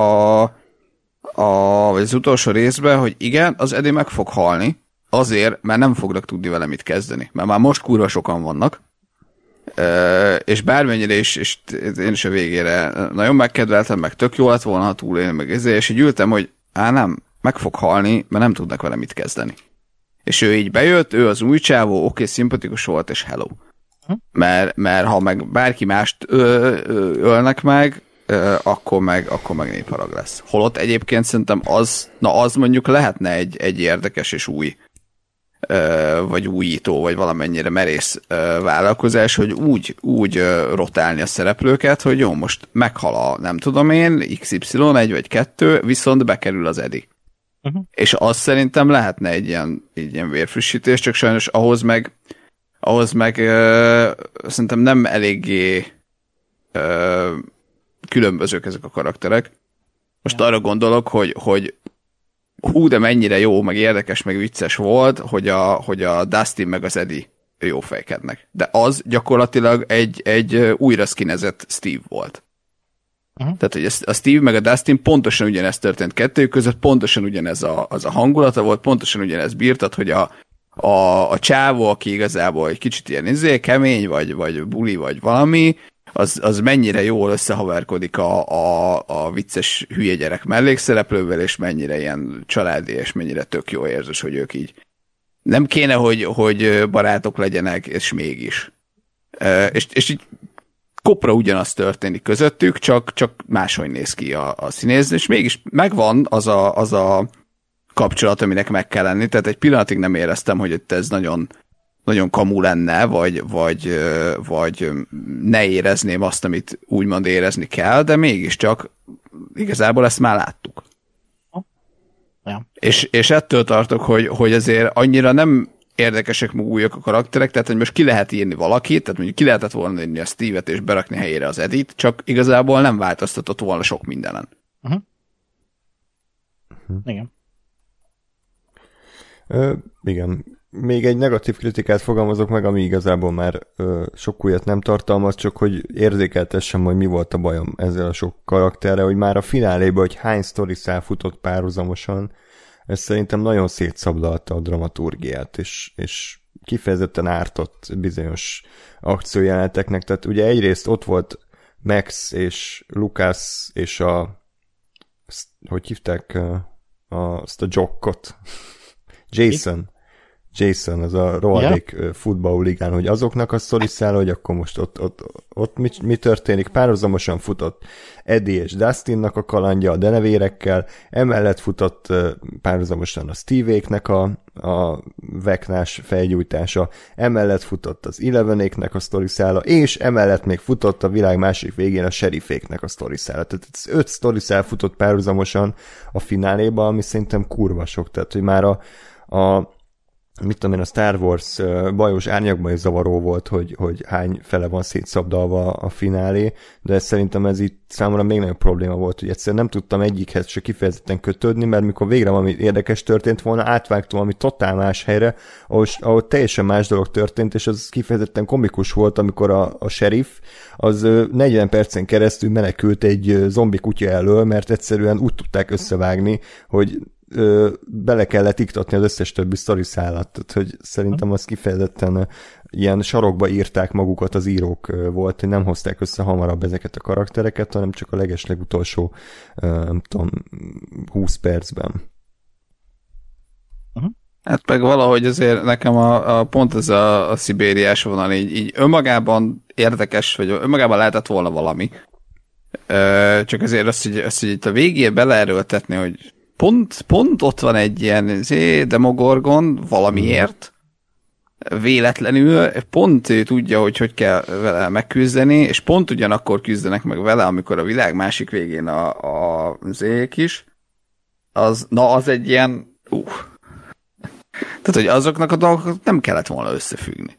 vagy az utolsó részben, hogy igen, az Eddie meg fog halni, azért, mert nem fognak tudni vele mit kezdeni. Mert már most kurva sokan vannak, és bármennyire is, és én is a végére nagyon megkedveltem, meg tök jó lett volna, ha túlélni, meg ezért, és így ültem, hogy nem, meg fog halni, mert nem tudnak vele mit kezdeni. És ő így bejött, ő az új csávó, oké, szimpatikus volt, és hello. Mert ha meg bárki mást ölnek meg, akkor meg népharag lesz. Holott egyébként szerintem az mondjuk lehetne egy érdekes és új vagy újító, vagy valamennyire merész vállalkozás, hogy úgy rotálni a szereplőket, hogy jó, most meghal a nem tudom én, XY, 1 vagy 2, viszont bekerül az Eddie. És az szerintem lehetne egy ilyen vérfrissítés, csak sajnos ahhoz meg szerintem nem eléggé különbözők ezek a karakterek. Most arra gondolok, hogy hú, de mennyire jó, meg érdekes, meg vicces volt, hogy a Dustin meg az Eddie jó fejkednek. De az gyakorlatilag egy újra skinezett Steve volt. Tehát, hogy a Steve meg a Dustin pontosan ugyanezt történt kettőjük között, pontosan ugyanez az a hangulata volt, pontosan ugyanez bírtat, hogy a csávó, aki igazából egy kicsit ilyen kemény, vagy buli, vagy valami, az mennyire jól összehaverkodik a vicces hülye gyerek mellékszereplővel, és mennyire ilyen családi, és mennyire tök jó érzés, hogy ők így nem kéne, hogy barátok legyenek, és mégis. És így kopra ugyanaz történik közöttük, csak máshogy néz ki a színész, és mégis megvan az a kapcsolat, aminek meg kell lenni, tehát egy pillanatig nem éreztem, hogy ez nagyon, nagyon kamu lenne, vagy ne érezném azt, amit úgymond érezni kell, de mégiscsak igazából ezt már láttuk. Ja. És ettől tartok, hogy azért annyira nem érdekesek, meg újak a karakterek, tehát hogy most ki lehet írni valakit, tehát mondjuk ki lehetett volna írni a Steve-et és berakni helyére az Eddie-t, csak igazából nem változtatott volna sok mindenen. Igen. Igen. Még egy negatív kritikát fogalmazok meg, ami igazából már sok újat nem tartalmaz, csak hogy érzékeltessem, hogy mi volt a bajom ezzel a sok karakterre, hogy már a fináléban, hogy hány sztoriszál futott párhuzamosan, ez szerintem nagyon szétszabdalta a dramaturgiát, és kifejezetten ártott bizonyos akciójeleneteknek. Tehát ugye egyrészt ott volt Max és Lucas és hogy hívták azt a jockot? Jason, az a rohadék futballligán, hogy azoknak a sztoriszál, hogy akkor most ott mi történik, párhuzamosan futott Eddie és Dustinnak a kalandja a denevérekkel, emellett futott párhuzamosan a Steve-éknek a veknás felgyújtása, emellett futott az Elevenéknek a sztoriszála, és emellett még futott a világ másik végén a sherifféknek a sztoriszála. Tehát 5 sztoriszál futott párhuzamosan a fináléba, ami szerintem kurva sok, tehát hogy már mit tudom én, a Star Wars bajos árnyakban is zavaró volt, hogy hány fele van szétszabdalva a finálé, de szerintem ez itt számomra még nagyobb probléma volt, hogy egyszerűen nem tudtam egyikhez se kifejezetten kötődni, mert mikor végre valami érdekes történt volna, átvágtam valami totál más helyre, ahol teljesen más dolog történt, és az kifejezetten komikus volt, amikor a sheriff az 40 percen keresztül menekült egy zombi kutya elől, mert egyszerűen úgy tudták összevágni, hogy bele kellett iktatni az összes többi sztoriszálat, tehát hogy szerintem az kifejezetten ilyen sarokba írták magukat az írók volt, hogy nem hozták össze hamarabb ezeket a karaktereket, hanem csak a legeslegutolsó, nem tudom, 20 percben. Hát meg valahogy azért nekem pont ez a szibériás vonal így önmagában érdekes, vagy önmagában lehetett volna valami. Csak azért azt, hogy itt a végén beleerőltetni, hogy pont ott van egy ilyen demogorgon valamiért, véletlenül, pont ő tudja, hogy kell vele megküzdeni, és pont ugyanakkor küzdenek meg vele, amikor a világ másik végén a zék is, az egy ilyen tehát, hogy azoknak a dolgok nem kellett volna összefüggni.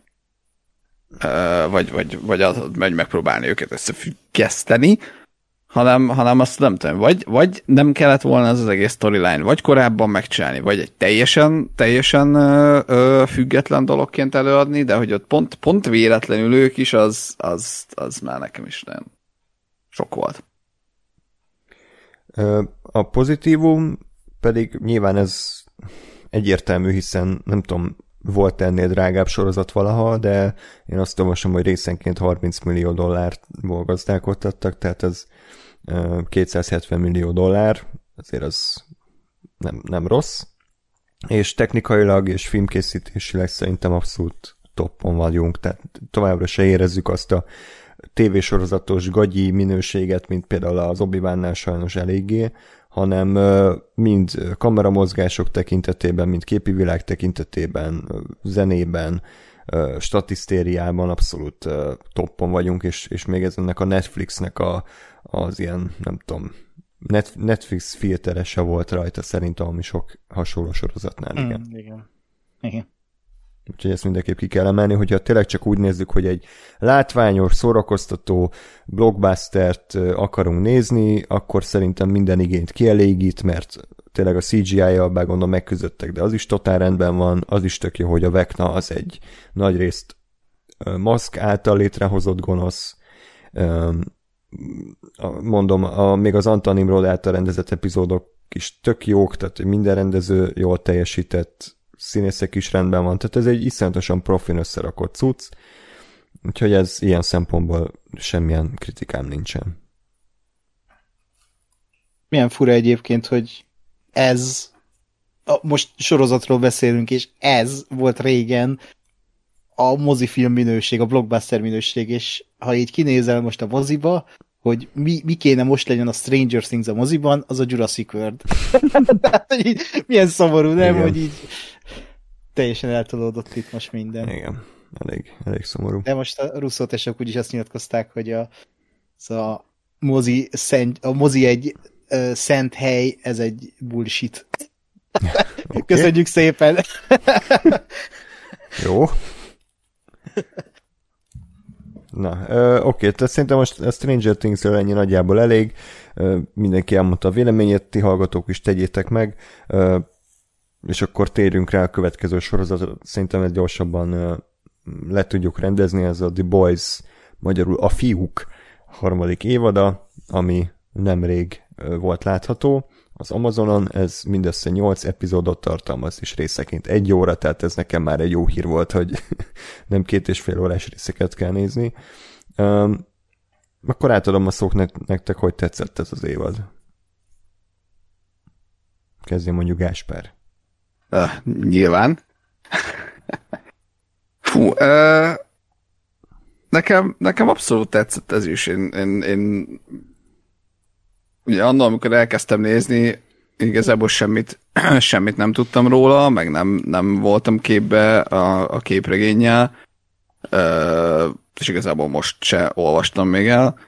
Vagy megpróbálni őket összefüggeszteni, hanem azt nem tudom, vagy nem kellett volna az egész storyline, vagy korábban megcsinálni, vagy egy teljesen független dologként előadni, de hogy ott pont véletlenül ők is, az már nekem is nagyon sok volt. A pozitívum pedig nyilván ez egyértelmű, hiszen nem tudom, volt ennél drágább sorozat valaha, de én azt olvasom, hogy részenként $30 millió gazdálkodtattak, tehát ez $270 millió, azért az nem rossz, és technikailag és filmkészítésileg szerintem abszolút toppon vagyunk, tehát továbbra se érezzük azt a tévésorozatos gagyi minőséget, mint például az Obi-Wannál sajnos eléggé, hanem mind kameramozgások tekintetében, mind képi világ tekintetében, zenében, statisztériában abszolút toppon vagyunk, és még ez ennek a Netflixnek az ilyen, nem tudom, Netflix filterese volt rajta szerintem, ami sok hasonló sorozatnál, Igen. Úgyhogy ezt mindenképp ki kell emelni, hogyha tényleg csak úgy nézzük, hogy egy látványos, szórakoztató blockbustert akarunk nézni, akkor szerintem minden igényt kielégít, mert tényleg a CGI-jal bár gondolom megküzdöttek, de az is totál rendben van, az is tök jó, hogy a Vecna az egy nagyrészt Musk által létrehozott gonosz, mondom, még az Antal Nimrod által rendezett epizódok is tök jók, tehát minden rendező jól teljesített, színészek is rendben van, tehát ez egy iszonyatosan profin összerakott cucc, úgyhogy ez ilyen szempontból semmilyen kritikám nincsen. Milyen fura egyébként, hogy ez, most sorozatról beszélünk, és ez volt régen a mozifilm minőség, a blockbuster minőség, és ha így kinézel most a moziba, hogy mi kéne most legyen a Stranger Things a moziban, az a Jurassic World. Tehát, hogy milyen szomorú, nem? Igen. Hogy így teljesen eltolódott itt most minden. Igen, elég szomorú. De most a russzótesek úgyis azt nyilatkozták, hogy a mozi egy szent hely, ez egy bullshit. Okay. Köszönjük szépen! Jó. Na, oké, tehát szerintem most a Stranger Things-ről ennyi nagyjából elég. Mindenki elmondta a véleményét, ti hallgatók is tegyétek meg, és akkor térjünk rá a következő sorozatra. Szerintem ezt gyorsabban le tudjuk rendezni, ez a The Boys, magyarul a fiúk harmadik évada, ami nemrég volt látható. Az Amazonon ez mindössze 8 epizódot tartalmaz, és részeként 1 óra, tehát ez nekem már egy jó hír volt, hogy nem 2,5 órás részeket kell nézni. Akkor átadom a szót nektek, hogy tetszett ez az évad. Kezdjem mondjuk Gáspár. Nyilván. Fú, nekem abszolút tetszett ez is. Én ugye annól, amikor elkezdtem nézni, igazából semmit nem tudtam róla, meg nem voltam képbe a képregénnyel, és igazából most se olvastam még el.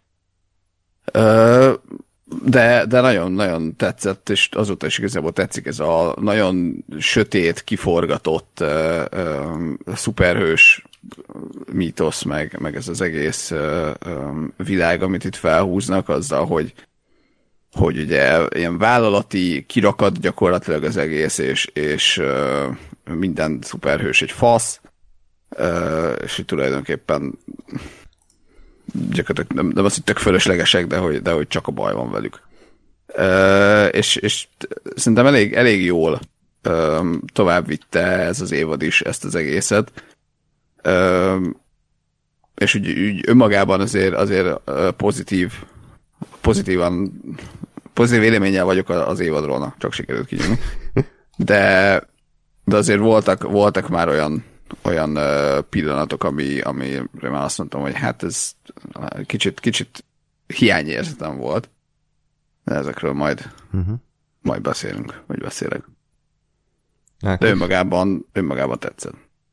De nagyon-nagyon tetszett, és azóta is igazából tetszik ez a nagyon sötét, kiforgatott szuperhős mítosz, meg ez az egész világ, amit itt felhúznak azzal, hogy ugye ilyen vállalati kirakat gyakorlatilag az egész, és minden szuperhős egy fasz, és tulajdonképpen gyakorlatilag nem azt hittek fölöslegesek, de hogy csak a baj van velük. És szerintem elég jól tovább vitte ez az évad is ezt az egészet. És úgy önmagában azért pozitív véleménnyel vagyok az évadról, csak sikerült kinyomni. De azért voltak már olyan pillanatok, amire már azt mondtam, hogy hát ez kicsit hiányérzetem volt. De ezekről majd beszélünk, vagy beszélek. De önmagában tetszett.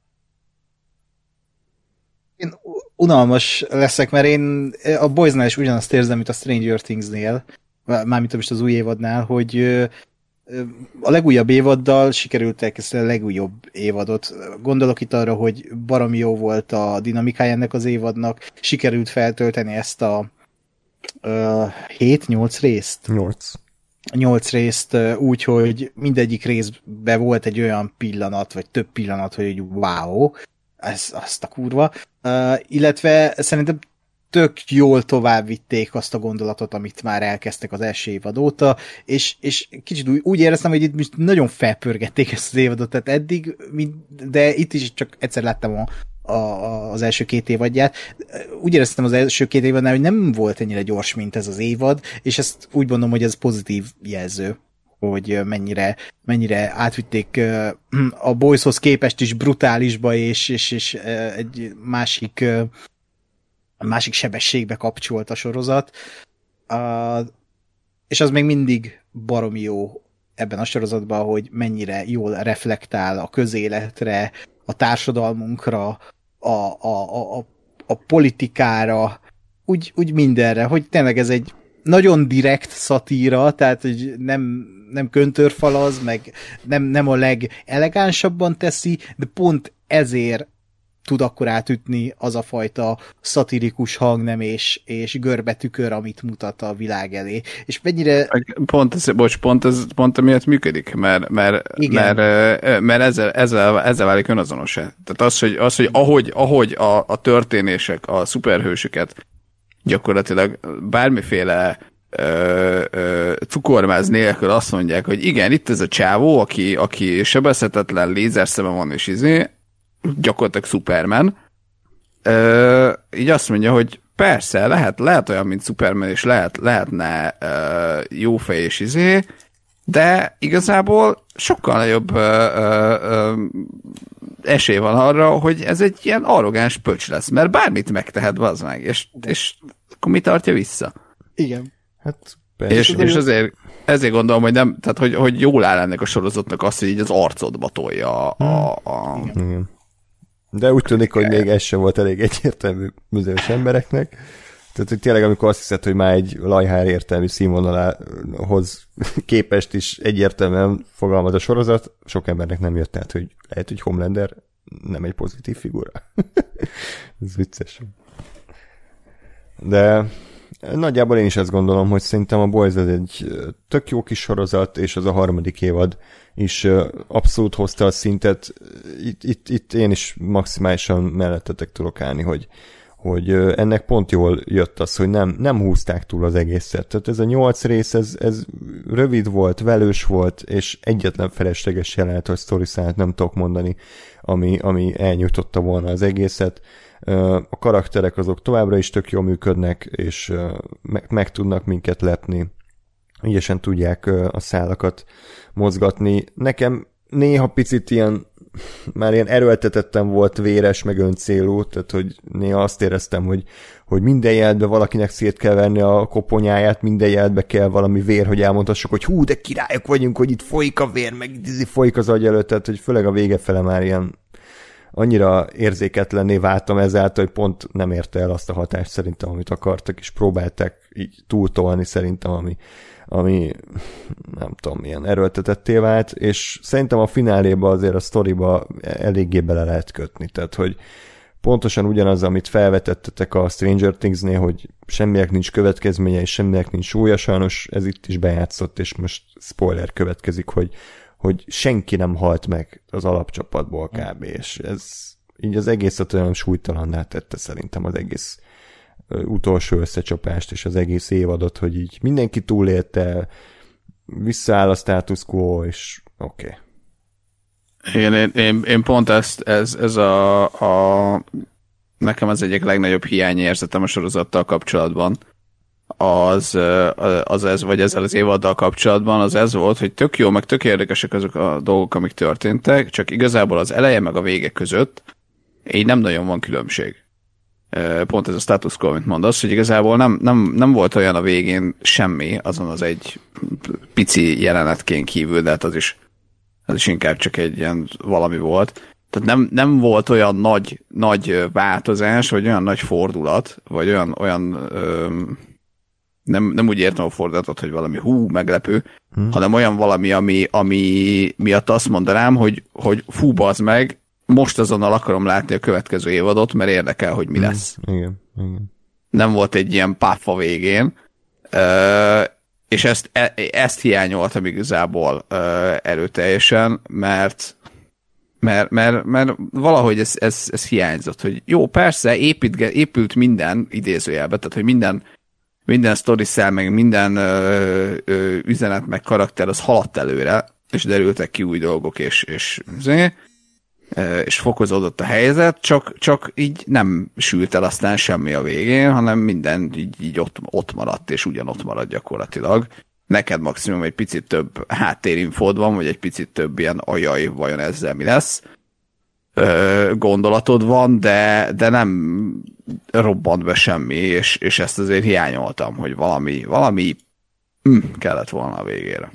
Én unalmas leszek, mert én a Boysnál is ugyanazt érzem, mint a Stranger Things-nél, mármint most az új évadnál, hogy a legújabb évaddal sikerült elkezdeni a legújabb évadot. Gondolok itt arra, hogy baromi jó volt a dinamikája ennek az évadnak, sikerült feltölteni ezt a 7-8 részt? 8 részt úgy, hogy mindegyik részben volt egy olyan pillanat, vagy több pillanat, hogy wow, azt a kurva. Illetve szerintem tök jól tovább vitték azt a gondolatot, amit már elkezdtek az első évad óta, és kicsit úgy éreztem, hogy itt nagyon felpörgették ezt az évadot, tehát eddig, de itt is csak egyszer láttam az első 2 évadját. Úgy éreztem az első 2 évadnál, hogy nem volt ennyire gyors, mint ez az évad, és ezt úgy mondom, hogy ez pozitív jelző, hogy mennyire átvitték a Boyshoz képest is brutálisba, és egy másik sebességbe kapcsolt a sorozat. És az még mindig baromi jó ebben a sorozatban, hogy mennyire jól reflektál a közéletre, a társadalmunkra, a politikára, úgy mindenre, hogy tényleg ez egy nagyon direkt szatíra, tehát hogy nem köntörfalaz, meg nem a legelegánsabban teszi, de pont ezért tud akkor átütni az a fajta szatirikus hangnem és görbetükör, amit mutat a világ elé. És mennyire... Pont emiatt működik, mert ezzel válik önazonos-e. Tehát az, hogy ahogy a történések, a szuperhősöket gyakorlatilag bármiféle cukormáz nélkül azt mondják, hogy igen, itt ez a csávó, aki sebezhetetlen, lézerszeme van, és gyakorlatilag Superman. Így azt mondja, hogy persze, lehet olyan, mint Superman, és lehetne jó fej és de igazából sokkal nagyobb esély van arra, hogy ez egy ilyen arrogáns pöcs lesz, mert bármit megtehet, bazd meg, és akkor mi tartja vissza? Igen. Hát és ezért gondolom, hogy nem, tehát hogy jól áll ennek a sorozatnak azt, hogy így az arcodba tolja Igen. De úgy tűnik, hogy még ez sem volt elég egyértelmű bizonyos embereknek. Tehát, hogy tényleg, amikor azt hiszed, hogy már egy lajhár értelmű színvonalához képest is egyértelműen fogalmaz a sorozat, sok embernek nem jött át, hogy lehet, hogy Homelander nem egy pozitív figura. Ez vicces. De nagyjából én is azt gondolom, hogy szerintem a Boys ez egy tök jó kis sorozat, és az a harmadik évad is abszolút hozta a szintet. Itt én is maximálisan mellettetek tudok állni, hogy ennek pont jól jött az, hogy nem húzták túl az egészet. Tehát ez a 8 rész, ez rövid volt, velős volt, és egyetlen felesleges jelenet, vagy sztoriszállat nem tudok mondani, ami elnyújtotta volna az egészet. A karakterek azok továbbra is tök jól működnek, és meg tudnak minket lepni. Ügyesen tudják a szálakat mozgatni. Nekem néha picit már ilyen erőltetettem volt, véres, meg öncélú, tehát hogy néha azt éreztem, hogy minden jelenetben valakinek szét kell venni a koponyáját, minden jelenetben kell valami vér, hogy elmondhassuk, hogy hú, de királyok vagyunk, hogy itt folyik a vér, meg itt folyik az agy előtt, tehát hogy főleg a vége fele már ilyen annyira érzéketlenné váltam ezáltal, hogy pont nem érte el azt a hatást szerintem, amit akartak, és próbálták így túltolni szerintem, ami nem tudom, milyen erőltetetté vált, és szerintem a fináléba azért a sztoriba eléggé bele lehet kötni, tehát hogy pontosan ugyanaz, amit felvetettetek a Stranger Things-nél, hogy semminek nincs következménye, és semminek nincs súlya, sajnos ez itt is bejátszott, és most spoiler következik, hogy senki nem halt meg az alapcsapatból kb. És ez így az egészet olyan súlytalanná tette szerintem az egész utolsó összecsapást, és az egész évadot, hogy így mindenki túlélte, visszaáll a status quo, és oké. Igen, én pont ez a nekem az egyik legnagyobb hiányérzetem a sorozattal kapcsolatban, vagy ezzel az évaddal kapcsolatban, az ez volt, hogy tök jó, meg tök érdekesek azok a dolgok, amik történtek, csak igazából az eleje meg a vége között így nem nagyon van különbség. Pont ez a status quo, amit mondasz, hogy igazából nem volt olyan a végén semmi, azon az egy pici jelenetkén kívül, de hát az is inkább csak egy ilyen valami volt. Tehát nem volt olyan nagy változás, vagy olyan nagy fordulat, vagy olyan nem úgy értem a fordulatot, hogy valami meglepő, hanem olyan valami, ami miatt azt mondanám, hogy fú, bazd meg, most azonnal akarom látni a következő évadot, mert érdekel, hogy mi lesz. Igen. Nem volt egy ilyen páff a végén, és ezt hiányoltam igazából erőteljesen, mert valahogy ez hiányzott, hogy jó, persze, épült minden idézőjelbe, tehát hogy minden sztoriszál, meg minden üzenet, meg karakter, az haladt előre, és derültek ki új dolgok, és fokozódott a helyzet, csak így nem sült el aztán semmi a végén, hanem minden így ott maradt, és ugyanott maradt gyakorlatilag. neked maximum egy picit több háttérinfód van, vagy egy picit több ilyen ajaj, vajon ezzel mi lesz gondolatod van, de nem robbant be semmi, és ezt azért hiányoltam, hogy valami kellett volna a végére.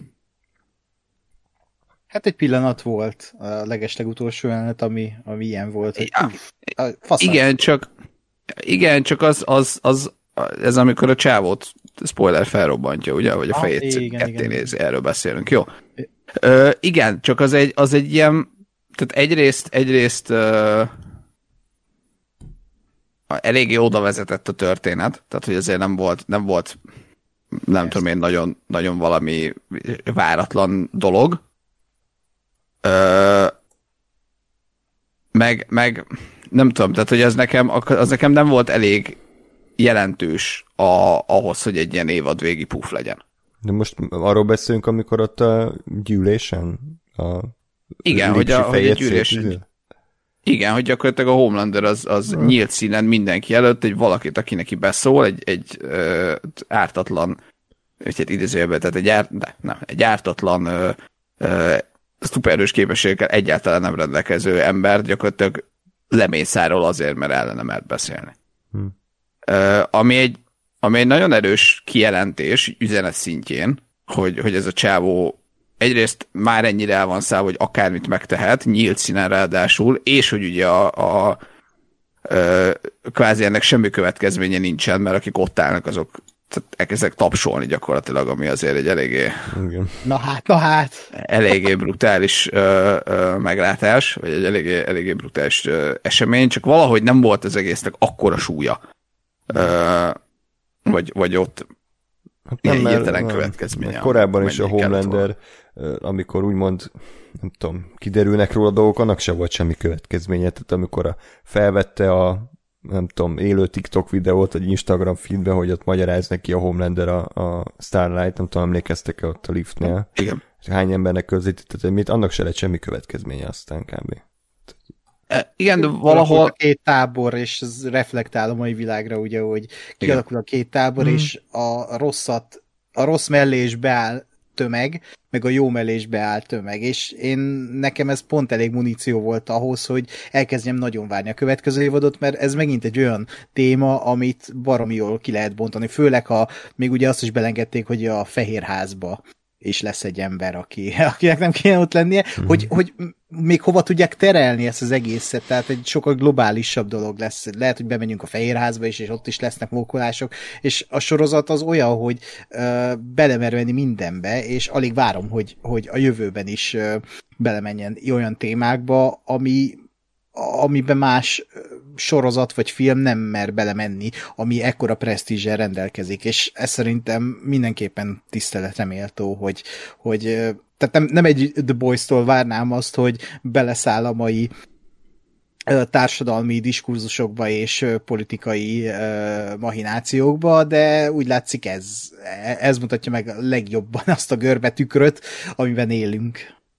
Hát egy pillanat volt a legeslegutolsó jelenet, ami ilyen volt. Hogy igen, csak az ez amikor a csávót spoiler felrobbantja, ugye? Vagy a fejét ketté nézi, erről beszélünk, jó? Igen, csak az egy ilyen, tehát egyrészt eléggé oda vezetett a történet, tehát hogy azért nem volt tudom én, nagyon, nagyon valami váratlan dolog. Meg nem tudom, tehát hogy az nekem nem volt elég jelentős ahhoz, hogy egy ilyen évadvégi puff legyen. De most arról beszélünk, amikor ott a gyűlésen igen, hogy egy gyűlésen. Igen, hogy gyakorlatilag a Homelander az nyílt színen mindenki előtt, egy valakit, aki neki beszól, egy ártatlan, idézőjelben, tehát egy ártatlan szupererős képességekkel egyáltalán nem rendelkező ember gyakorlatilag lemészárol azért, mert ellene mert beszélni. Ami egy nagyon erős kijelentés üzenet szintjén, hogy ez a csávó egyrészt már ennyire el van száll, hogy akármit megtehet, nyílt színen ráadásul, és hogy ugye kvázi ennek semmi következménye nincsen, mert akik ott állnak, azok elkezdek tapsolni gyakorlatilag, ami azért egy eléggé... Igen. Na hát! Eléggé brutális meglátás, vagy egy eléggé brutális esemény, csak valahogy nem volt az egésznek akkora súlya. Vagy ott ilyen hirtelen következménye. Korábban is a Homelander, amikor úgymond, nem tudom, kiderülnek róla dolgok, annak se volt semmi következménye. Tehát amikor felvette a nem tudom, élő TikTok videót, vagy Instagram feedbe, hogy ott magyaráz neki a Homelander a Starlight, nem tudom, emlékeztek-e ott a liftnél. Igen. Hány embernek közvetített, mit annak se lett semmi következménye aztán kb. Igen, de valahol... A két tábor, és ez reflektál a mai világra, ugye, hogy kialakul a két tábor, és a rossz mellé is beáll tömeg, meg a jó mellé is beáll tömeg, és nekem ez pont elég muníció volt ahhoz, hogy elkezdjem nagyon várni a következő évadot, mert ez megint egy olyan téma, amit baromi jól ki lehet bontani, főleg ha még ugye azt is belengedték, hogy a Fehérházba és lesz egy ember, akinek nem kéne ott lennie, hogy még hova tudják terelni ezt az egészet, tehát egy sokkal globálisabb dolog lesz. Lehet, hogy bemegyünk a Fehérházba is, és ott is lesznek mókolások, és a sorozat az olyan, hogy belemer menni mindenbe, és alig várom, hogy a jövőben is belemenjen olyan témákba, amiben más sorozat vagy film nem mer belemenni, ami ekkora presztízsel rendelkezik, és ez szerintem mindenképpen tiszteletre méltó, hogy tehát nem egy The Boys-tól várnám azt, hogy beleszáll a mai társadalmi diskurzusokba és politikai mahinációkba, de úgy látszik ez mutatja meg a legjobban azt a görbetükröt, amiben élünk.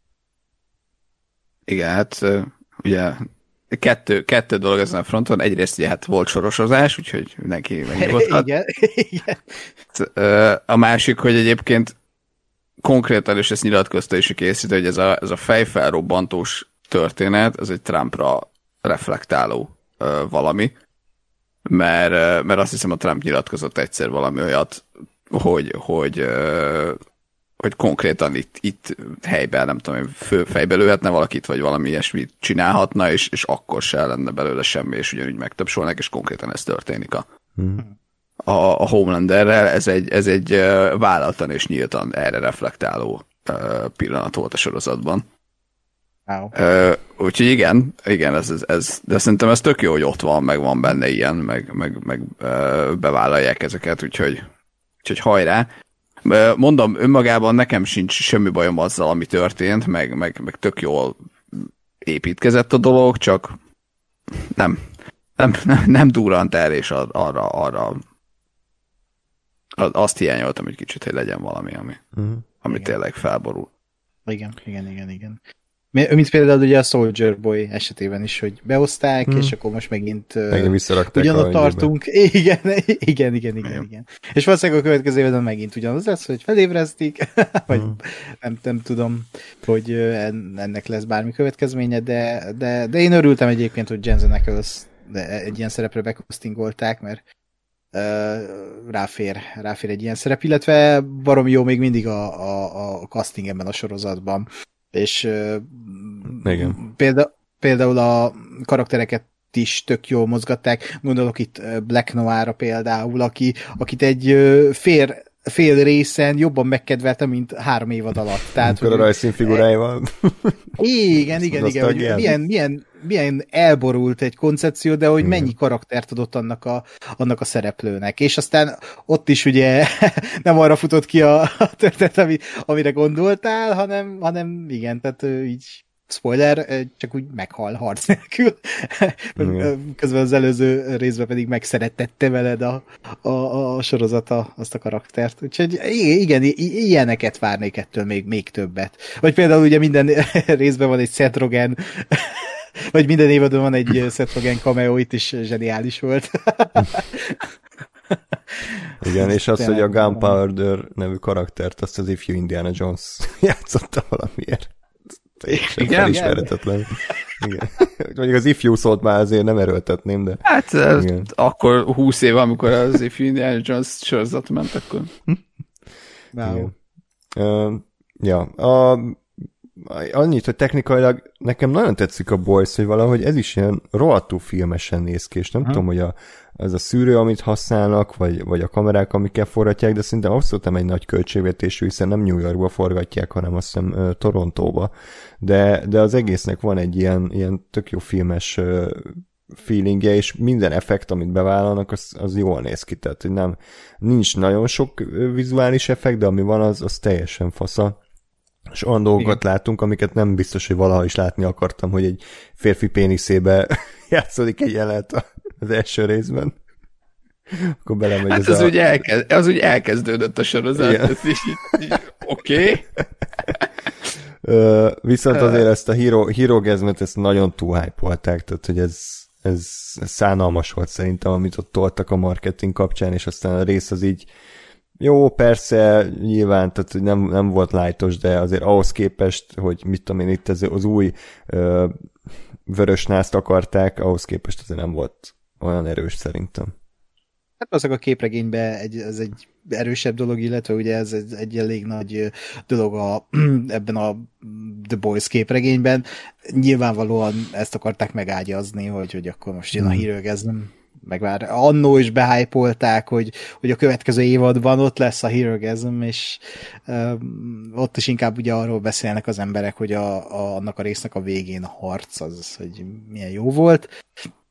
Igen, hát ugye kettő dolog ezen a fronton. Egyrészt ugye hát volt sorosozás, úgyhogy mindenki megnyugodhat. Igen. A másik, hogy egyébként konkrétan, és ezt nyilatkozta is a készítő, hogy ez a fejfelrobbantós történet, ez egy Trumpra reflektáló valami, mert azt hiszem a Trump nyilatkozott egyszer valami olyat, hogy konkrétan itt helyben, nem tudom, fejbe lőhetne valakit, vagy valami ilyesmit csinálhatna, és akkor se lenne belőle semmi, és ugyanúgy megtapsolnak, és konkrétan ez történik a Homelanderrel. Ez egy vállaltan és nyíltan erre reflektáló pillanat volt a sorozatban. Wow. Úgyhogy igen, de szerintem ez tök jó, hogy ott van, meg van benne ilyen, meg bevállalják ezeket, úgyhogy hajrá. Mondom, önmagában nekem sincs semmi bajom azzal, ami történt, meg tök jól építkezett a dolog, csak nem durrant el, és arra azt hiányoltam egy kicsit, hogy legyen valami, ami tényleg felborul. Igen. Mint például ugye a Soldier Boy esetében is, hogy behozták, és akkor most megint ugyanott tartunk. Igen. És valószínűleg a következő évben megint ugyanaz lesz, hogy felébresztik, vagy nem tudom, hogy ennek lesz bármi következménye, de én örültem egyébként, hogy Jensen Ackles egy ilyen szerepre bekasztingolták, mert ráfér egy ilyen szerep, illetve barom jó még mindig a casting ebben a sorozatban. És például a karaktereket is tök jól mozgatták. Gondolok itt Black Noir-ra például, akit egy fél részen jobban megkedvelte, mint 3 évad alatt. Tehát, a rajzszín figuráival. Igen, hogy milyen elborult egy koncepció, de hogy mennyi karaktert adott annak a szereplőnek. És aztán ott is ugye nem arra futott ki a történet, amire gondoltál, hanem igen, tehát így spoiler, csak úgy meghal harc nélkül. Közben az előző részben pedig megszerettette veled a sorozata, azt a karaktert. Úgyhogy igen, ilyeneket várnék ettől még többet. Vagy például ugye minden részben van egy Seth Rogen, vagy minden évadban van egy Seth Rogen cameo, itt is zseniális volt. Igen, és az, hogy a Gunpowder nevű karaktert, azt az ifjú Indiana Jones játszotta valamiért. Teljesen felismeretetlen. Igen. Mondjuk az ifjú szót már azért nem erőltetném, de... Hát akkor 20 év, amikor az ifjú Indiana Jones sorozat ment, akkor... Wow. Annyit, hogy technikailag nekem nagyon tetszik a Boys, hogy valahogy ez is ilyen rohadtul filmesen néz ki, és nem tudom, hogy az a szűrő, amit használnak, vagy a kamerák, amikkel forgatják, de szerintem abszolút nem egy nagy költségvetésű, hiszen nem New Yorkba forgatják, hanem azt hiszem Torontóba. De az egésznek van egy ilyen tök jó filmes feelingje, és minden effekt, amit bevállalnak, az jól néz ki. Tehát, hogy nincs nagyon sok vizuális effekt, de ami van, az teljesen fasza. És olyan dolgokat látunk, amiket nem biztos, hogy valaha is látni akartam, hogy egy férfi péniszébe játszódik egy jelenet az első részben. Akkor belemegy hát az úgy elkezdődött a sorozat. Oké. Viszont azért ezt a hírogezmet ezt nagyon túlhypolták, tehát hogy ez szánalmas volt szerintem, amit ott toltak a marketing kapcsán, és aztán a rész az így jó, persze, nyilván, tehát nem volt lightos, de azért ahhoz képest, hogy mit tudom én, itt az új vörös nászt akarták, ahhoz képest azért nem volt olyan erős szerintem. Hát azok a képregényben ez egy erősebb dolog, illetve ugye ez egy elég nagy dolog ebben a The Boys képregényben. Nyilvánvalóan ezt akarták megágyazni, hogy akkor most jön a hírőgezm, meg már annó is behypolták, hogy a következő évadban ott lesz a Herogasm, és ott is inkább ugye arról beszélnek az emberek, hogy annak a résznek a végén a harc, az, hogy milyen jó volt.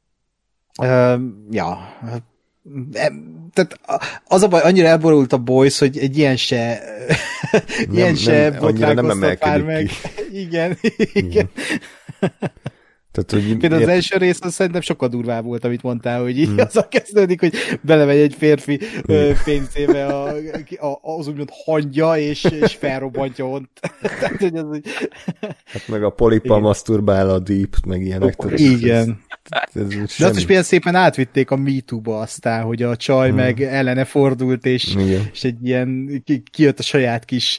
Tehát az a baj, annyira elborult a Boys, hogy egy ilyen se annyira nem emelkedik meg. Igen. Tehát, hogy például az első rész az szerintem sokkal durvább volt, amit mondtál, hogy így azzal kezdődik, hogy belemegy egy férfi pénzébe az úgymond hangja, és felrobbantja ott. Tehát, hogy az úgy... Hát meg a polipa masturbál a Deep, meg ilyenek. Igen. De azt is milyen szépen átvitték a MeToo-ba aztán, hogy a csaj meg ellene fordult, és egy ilyen kijött a saját kis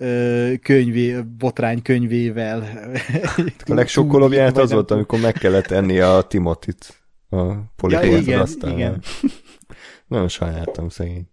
botránykönyvével. A legsokkolóbbját az volt, amikor meg kellett enni a Timothit a polipózat igen. Nagyon sajnáltam szegény.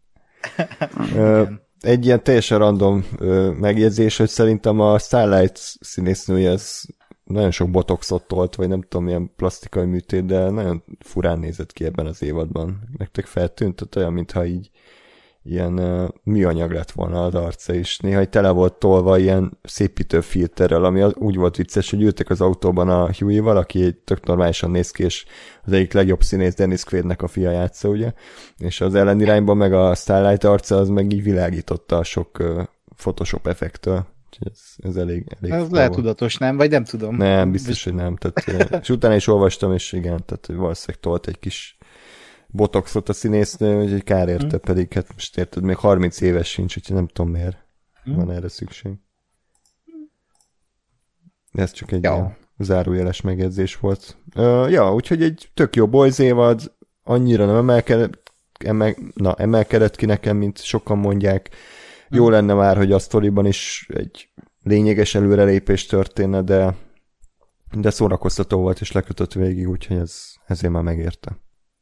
Egy ilyen teljesen random megjegyzés, hogy szerintem a Starlight színésznője ez nagyon sok botoxot tolt, vagy nem tudom, milyen plastikai műtét, de nagyon furán nézett ki ebben az évadban. Nektek feltűnt, tehát olyan, mintha így ilyen műanyag lett volna az arca is. Néha egy tele volt tolva ilyen szépítő filterrel, ami úgy volt vicces, hogy ültek az autóban a Huey-val, aki egy tök normálisan néz ki, és az egyik legjobb színész Dennis Quaidnek a fia játsza, ugye? És az ellenirányban meg a Starlight arca az meg így világította a sok Photoshop effektől. Ez elég ez lehet tudatos, nem? Vagy nem tudom. Nem, biztos, hogy nem. Tehát, és utána is olvastam, és igen, tehát valószínűleg tolt egy kis botoxot a színésznő, hogy kár érte, pedig hát most érted, még 30 éves sincs, úgyhogy nem tudom miért van erre szükség. Ez csak egy zárójeles megjegyzés volt. Úgyhogy egy tök jó boys évad, annyira nem emelkedett ki nekem, mint sokan mondják. Jó lenne már, hogy a sztoriban is egy lényeges előrelépés történne, de szórakoztató volt, és lekötött végig, úgyhogy ezért már megérte.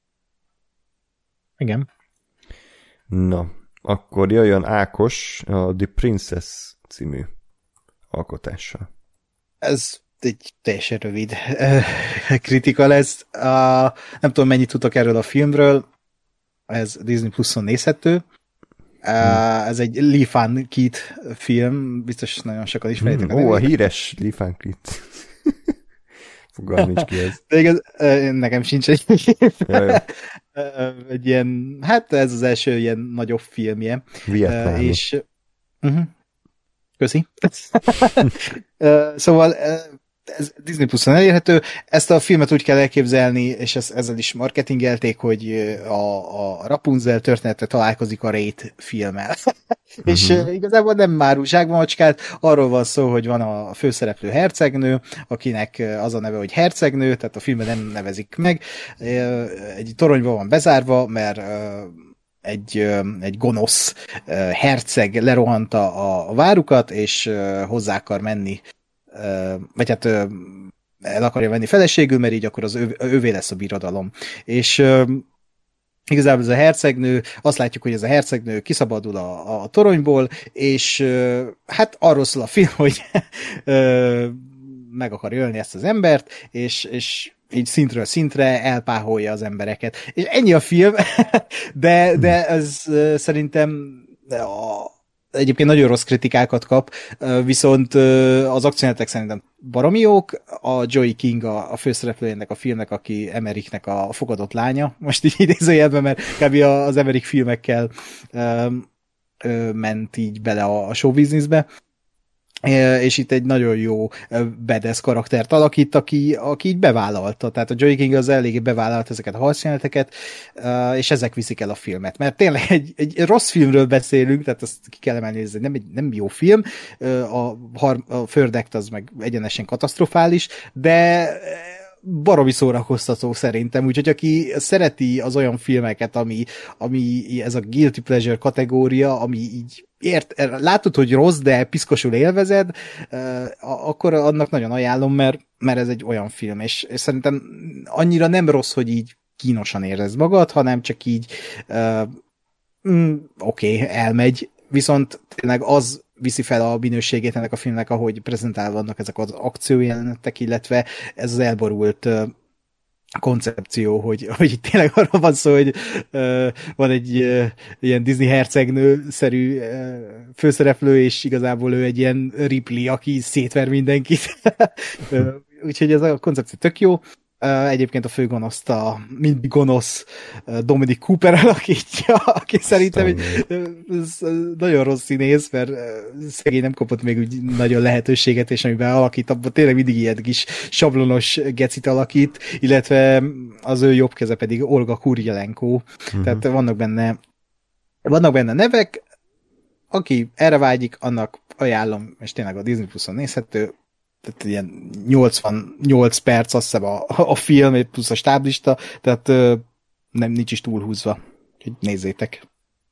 Igen. Na, akkor jöjjön Ákos a The Princess című alkotással. Ez egy teljesen rövid kritika lesz. Nem tudom, mennyit tudok erről a filmről. Ez Disney Pluson nézhető. Ez egy Lee Van Cleef film, biztos nagyon sokan ismeritek. A híres Lee Van Cleef. Fogalm nincs ki ez. De igaz, nekem sincs egy egy ilyen, hát ez az első ilyen nagyobb filmje. Vietnámi. És köszi. Szóval ez Disney Pluson elérhető. Ezt a filmet úgy kell elképzelni, és ezzel is marketingelték, hogy a Rapunzel története találkozik a Rét filmmel. És igazából nem már zsákba macskát, arról van szó, hogy van a főszereplő hercegnő, akinek az a neve, hogy hercegnő, tehát a filmben nem nevezik meg. Egy toronyban van bezárva, mert egy gonosz herceg lerohanta a várukat, és hozzá akar menni, vagy hát el akarja venni feleségül, mert így akkor az ővé lesz a birodalom. És igazából ez a hercegnő, azt látjuk, hogy ez a hercegnő kiszabadul a toronyból, és hát arról szól a film, hogy meg akar ölni ezt az embert, és így szintről szintre elpáholja az embereket. És ennyi a film, de ez szerintem egyébként nagyon rossz kritikákat kap, viszont az akciójelenetek szerintem baromi jók. A Joey King a főszereplőjének a filmnek, aki Emmerichnek a fogadott lánya, most így idézőjelben, mert kb. Az Emmerich filmekkel ment így bele a showbizniszbe. És itt egy nagyon jó badass karaktert alakít, aki így bevállalta. Tehát a Joey King az eléggé bevállalt ezeket a harcjeleneteket, és ezek viszik el a filmet. Mert tényleg egy rossz filmről beszélünk, tehát azt ki kell emelni, ez nem jó film, a Third Act az meg egyenesen katasztrofális, de baromi szórakoztató szerintem, úgyhogy aki szereti az olyan filmeket, ami ez a guilty pleasure kategória, ami így látod, hogy rossz, de piszkosul élvezed, akkor annak nagyon ajánlom, mert ez egy olyan film, és szerintem annyira nem rossz, hogy így kínosan érzed magad, hanem csak így oké, elmegy, viszont tényleg az viszi fel a minőségét ennek a filmnek, ahogy prezentálva vannak ezek az akciójelenetek, illetve ez az elborult koncepció, hogy tényleg arról van szó, hogy van egy ilyen Disney hercegnő-szerű főszereplő, és igazából ő egy ilyen Ripley, aki szétver mindenkit. Úgyhogy ez a koncepció tök jó. Egyébként a főgonoszt a mindig gonosz Dominic Cooper alakítja, aki szerintem egy nagyon rossz színész, mert szegény nem kapott még úgy nagyon lehetőséget, és amiben alakít, abban tényleg mindig ilyen kis sablonos gecit alakít, illetve az ő jobb keze pedig Olga Kuryelenko. Tehát vannak benne nevek, aki erre vágyik, annak ajánlom, és tényleg a Disney Pluson nézhető, tehát ilyen 88 perc, azt hiszem a film, plusz a stáblista, tehát nincs is túlhúzva. Úgyhogy nézzétek.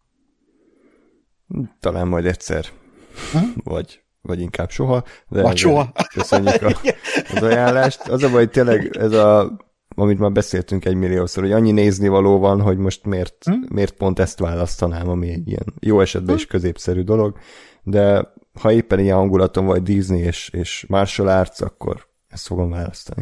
Talán majd egyszer. Vagy inkább soha. Vagy soha. Köszönjük az ajánlást. Az a baj, hogy tényleg ez amit már beszéltünk 1 milliószor, hogy annyi néznivaló van, hogy most miért pont ezt választanám, ami egy ilyen jó esetben is középszerű dolog, de ha éppen ilyen hangulatom vagy Disney és martial arts, akkor ezt fogom választani.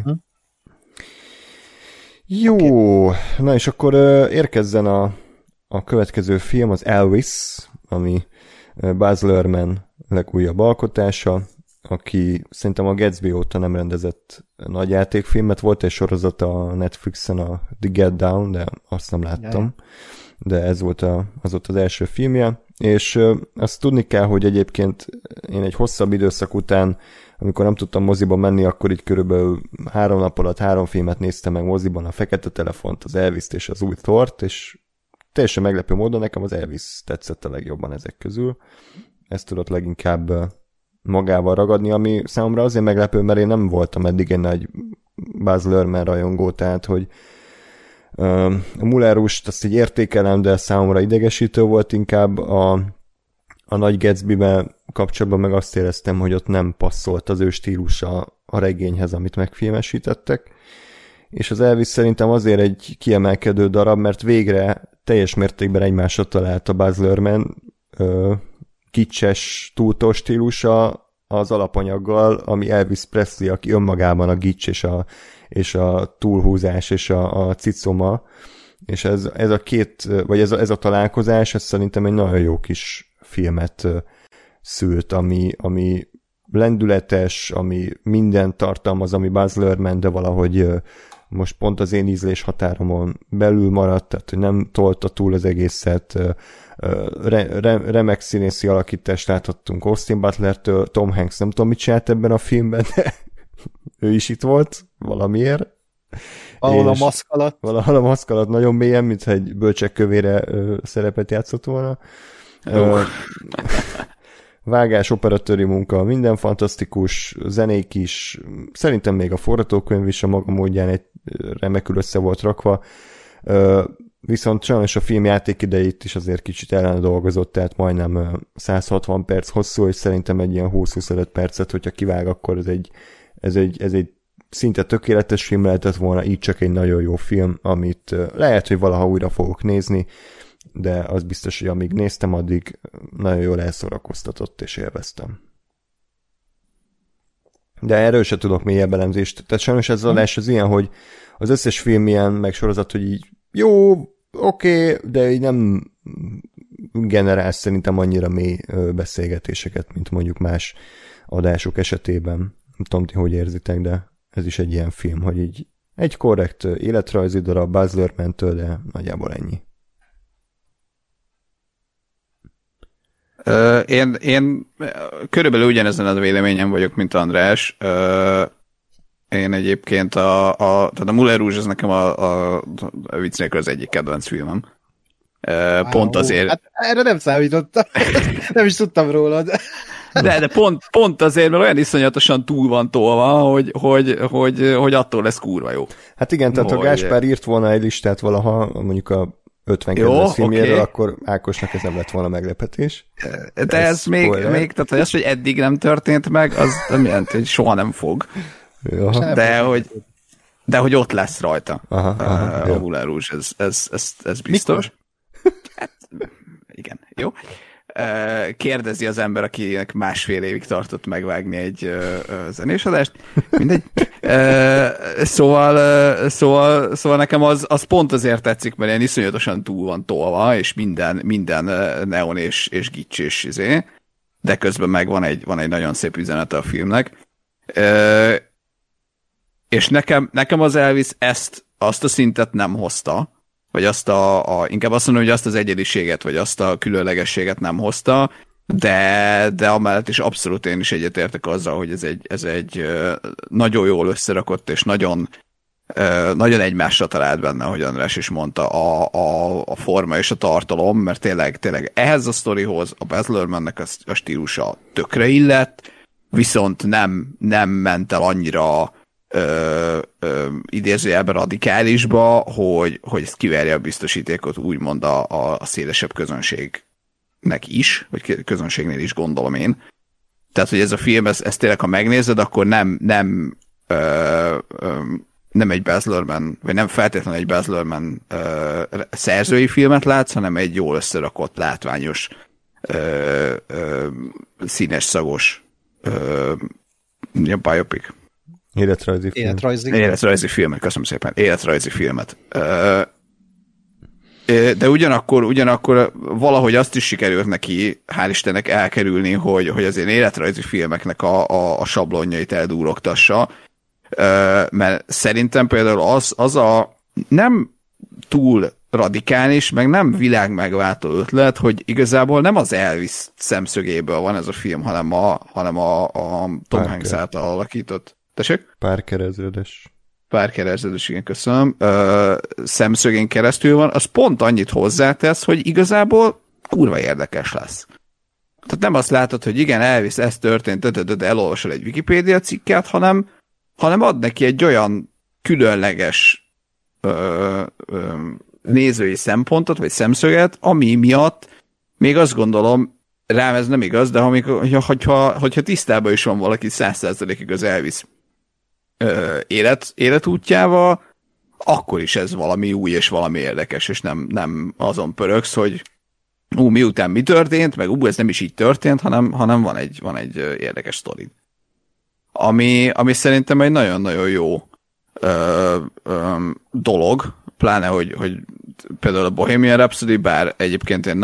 Jó, okay. Na és akkor érkezzen a következő film, az Elvis, ami Baz Luhrmann legújabb alkotása, aki szerintem a Gatsby óta nem rendezett nagy játékfilmet, volt egy sorozata a Netflixen, a The Get Down, de azt nem láttam. De ez volt az első filmje, és azt tudni kell, hogy egyébként én egy hosszabb időszak után, amikor nem tudtam moziba menni, akkor így körülbelül 3 nap alatt 3 filmet néztem meg moziban, a Fekete Telefont, az Elvist és az új Thort, és teljesen meglepő módon nekem az Elvis tetszett a legjobban ezek közül. Ez tudott leginkább magával ragadni, ami számomra azért meglepő, mert én nem voltam eddig egy nagy Baz Luhrmann rajongó, tehát hogy a Moulin Rouge-t azt így értékelem, de számomra idegesítő volt inkább a Nagy Gatsby-ben kapcsolatban, meg azt éreztem, hogy ott nem passzolt az ő stílusa a regényhez, amit megfilmesítettek. És az Elvis szerintem azért egy kiemelkedő darab, mert végre teljes mértékben egymásra talált a Baz Luhrmann kicses, túltós stílusa az alapanyaggal, ami Elvis Presley, aki önmagában a gics és a túlhúzás és a cicoma, és ez a két, vagy ez a találkozás, ez szerintem egy nagyon jó kis filmet szült, ami lendületes, ami minden tartalmaz, ami Baz Luhrmann, de valahogy most pont az én ízlés határomon belül maradt, tehát hogy nem tolta túl az egészet, remek színészi alakítást láthattunk Austin Butlertől, Tom Hanks nem tudom mit csinált ebben a filmben, de ő is itt volt valamiért. Valahol a maszk alatt. Valahol a maszk alatt nagyon mélyen, mintha egy bölcsek kövére szerepet játszott volna. Vágás, operatőri munka, minden fantasztikus, zenék is, szerintem még a forgatókönyv is a maga módján egy remekül össze volt rakva, viszont sajnos a film játékidejét is azért kicsit ellene dolgozott, tehát majdnem 160 perc hosszú, és szerintem egy ilyen 20-25 percet, hogyha kivág, akkor ez egy szinte tökéletes film lehetett volna, így csak egy nagyon jó film, amit lehet, hogy valaha újra fogok nézni, de az biztos, hogy amíg néztem, addig nagyon jól elszórakoztatott, és élveztem. De erről se tudok mélyebb elemzést. Tehát sajnos ez az adás az ilyen, hogy az összes film ilyen, meg sorozat, hogy így jó, oké, de így nem generál szerintem annyira mély beszélgetéseket, mint mondjuk más adások esetében. Nem tudom, ti hogy érzitek, de ez is egy ilyen film, hogy így egy korrekt életrajzi darab Baz Luhrmann-től, de nagyjából ennyi. Én körülbelül ugyanezen a véleményem vagyok, mint András. Én egyébként tehát a Moulin Rouge az nekem a vicc nélkül az egyik kedvenc filmem. Pont azért... Hát erre nem számítottam. Nem is tudtam róla. De pont azért, mert olyan iszonyatosan túl van tolva, hogy attól lesz kurva jó. Hát igen, tehát ha Gáspár írt volna egy listát valaha, mondjuk a 50 kedvenc filmjéről, okay, akkor Ákosnak ez nem lett volna meglepetés. De ez még, tehát hogy az, hogy eddig nem történt meg, az nem jelenti, hogy soha nem fog. De hogy ott lesz rajta. A Moulin Rouge, ez biztos. Hát, igen, jó. Kérdezi az ember, akinek másfél évig tartott megvágni egy zenésadást. Mindegy. Szóval nekem az pont azért tetszik, mert ilyen iszonyatosan túl van tolva, és minden neon és gics és de közben meg van egy nagyon szép üzenete a filmnek. És nekem az Elvis azt a szintet nem hozta, vagy azt inkább azt mondom, hogy azt az egyediséget, vagy azt a különlegességet nem hozta, de amellett is abszolút én is egyetértek azzal, hogy ez egy nagyon jól összerakott, és nagyon egymásra talált benne, ahogy András is mondta, a forma és a tartalom, mert tényleg ehhez a sztorihoz a Baz Luhrmannnek a stílusa tökre illett, viszont nem ment el annyira idézőjelben radikálisba, hogy ezt kiverje a biztosítékot úgymond a szélesebb közönségnek is, vagy közönségnél is gondolom én. Tehát, hogy ez a film, ezt tényleg, ha megnézed, akkor nem egy Baz Luhrmann, vagy nem feltétlenül egy Baz Luhrmann szerzői filmet látsz, hanem egy jól összerakott, látványos, színes, szagos biopic. Életrajzi filmet, köszönöm szépen. Életrajzi filmet. De ugyanakkor valahogy azt is sikerült neki, hál' Istennek elkerülni, hogy az én életrajzi filmeknek a sablonjait eldúrogtassa. Mert szerintem például az a nem túl radikális, meg nem világmegváltó ötlet, hogy igazából nem az Elvis szemszögéből van ez a film, hanem a Tom Hanks által alakított. Tessék? Parker ezredes, igen, köszönöm. Szemszögén keresztül van, az pont annyit hozzátesz, hogy igazából kurva érdekes lesz. Tehát nem azt látod, hogy igen, Elvis, ez történt, de elolvasol egy Wikipédia cikket, hanem ad neki egy olyan különleges nézői szempontot, vagy szemszöget, ami miatt még azt gondolom, rám ez nem igaz, de hogyha tisztában is van valaki 100%-ig az Elvis életútjával, akkor is ez valami új és valami érdekes, és nem azon pöröksz, hogy miután mi történt, meg ez nem is így történt, hanem van egy érdekes sztori. Ami szerintem egy nagyon-nagyon jó dolog, pláne, hogy például a Bohemian Rhapsody, bár egyébként én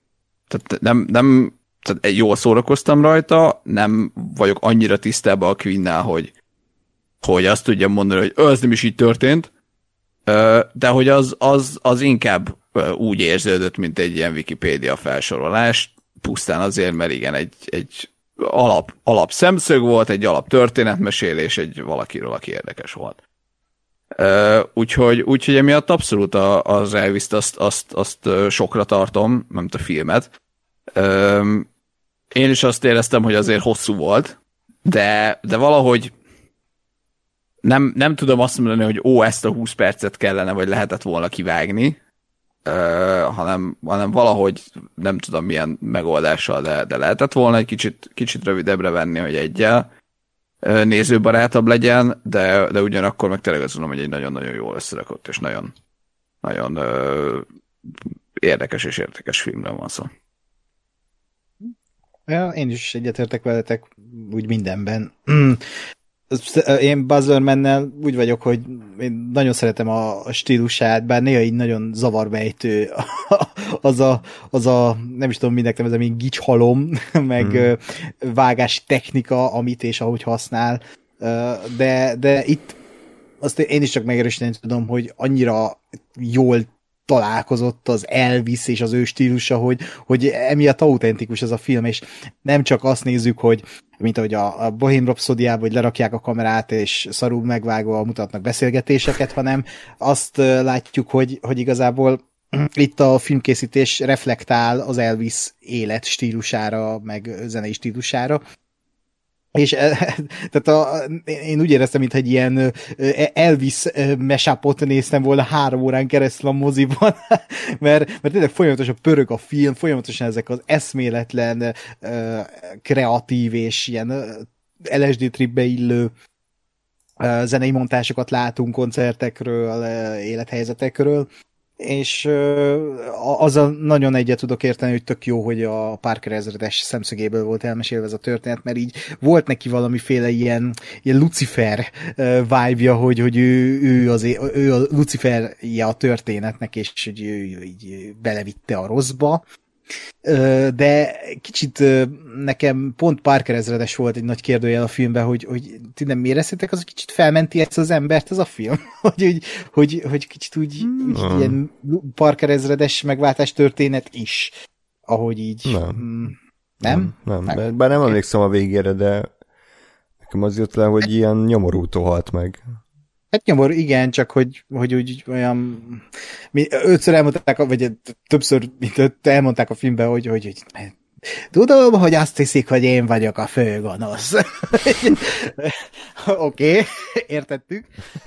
tehát jól szórakoztam rajta, nem vagyok annyira tisztában a Queen-nál, hogy azt tudjam mondani, hogy ez nem is így történt, de hogy az inkább úgy érződött, mint egy ilyen Wikipédia felsorolás, pusztán azért, mert igen, egy alap szemszög volt, egy alap történetmesélés egy valakiről, aki érdekes volt. Úgyhogy emiatt abszolút az Elvis-t azt sokra tartom, nem a filmet. Én is azt éreztem, hogy azért hosszú volt, de valahogy nem tudom azt mondani, hogy ezt a 20 percet kellene, vagy lehetett volna kivágni, hanem valahogy nem tudom milyen megoldással, de lehetett volna egy kicsit rövidebbre venni, hogy egyel nézőbarátabb legyen, de ugyanakkor meg tényleg azt mondom, hogy egy nagyon-nagyon jól összerakott, és nagyon, nagyon érdekes és értékes filmről van szó. Ja, én is egyetértek veletek úgy mindenben. Én Baz Luhrmann-nel úgy vagyok, hogy én nagyon szeretem a stílusát, bár néha így nagyon zavarbejtő az a nem is tudom, minek nevezem, így gicshalom, meg vágás technika, amit és ahogy használ, de itt azt én is csak megerősíteni tudom, hogy annyira jól találkozott az Elvis és az ő stílusa, hogy emiatt autentikus ez a film, és nem csak azt nézzük, hogy mint ahogy a Bohemian Rhapsody-ában, hogy lerakják a kamerát, és szarul megvágva mutatnak beszélgetéseket, hanem azt látjuk, hogy igazából itt a filmkészítés reflektál az Elvis élet stílusára, meg zenei stílusára. És tehát én úgy éreztem, mintha egy ilyen Elvis mashup-ot néztem volna 3 órán keresztül a moziban, mert tényleg folyamatosan pörög a film, folyamatosan ezek az eszméletlen, kreatív és ilyen LSD tripbe illő zenei montásokat látunk koncertekről, élethelyzetekről, és azzal nagyon egyet tudok érteni, hogy tök jó, hogy a Parker ezredes szemszögéből volt elmesélve ez a történet, mert így volt neki valamiféle ilyen Lucifer vibe-ja, hogy ő a Luciferje a történetnek, és hogy ő így belevitte a rosszba. De kicsit nekem pont Parker ezredes volt egy nagy kérdőjel a filmben, hogy ti nem éreztétek, az kicsit felmenti ezt az embert ez a film? hogy kicsit úgy ilyen Parker ezredes megváltás történet is, ahogy így... Nem? Bár nem emlékszem a végére, de nekem az jött le, hogy ilyen nyomorútól halt meg. Hát nyomor, igen, csak hogy úgy olyan... Ötször elmondták, vagy többször elmondták a filmben, hogy tudom, hogy azt hiszik, hogy én vagyok a főgonosz. Oké, értettük.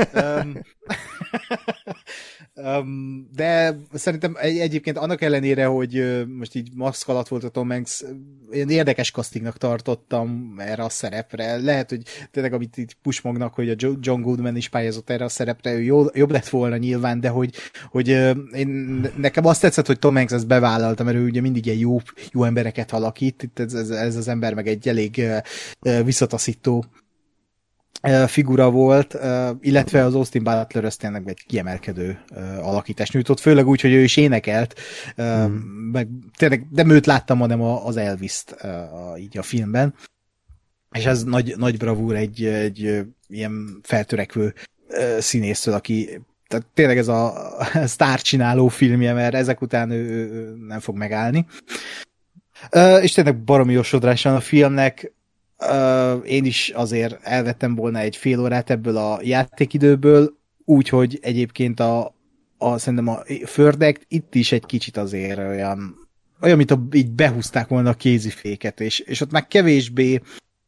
De szerintem egyébként annak ellenére, hogy most így maszk alatt volt a Tom Hanks, én érdekes castingnak tartottam erre a szerepre. Lehet, hogy tényleg, amit itt pusmognak, hogy a John Goodman is pályázott erre a szerepre, ő jobb lett volna nyilván, de hogy nekem azt tetszett, hogy Tom Hanks ezt bevállalta, mert ő ugye mindig ilyen jó embereket alakít, itt ez az ember meg egy elég visszataszító figura volt, illetve az Austin Butler az tényleg egy kiemelkedő alakítást nyújtott, főleg úgy, hogy ő is énekelt, meg tényleg nem őt láttam, hanem az Elvis-t így a filmben, és ez nagy bravúr egy ilyen feltörekvő színésztől, aki tehát tényleg ez a sztárcsináló filmje, mert ezek után ő nem fog megállni. És tényleg baromi jó sodrás van a filmnek. Én is azért elvettem volna egy fél órát ebből a játékidőből, úgyhogy egyébként szerintem a Fördekt itt is egy kicsit azért olyan olyan, mint így behúzták volna a kéziféket, és ott már kevésbé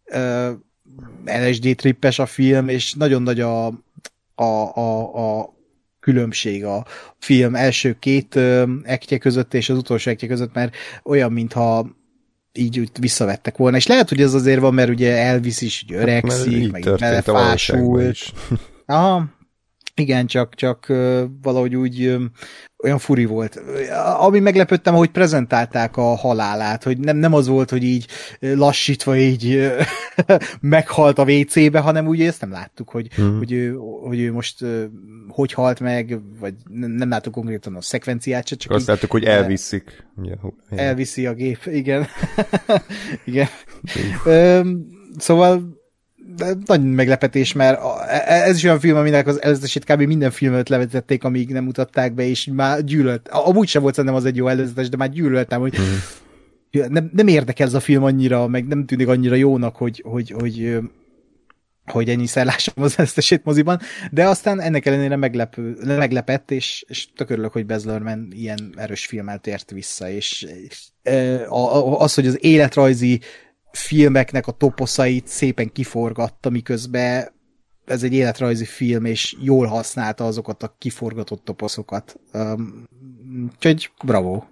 LSD trippes a film, és nagyon nagy a különbség a film első két ektje között és az utolsó ektje között, mert olyan, mintha így visszavettek volna. És lehet, hogy ez azért van, mert ugye Elvis is öregszik, meg belefásult. Aha, igen, csak valahogy úgy olyan furi volt. Ami meglepődtem, ahogy prezentálták a halálát, hogy nem az volt, hogy így lassítva így meghalt a WC-be, hanem úgy ezt nem láttuk, hogy ő most hogy halt meg, vagy nem láttuk konkrétan a szekvenciát se, csak azt láttuk, hogy elviszik. Elviszi a gép, igen. Igen. Szóval nagy meglepetés, mert ez is olyan film, aminek az előzetesét kb. Minden filmet levetették, amíg nem mutatták be, és már gyűlölt. Amúgy sem volt szerintem az egy jó előzetes, de már gyűlöltem, hogy nem érdekel ez a film annyira, meg nem tűnik annyira jónak, hogy ennyiszer lássam az előzetesét moziban, de aztán ennek ellenére meglepett, és tök örülök, hogy Baz Luhrmann ilyen erős filmmel tért vissza, és az, hogy az életrajzi filmeknek a toposzait szépen kiforgatta, miközben ez egy életrajzi film, és jól használta azokat a kiforgatott toposzokat. Úgyhogy bravo.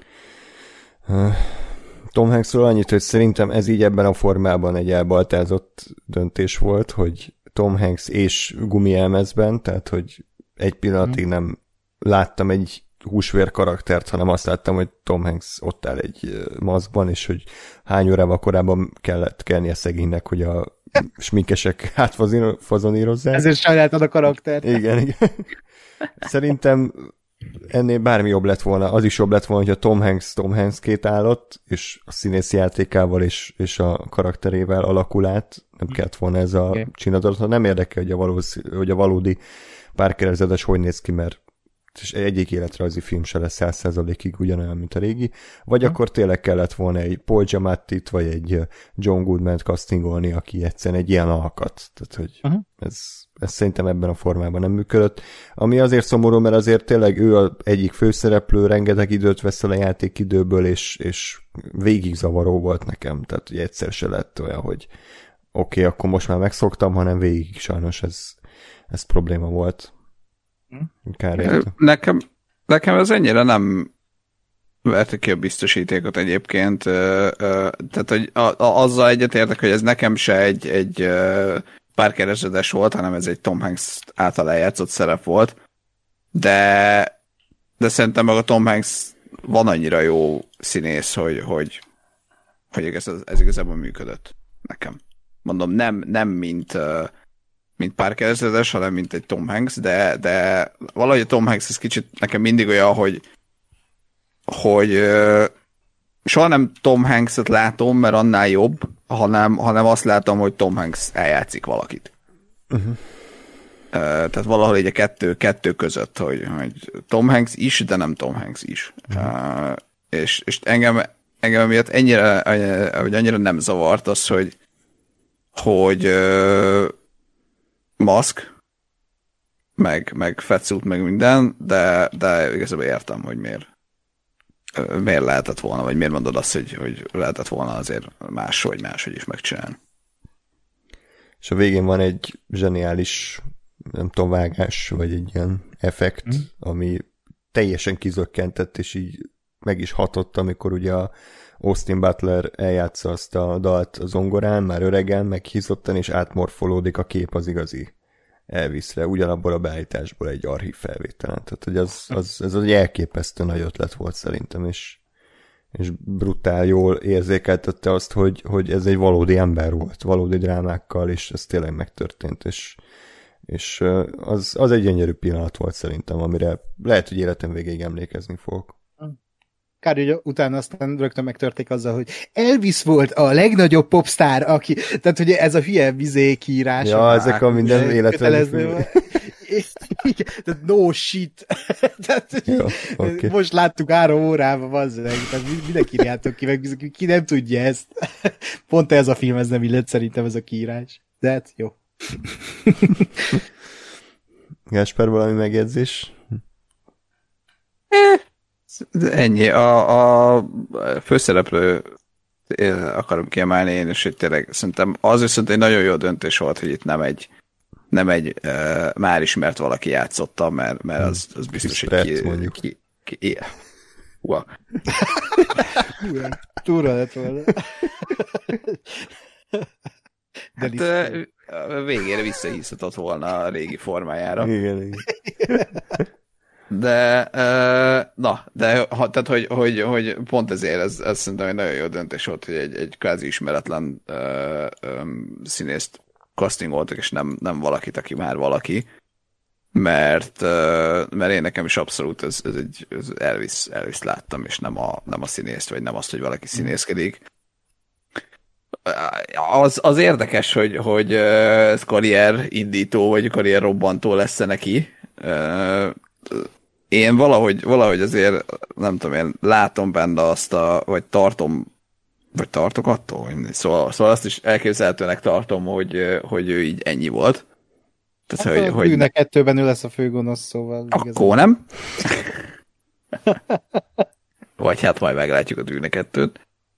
Tom Hanksról annyit, hogy szerintem ez így ebben a formában egy elbaltázott döntés volt, hogy Tom Hanks és gumielmezben, tehát hogy egy pillanatig nem láttam egy húsvér karaktert, hanem azt láttam, hogy Tom Hanks ott áll egy maszkban, és hogy hány órával korábban kellett kelnie szegénynek, hogy a sminkesek átfazonírozzák. Ezért sajnáltad a karaktert. Igen. Szerintem ennél bármi jobb lett volna. Az is jobb lett volna, hogy a Tom Hanks-két állott, és a színész játékával és a karakterével alakul át. Nem kellett volna ez a csinadatot. Nem érdekel, hogy a valódi párkerezetes hogy néz ki, mert és egyik életrajzi film se lesz 100%-ig ugyanolyan, mint a régi, vagy akkor tényleg kellett volna egy Paul Giamattit, vagy egy John Goodman-t castingolni, aki egyszerűen egy ilyen alkat. Tehát, hogy ez szerintem ebben a formában nem működött. Ami azért szomorú, mert azért tényleg ő az egyik főszereplő, rengeteg időt vesz el a játékidőből, és végig zavaró volt nekem. Tehát, hogy egyszer se lett olyan, hogy oké, akkor most már megszoktam, hanem végig sajnos ez probléma volt. Nekem ez ennyire nem verte ki a biztosítékot egyébként. Tehát, hogy azzal egyetértek, hogy ez nekem se egy párkeresedes volt, hanem ez egy Tom Hanks által eljátszott szerep volt. De szerintem meg a Tom Hanks van annyira jó színész, hogy ez igazából működött nekem. Mondom, nem mint párkeresedes, hanem mint egy Tom Hanks, de valahogy a Tom Hanks ez kicsit nekem mindig olyan, hogy soha nem Tom Hanks-et látom, mert annál jobb, hanem azt látom, hogy Tom Hanks eljátszik valakit. Tehát valahol így a kettő között, hogy Tom Hanks is, de nem Tom Hanks is. És engem miatt annyira nem zavart az, hogy maszk, meg fatsuit, meg minden, de igazából értem, hogy miért lehetett volna, vagy miért mondod azt, hogy lehetett volna azért máshogy is megcsinálni. És a végén van egy zseniális, nem tudom, vágás, vagy egy ilyen effekt, ami teljesen kizökkentett, és így meg is hatott, amikor ugye a Austin Butler eljátsza azt a dalt a zongorán, már öregen, meghízottan, és átmorfolódik a kép az igazi Elvisre, ugyanabból a beállításból egy archív felvételen. Tehát, hogy ez egy elképesztő nagy ötlet volt szerintem, és brutál jól érzékeltette azt, hogy ez egy valódi ember volt, valódi drámákkal, és ez tényleg megtörtént, és az egy gyönyörű pillanat volt szerintem, amire lehet, hogy életem végéig emlékezni fogok. Kár, hogy utána aztán rögtön megtörték azzal, hogy Elvis volt a legnagyobb popstar, aki... Tehát, hogy ez a hülye kiírás. Ja, ezek a minden életben. Tehát no shit. Tehát, jó, okay. Most láttuk 3 órában, bazzeg. Tehát mindenki írjátok ki, meg ki nem tudja ezt. Pont ez a film, ez nem illet szerintem ez a kiírás. De hát jó. Gásper, valami megjegyzés? Ennyi. A főszereplő akarom kiemelni én is, hogy tényleg szerintem az viszont egy nagyon jó döntés volt, hogy itt nem egy már ismert valaki játszotta, mert az biztos, hogy ki wow. Túlra lett volna. Hát végére visszahízhatott volna a régi formájára. Igen. De, tehát, hogy pont ezért ez szerintem egy nagyon jó döntés volt, hogy egy kvázi ismeretlen színészt castingoltak, és nem valakit, aki már valaki. Mert én nekem is abszolút ez Elvis láttam, és nem a színészt, vagy nem azt, hogy valaki színészkedik. Az érdekes, hogy ez karrierindító, vagy karrierrobbantó lesz neki. Én valahogy azért, nem tudom, én látom benne azt vagy tartok attól, szóval azt is elképzelhetőnek tartom, hogy ő így ennyi volt. Tehát, hát hogy Bűne 2-ben ő lesz a főgonosz, szóval... Akkor nem. Vagy hát majd meglátjuk a Bűne 2-t.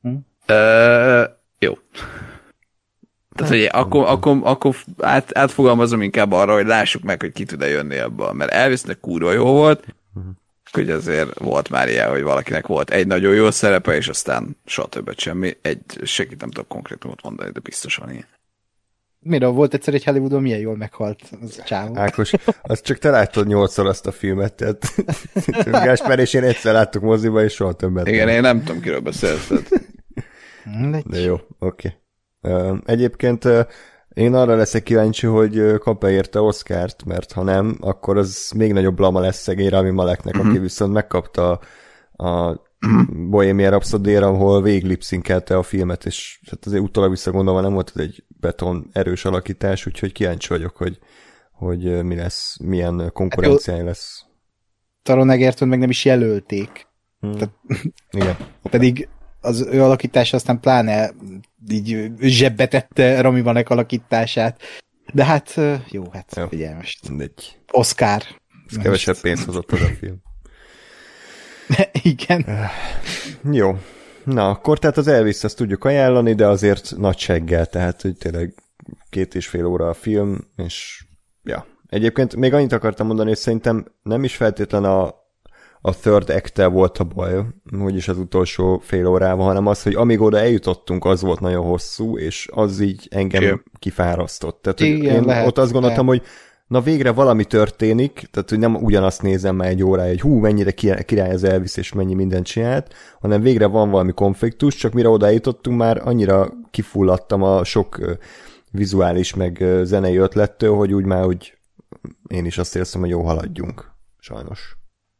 Jó. Tehát, hogy akkor átfogalmazom inkább arra, hogy lássuk meg, hogy ki tud-e jönni ebből. Mert Elvisnek kurva jó volt, hogy azért volt már ilyen, hogy valakinek volt egy nagyon jó szerepe, és aztán soha többet semmi. Segít nem tudok konkrétumot mondani, de biztos van ilyen. Miről volt egyszer egy Hollywoodon, milyen jól meghalt az a csávó? Ákos, azt csak te láttad 8-szor azt a filmet, tehát Gáspár és én egyszer láttuk moziba, és soha többet. Igen, én nem tudom, kiről beszélsz. De jó, oké. Egyébként én arra leszek kíváncsi, hogy kap-e érte Oscart, mert ha nem, akkor az még nagyobb blama lesz szegény Rami Maleknek, aki viszont megkapta a Bohemian Rhapsody-ra, ahol végiglipszinkelte a filmet, és hát azért utólag visszagondolva nem volt ez egy beton erős alakítás, úgyhogy kíváncsi vagyok, hogy mi lesz, milyen konkurenciája lesz. Taron Egerton meg nem is jelölték. Tehát, igen. Pedig az ő alakítása aztán pláne így zsebbe tette Rami Malek alakítását. De hát jó, hát figyelj most. Oscar. Ez kevesebb pénzt hozott az a film. Igen. Jó. Na, akkor tehát az Elvis azt tudjuk ajánlani, de azért nagy seggel, tehát hogy tényleg 2,5 óra a film, és ja. Egyébként még annyit akartam mondani, hogy szerintem nem is feltétlen a third act-tel volt a baj, úgyis az utolsó fél órában, hanem az, hogy amíg oda eljutottunk, az volt nagyon hosszú, és az így engem kifárasztott. Tehát igen, én ott azt gondoltam, hogy na végre valami történik, tehát hogy nem ugyanazt nézem már egy órája, hogy mennyire király az Elvis, és mennyi mindent csinált, hanem végre van valami konfliktus, csak mire oda jutottunk, már annyira kifulladtam a sok vizuális meg zenei ötlettől, hogy úgy már úgy én is azt érzem, hogy jó, haladjunk. Sajnos.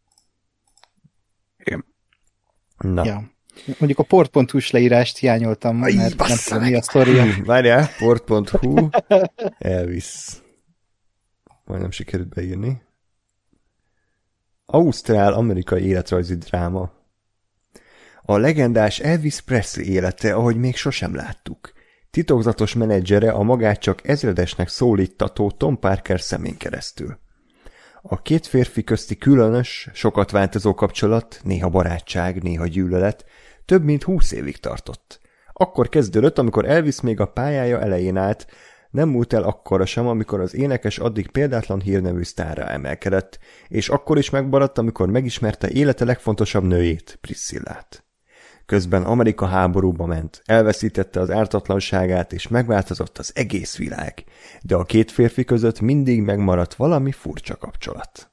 Igen. Na. Ja. Mondjuk a port.hu-s leírást hiányoltam, mert nem tudom, mi a sztoria. Várjál, port.hu Elvis. Majdnem sikerült beírni. Ausztrál-amerikai életrajzi dráma. A legendás Elvis Presley élete, ahogy még sosem láttuk. Titokzatos menedzsere a magát csak ezredesnek szólítató Tom Parker szemén keresztül. A két férfi közti különös, sokat változó kapcsolat, néha barátság, néha gyűlölet, több mint 20 évig tartott. Akkor kezdődött, amikor Elvis még a pályája elején állt, nem múlt el akkora sem, amikor az énekes addig példátlan hírnevű sztárra emelkedett, és akkor is megmaradt, amikor megismerte élete legfontosabb nőjét, Priscillát. Közben Amerika háborúba ment, elveszítette az ártatlanságát, és megváltozott az egész világ, de a két férfi között mindig megmaradt valami furcsa kapcsolat.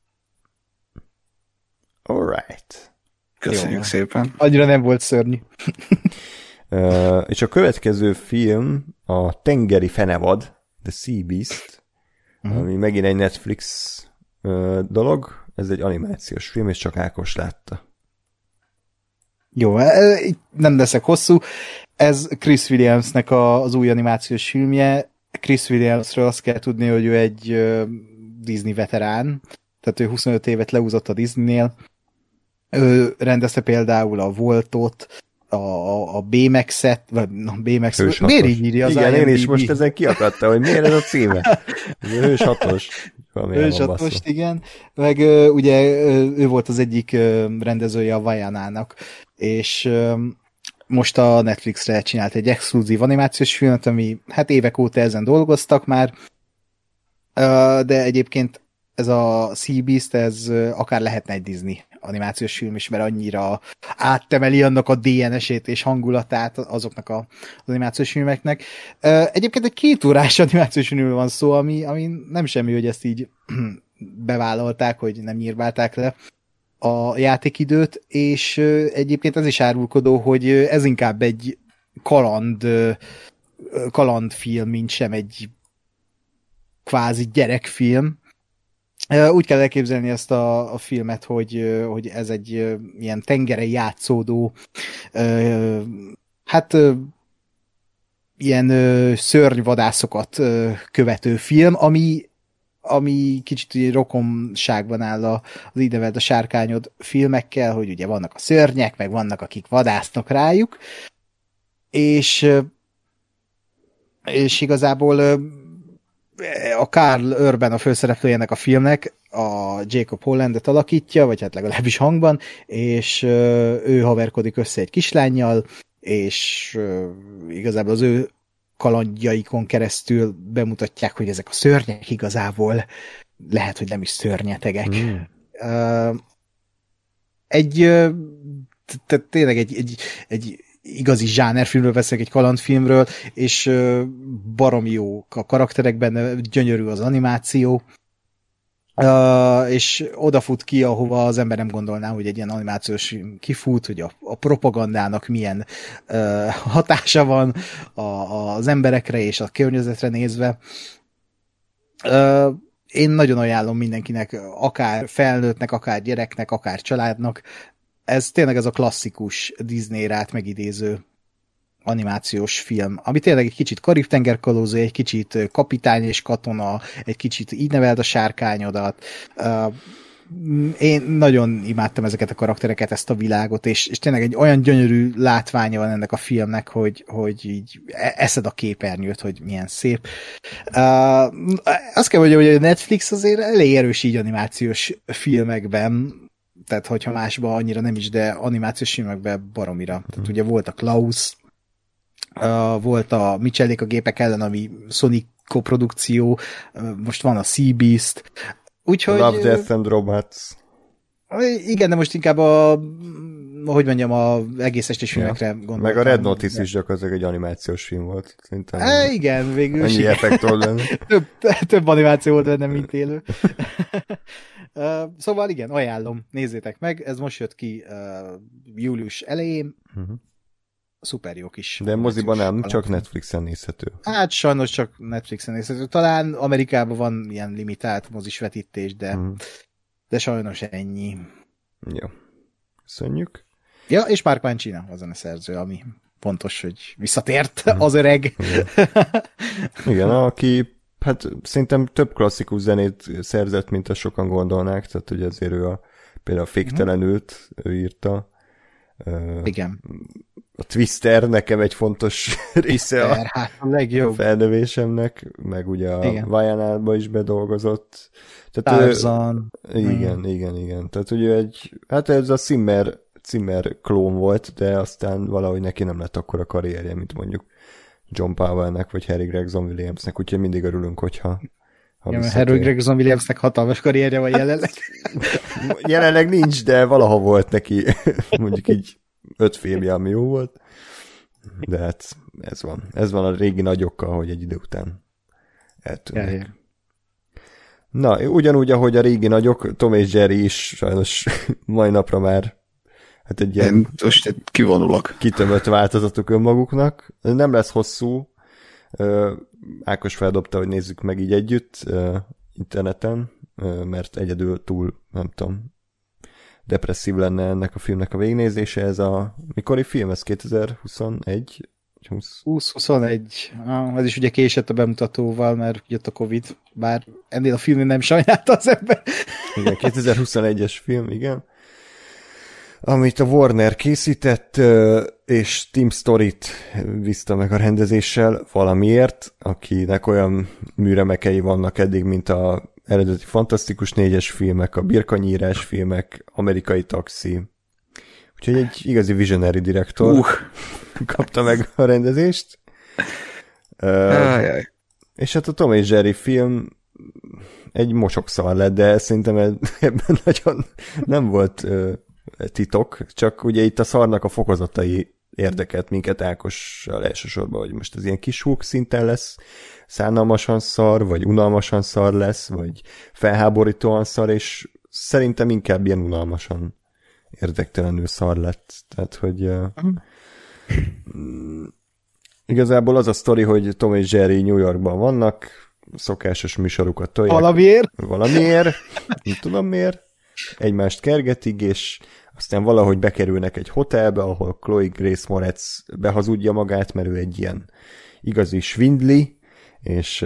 Alright. Köszönjük szépen. Annyira nem volt szörnyű. És a következő film a Tengeri fenevad, The Sea Beast, ami megint egy Netflix dolog. Ez egy animációs film, és csak Ákos látta. Jó, nem leszek hosszú. Ez Chris Williamsnek az új animációs filmje. Chris Williamsről azt kell tudni, hogy ő egy Disney veterán, tehát ő 25 évet leúzott a Disneynél. Ő rendezte például a Voltot, a Baymax-et, vagy Baymax, miért így írja az igen, IMDb? én is most ezen kiakadtam, hogy miért ez a címe. Ez a Hős 6-os. Most igen. Meg ugye ő volt az egyik rendezője a Vajánának, és most a Netflixre csinált egy exkluzív animációs filmet, ami hát évek óta ezen dolgoztak már, de egyébként ez a Sea Beast, ez akár lehetne egy Disney animációs film is, mert annyira áttemeli annak a DNS-ét és hangulatát azoknak az animációs filmeknek. Egyébként egy 2 órás animációs filmről van szó, ami nem semmi, hogy ezt így bevállalták, hogy nem nyírválták le a játékidőt, és egyébként ez is árulkodó, hogy ez inkább egy kalandfilm, mint sem egy kvázi gyerekfilm. Úgy kell elképzelni ezt a filmet, hogy ez egy ilyen tengeren játszódó, ilyen szörnyvadászokat követő film, ami kicsit rokonságban áll az Így neveld a sárkányod filmekkel, hogy ugye vannak a szörnyek, meg vannak, akik vadásznak rájuk, és igazából a Karl Urban a főszereplőjének a filmnek, a Jacob Hollandet alakítja, vagy hát legalábbis hangban, és ő haverkodik össze egy kislánnyal, és igazából az ő kalandjaikon keresztül bemutatják, hogy ezek a szörnyek igazából lehet, hogy nem is szörnyetegek. Tényleg egy igazi zsánerfilmről beszélek, egy kalandfilmről, és baromi jó a karakterek benne, gyönyörű az animáció, és odafut ki, ahova az ember nem gondolná, hogy egy ilyen animációs film kifut, hogy a propagandának milyen hatása van az emberekre és a környezetre nézve. Én nagyon ajánlom mindenkinek, akár felnőttnek, akár gyereknek, akár családnak. Ez tényleg ez a klasszikus Disney-rát megidéző animációs film, ami tényleg egy kicsit Karib-tengerkalózó, egy kicsit Kapitány és katona, egy kicsit Így neveld a sárkányodat. Én nagyon imádtam ezeket a karaktereket, ezt a világot, és tényleg egy olyan gyönyörű látványa van ennek a filmnek, hogy így eszed a képernyőt, hogy milyen szép. Azt kell mondjam, hogy a Netflix azért elég erős így animációs filmekben, tehát hogyha másban annyira nem is, de animációs filmekben baromira. Tehát ugye volt a Klaus, volt a Michellék a gépek ellen, ami Sonic koprodukció, most van a Sea Beast, úgyhogy... Love, Death and Robots. Igen, de most inkább hogy mondjam, a egész estés filmekre gondoltam. Meg a Red Notice is gyakorlatilag egy animációs film volt. Igen, végül is. Annyi effekt volt benne. több animáció volt benne, mint élő. Szóval igen, ajánlom, nézzétek meg, ez most jött ki július elején, szuper jó kis. De moziban nem, csak Netflixen nézhető. Hát sajnos csak Netflixen nézhető. Talán Amerikában van ilyen limitált mozis vetítés, de sajnos ennyi. Jó. Köszönjük. Ja, és Mark Mancina a zeneszerző, ami fontos, hogy visszatért az öreg. Igen, aki hát szerintem több klasszikus zenét szerzett, mint azt sokan gondolnák, tehát hogy azért ő például a Féktelenült, ő írta. Igen. A Twister nekem egy fontos része a legjobb felnövésemnek, meg ugye a Vajanálba is bedolgozott. Tarzan. Igen. Tehát ugye hát ez a Zimmer klón volt, de aztán valahogy neki nem lett akkora karrierje, mint mondjuk John Powellnek, vagy Harry Gregson Williamsnek, úgyhogy mindig örülünk, hogyha Harry Gregson Williamsnek hatalmas karrierje van jelenleg. Jelenleg nincs, de valaha volt neki mondjuk így 5 filmje, ami jó volt. De hát ez van. Ez van a régi nagyokkal, hogy egy idő után eltűnnek. Ja. Na, ugyanúgy, ahogy a régi nagyok, Tom és Jerry is sajnos mai napra már hát egy ilyen most kivonulok. Kitömött változatuk önmaguknak. Nem lesz hosszú. Ákos feldobta, hogy nézzük meg így együtt interneten, mert egyedül túl, nem tudom, depresszív lenne ennek a filmnek a végignézése. Ez a mikori film? Ez 2021? 2021. Ez is ugye késett a bemutatóval, mert jött a Covid, bár ennél a filmnél nem sajnálta az ember. Igen, 2021-es film, igen. Amit a Warner készített, és Tim Storyt viszta meg a rendezéssel valamiért, akinek olyan műremekei vannak eddig, mint a eredeti Fantasztikus 4-es filmek, a birkanyírás filmek, Amerikai Taxi. Úgyhogy egy igazi visionary direktor kapta meg a rendezést. És hát a Tom és Jerry film egy mosokszar lett, de szerintem ebben nagyon nem volt titok, csak ugye itt a szarnak a fokozatai érdekelt minket Ákossal elsősorban, hogy most ez ilyen kis húk szinten lesz, szánalmasan szar, vagy unalmasan szar lesz, vagy felháborítóan szar, és szerintem inkább ilyen unalmasan érdektelenül szar lett. Tehát, hogy igazából az a sztori, hogy Tom és Jerry New Yorkban vannak, szokásos műsorukat tolják. Valamiért, nem tudom miért, egymást kergetik, és aztán valahogy bekerülnek egy hotelbe, ahol Chloe Grace Moretz behazudja magát, mert ő egy ilyen igazi svindli, és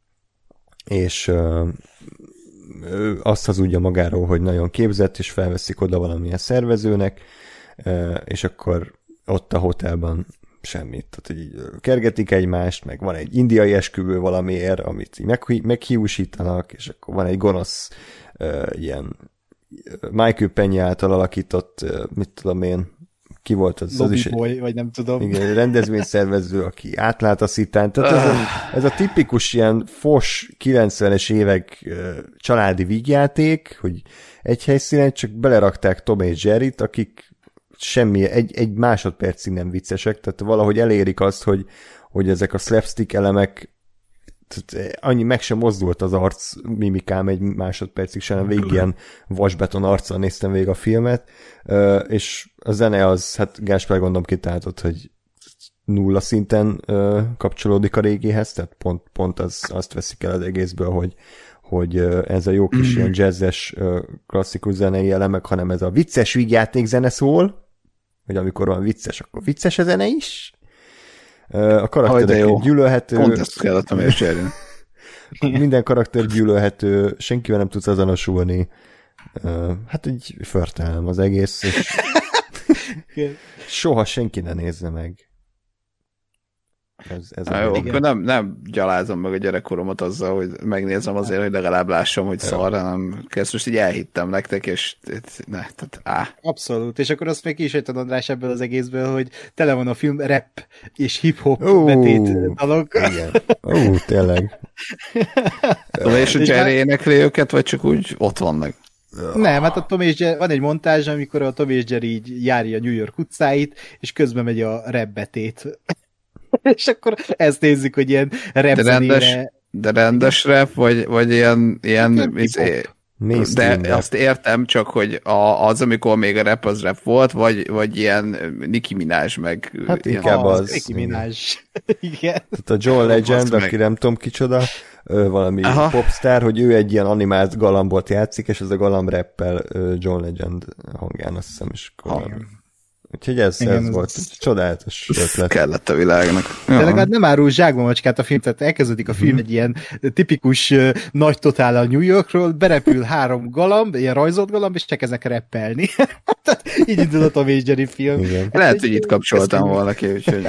ő azt hazudja magáról, hogy nagyon képzett, és felveszik oda valamilyen szervezőnek, és akkor ott a hotelban semmit. Tehát, hogy kergetik egymást, meg van egy indiai esküvő valamiért, amit meghiúsítanak, és akkor van egy gonosz ilyen Michael Peña által alakított, mit tudom én, ki volt az? Lobby boy, vagy nem tudom. Igen, rendezvényszervező, aki átlát a szitán. Tehát ez a tipikus ilyen fos 90-es évek családi vígjáték, hogy egy helyszínen csak belerakták Tom és Jerryt, akik egy másodpercig nem viccesek, tehát valahogy elérik azt, hogy ezek a slapstick elemek, tehát annyi meg sem mozdult az arc mimikám egy másodpercig sem, végig ilyen vasbeton arccal néztem végig a filmet, és a zene az, hát Gáspár gondolom kitáltott, hogy nulla szinten kapcsolódik a régihez, tehát pont azt veszik el az egészből, hogy ez a jó kis ilyen jazzes klasszikus zenei elemek, hanem ez a vicces vígjáték zene szól, hogy amikor van vicces, akkor vicces a zene is. A karakterek gyűlölhető. Pont ezt kellett a mércsérni. Minden karakter gyűlölhető, senkivel nem tudsz azonosulni. Hát egy förtelem az egész, és soha senki ne nézze meg. Ez jó, akkor nem gyalázom meg a gyerekkoromat azzal, hogy megnézem azért, hogy legalább lássam, hogy szar, hanem ezt most így elhittem nektek, és Abszolút, és akkor azt még ki is ejtad, András, ebből az egészből, hogy tele van a film rap és hip-hop betét dalok. Igen. Tényleg. És a Jerry énekli őket, vagy csak úgy ott vannak? Nem, hát a Tom és Jerry, van egy montázs, amikor a Tom és Jerry így járja New York utcáit, és közben megy a rap betét. És akkor ezt nézzük, hogy ilyen rap zenére... De rendes rap, vagy ilyen de azt értem, csak hogy az, amikor még a rap az rap volt, vagy ilyen Nicki Minaj meg... Hát inkább az. Nicki Minaj. Igen. Tehát a John Legend, aki nem tudom kicsoda, valami popstar, hogy ő egy ilyen animált galambot játszik, és ez a galamb rappel John Legend hangján, azt hiszem is. Úgyhogy ez volt egy csodálatos ötlet. Kellett a világnak. De legalább nem árul zsákba macskát a film, tehát elkezdődik a film egy ilyen tipikus nagy totál a New Yorkról, berepül 3 galamb, ilyen rajzolt galamb, és elkezdenek reppelni. Tehát így indul a Tom és Jerry film. Igen. Lehet, hogy itt kapcsoltam valaki, úgyhogy...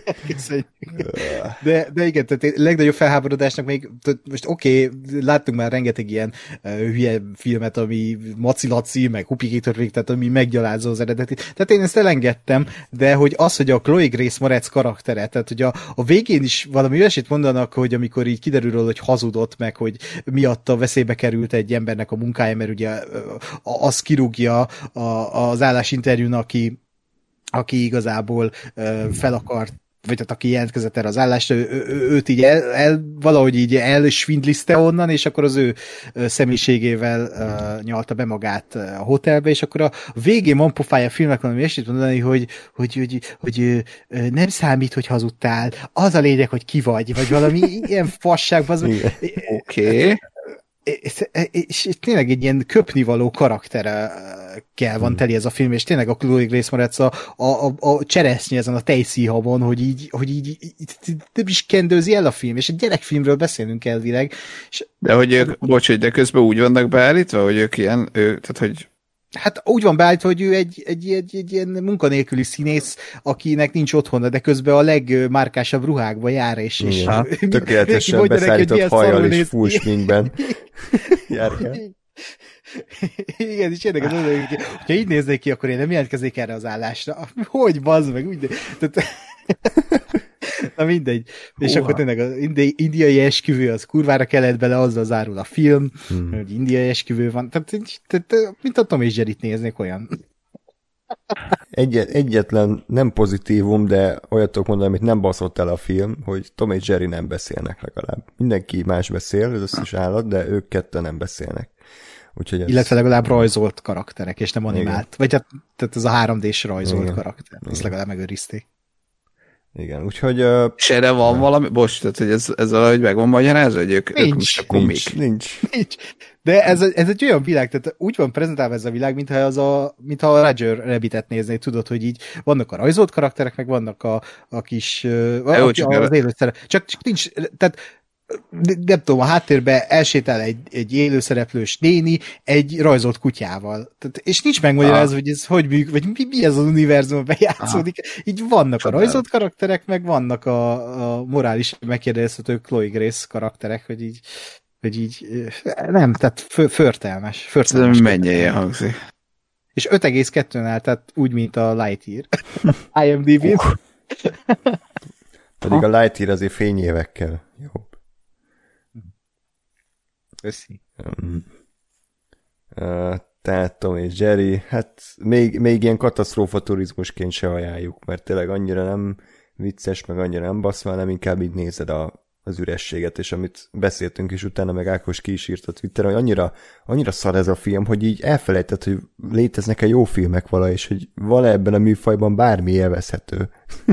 De igen, tehát legnagyobb felháborodásnak még, most oké, láttunk már rengeteg ilyen hülye filmet, ami macilaci, meg hupikítörvék, tehát ami meggyalázza az eredetit. Tehát én ezt elengedtem, de hogy az, hogy a Chloe Grace Moretz karaktere, tehát hogy a végén is valami olyasmit mondanak, hogy amikor így kiderül róla, hogy hazudott, meg hogy miatta veszélybe került egy embernek a munkája, mert ugye az kirúgja az állásinterjún, aki igazából fel akart, vagy tehát aki jelentkezett erre az állásra, őt így valahogy így elsvindliszte onnan, és akkor az ő személyiségével nyalta be magát a hotelbe, és akkor a végén van pofája a filmnek valami esélyt mondani, hogy nem számít, hogy hazudtál, az a lényeg, hogy ki vagy valami ilyen fasságban. Oké. És tényleg egy ilyen köpnivaló karakterekkel van teli ez a film, és tényleg a Chloe Grace Moretz a cseresznye ezen a tejszíhabon, hogy így nem is kendőzi el a film, és egy gyerekfilmről beszélünk elvileg. És de hogy ők, bocs, de közben úgy vannak beállítva, hogy ők ilyen, tehát hogy Hát úgy van beállítva, hogy ő egy ilyen munkanélküli színész, akinek nincs otthona, de közben a legmárkásabb ruhákba jár, és tökéletesen beszállított hajjal és full sminkben járkál. Igen, és érdekes az, hogyha így néznék ki, akkor én nem jelentkeznék erre az állásra. Hogy, bazd meg, úgy na mindegy. És akkor tényleg az indiai esküvő, az kurvára kellett bele, azzal zárul a film, hogy indiai esküvő van. Tehát, mint a Tom és Jerryt néznék, olyan. Egyetlen nem pozitívum, de olyat tudok mondani, amit nem baszott el a film, hogy Tom és Jerry nem beszélnek legalább. Mindenki más beszél, az összes állat, de ők ketten nem beszélnek. Úgyhogy ez... Illetve legalább rajzolt karakterek, és nem animált. Igen. Vagy tehát ez a 3D-s rajzolt igen. karakter. Ezt legalább megőrizték. Igen, úgyhogy... És erre van valami... Bocs, tehát hogy ez valahogy meg van magyarázva, hogy ők most a komik. Nincs. De ez egy olyan világ, tehát úgy van prezentálva ez a világ, mintha a Roger Rabbitet néznéd, tudod, hogy így vannak a rajzolt karakterek, meg vannak a kis... az élőszerep. Csak nincs... Tehát nem tudom, a háttérben elsétál egy élőszereplős néni egy rajzolt kutyával. Tehát, és nincs megmagyarázva, hogy ez hogy működik, vagy mi ez az univerzumban játszódik. Így vannak a rajzolt karakterek, meg vannak a morális megkérdezhető Chloe Grace karakterek, hogy így nem, tehát förtelmes. Mennyire hangzik. És 5,2-nál, tehát úgy, mint a Lightyear. IMDb-n. Pedig a Lightyear azért fényévekkel jobb. Köszi. Tehát Tom és Jerry, hát még ilyen katasztrófa turizmusként se ajánljuk, mert tényleg annyira nem vicces, meg annyira nem baszva, nem inkább így nézed az ürességet, és amit beszéltünk is utána, meg Ákos ki is írt a Twitteren, hogy annyira szar ez a film, hogy így elfelejtett, hogy léteznek-e jó filmek vala, és hogy vala ebben a műfajban bármi élvezhető.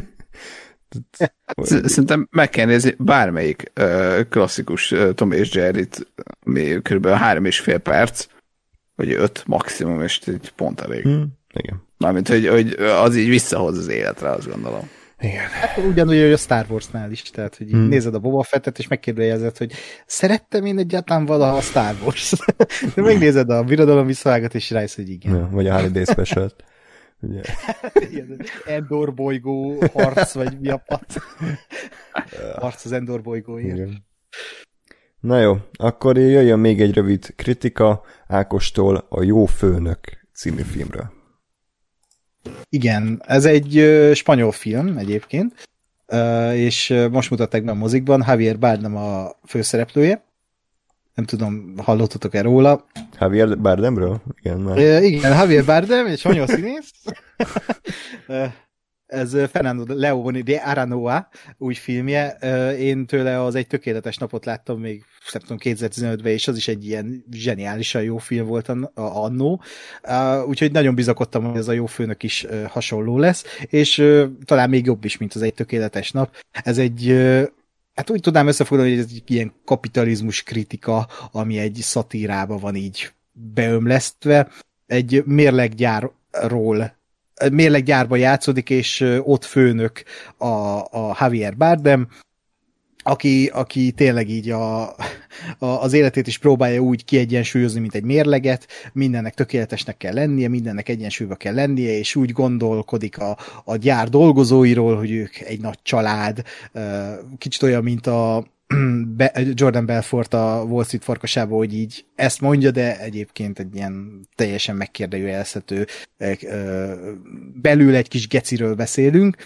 Szerintem meg kell nézni bármelyik klasszikus Tom és Jerryt, ami kb. 3,5 perc, vagy 5 maximum, és így pont elég. Igen. Mármint, hogy az így visszahoz az életre, azt gondolom. Igen. Hát ugyanúgy, hogy a Star Warsnál is, tehát, hogy nézed a Boba Fettet, és megkérdezed, hogy szerettem én egyáltalán valaha a Star Wars? De megnézed a Birodalom visszavágat, és rájössz, hogy igen. Ja, vagy a Holiday Special-t. Ugye? Endor bolygó harc, vagy mi a pat? Harc az Endor bolygóért. Na jó, akkor jöjjön még egy rövid kritika Ákostól a Jó főnök című filmről. Igen, ez egy spanyol film egyébként, és most mutatták be a mozikban, Javier Bardem a főszereplője. Nem tudom, hallottatok-e róla? Javier Bardemről? Igen, igen, Javier Bardem, egy spanyol színész. Ez Fernando León de Aranoa új filmje. Én tőle az Egy tökéletes napot láttam még, nem tudom, 2015-ben, és az is egy ilyen zseniálisan jó film volt annó. Úgyhogy nagyon bizakodtam, hogy ez a Jó főnök is hasonló lesz, és talán még jobb is, mint az Egy tökéletes nap. Ez egy hát úgy tudnám összefoglalni, hogy ez egy ilyen kapitalizmus kritika, ami egy szatírába van így beömlesztve. Egy mérleggyárba játszódik, és ott főnök a Javier Bardem, aki tényleg így az életét is próbálja úgy kiegyensúlyozni, mint egy mérleget, mindennek tökéletesnek kell lennie, mindennek egyensúlyba kell lennie, és úgy gondolkodik a gyár dolgozóiról, hogy ők egy nagy család, kicsit olyan, mint a Jordan Belfort a Wall Street farkasában, hogy így ezt mondja, de egyébként egy ilyen teljesen megkérdőjelezhető, belül egy kis geciről beszélünk.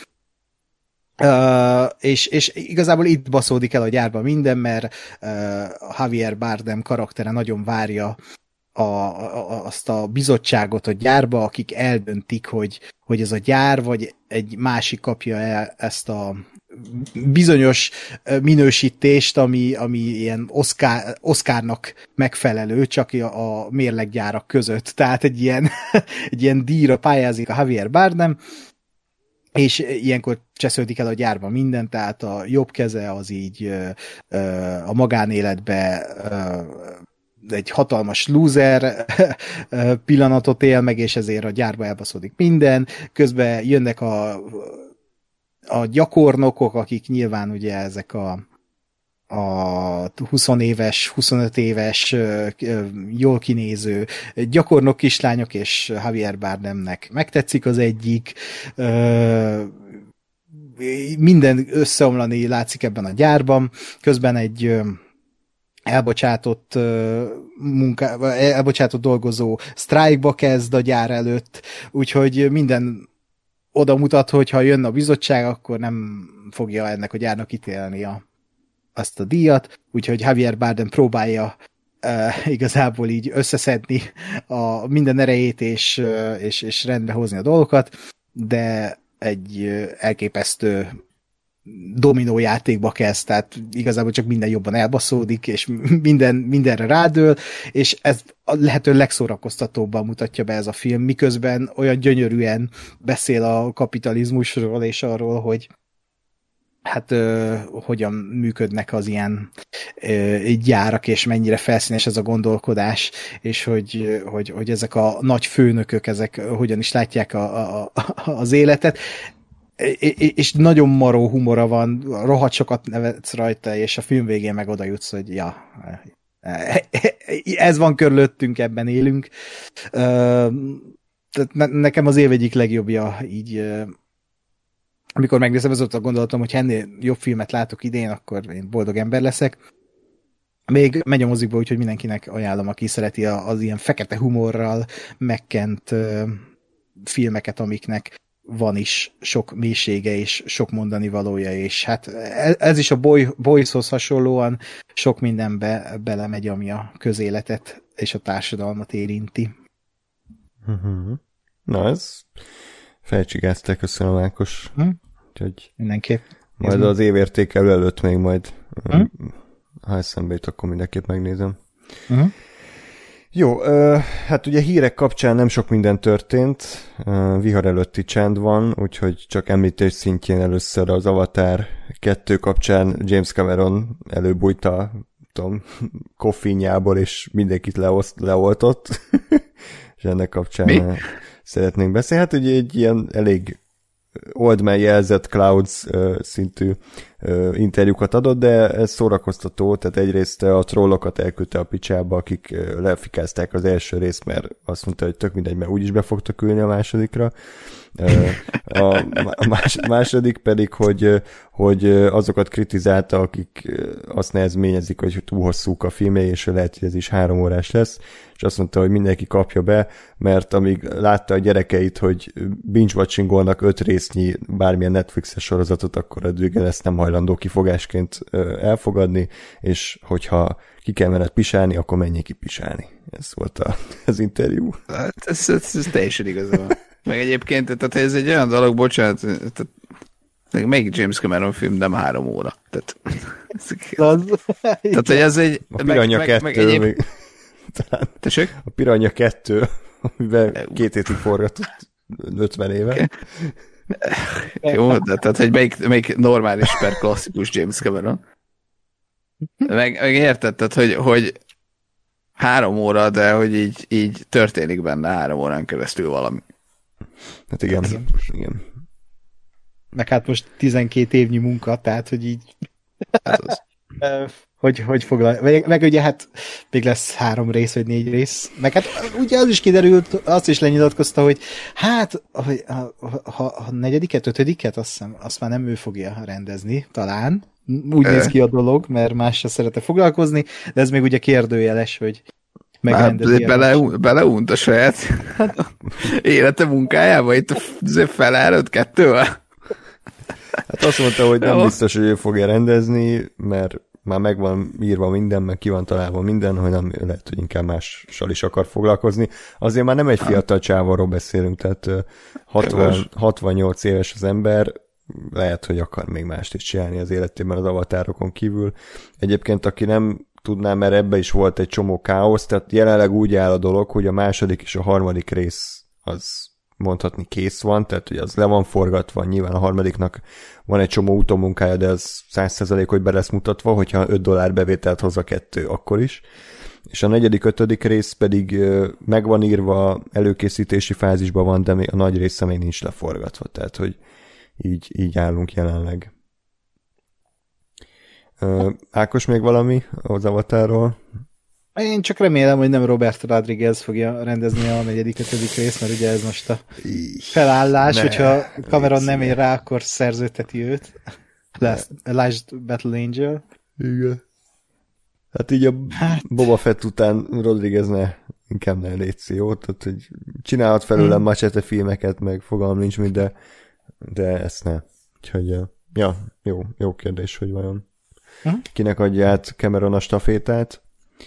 És igazából itt baszódik el a gyárba minden, mert Javier Bardem karaktere nagyon várja azt a bizottságot a gyárba, akik eldöntik, hogy ez a gyár, vagy egy másik kapja el ezt a bizonyos minősítést, ami ilyen Oscarnak megfelelő, csak a mérleggyárak között. Tehát egy ilyen díjra pályázik a Javier Bardem, és ilyenkor csesződik el a gyárban minden, tehát a jobb keze az így a magánéletbe egy hatalmas loser pillanatot él meg, és ezért a gyárba elbaszódik minden. Közben jönnek a gyakornokok, akik nyilván ugye ezek a 20 éves, 25 éves, jól kinéző gyakornok kislányok, és Javier Bardemnek megtetszik az egyik, minden összeomlani látszik ebben a gyárban, közben egy elbocsátott dolgozó sztrájkba kezd a gyár előtt, úgyhogy minden oda mutat, hogy ha jön a bizottság, akkor nem fogja ennek a gyárnak ítélni azt a díjat, úgyhogy Javier Bardem próbálja igazából így összeszedni a minden erejét, és rendbe hozni a dolgokat, de egy elképesztő dominó játékba kezd, tehát igazából csak minden jobban elbaszódik, és mindenre rádől, és ez a lehető legszórakoztatóbban mutatja be ez a film, miközben olyan gyönyörűen beszél a kapitalizmusról, és arról, hogy hát hogyan működnek az ilyen gyárak, és mennyire felszínes ez a gondolkodás, és hogy ezek a nagy főnökök, ezek hogyan is látják az életet, és nagyon maró humora van, rohadt sokat nevetsz rajta, és a film végén meg oda jutsz, hogy ja, ez van körülöttünk, ebben élünk. Tehát nekem az év egyik legjobbja így, amikor megnézem, az ott a gondolatom, hogy ennél jobb filmet látok idén, akkor én boldog ember leszek. Még megy a mozikba, úgyhogy mindenkinek ajánlom, aki szereti az ilyen fekete humorral megkent filmeket, amiknek van is sok mélysége és sok mondani valója, és hát ez is a Boyshoz hasonlóan sok mindenbe belemegy, ami a közéletet és a társadalmat érinti. Na ez felcsigázták, köszönöm Ákos. Úgyhogy mindenképp. majd az évértékelő előtt még majd ha eszembe jut, akkor mindenképp megnézem. Jó, hát ugye hírek kapcsán nem sok minden történt, vihar előtti csend van, úgyhogy csak említés szintjén először az Avatar 2 kapcsán James Cameron előbújt a koffinjából, és mindenkit leoltott, és ennek kapcsán szeretnénk beszélni. Hát ugye egy ilyen elég Old Man jelzett Clouds szintű interjúkat adott, de ez szórakoztató, tehát egyrészt a trollokat elküldte a picsába, akik lefikázták az első részt, mert azt mondta, hogy tök mindegy, mert úgyis be fogtak ülni a másodikra. A második pedig, hogy azokat kritizálta, akik azt nehezményezik, hogy túl hosszúk a filmje, és lehet, hogy ez is 3 órás lesz, és azt mondta, hogy mindenki kapja be, mert amíg látta a gyerekeit, hogy binge-watchingolnak 5 résznyi bármilyen Netflixes sorozatot, akkor addig ezt nem hajlandó kifogásként elfogadni, és hogyha ki kell menned pisálni, akkor menjél ki pisálni. Ez volt az interjú. Hát ez teljesen igaz van. Meg egyébként, tehát ez egy olyan dolog, bocsánat, tehát melyik James Cameron film nem 3 óra. Tehát hogy ez egy... A Piranha 2 Tessék? A Piranha 2, amiben 2 hétig forgatott 50 éve. Jó, de tehát, hogy melyik normális per klasszikus James Cameron. Meg érted, tehát, hogy 3 óra, de hogy így történik benne 3 órán keresztül valami. Hát igen. Meg hát most 12 évnyi munka, tehát, hogy így... Hát az. hogy foglal... Meg ugye hát még lesz 3 rész, vagy 4 rész. Meg hát ugye az is kiderült, azt is lenyilatkozta, hogy hát ha 4., 5. azt már nem ő fogja rendezni, talán. Úgy néz ki a dolog, mert mással szeretne foglalkozni, de ez még ugye kérdőjeles, hogy megrendezi. Beleunt a saját élete munkájába, itt felárad 2-vel. Hát azt mondta, hogy nem biztos, hogy ő fogja rendezni, mert már meg van írva minden, meg ki van találva minden, hogy nem lehet, hogy inkább mással is akar foglalkozni. Azért már nem egy fiatal csávorról beszélünk, tehát 68 éves az ember, lehet, hogy akar még mást is csinálni az életében az avatárokon kívül. Egyébként, aki nem tudná, mert ebbe is volt egy csomó káosz, tehát jelenleg úgy áll a dolog, hogy a második és a harmadik rész az mondhatni kész van, tehát hogy az le van forgatva, nyilván a harmadiknak van egy csomó utómunkája, de az 100% hogy be lesz mutatva, hogyha $5 bevételt hoz a 2, akkor is. És a 4., 5. rész pedig meg van írva, előkészítési fázisban van, de a nagy része még nincs leforgatva, tehát hogy így állunk jelenleg. Ákos, még valami az Avatarról? Én csak remélem, hogy nem Robert Rodriguez fogja rendezni a 4.-5. részt, mert ugye ez most a felállás, hogyha Cameron nem ér rá, akkor szerződteti őt. Last Battle Angel. Igen. Hát így a Boba Fett után Rodriguez inkább ne létszi, jó? Tehát, hogy csinálhat felőlem Machete filmeket, meg fogalm nincs mit, de ezt ne. Úgyhogy, ja, jó kérdés, hogy vajon kinek adja át Cameron a stafétát.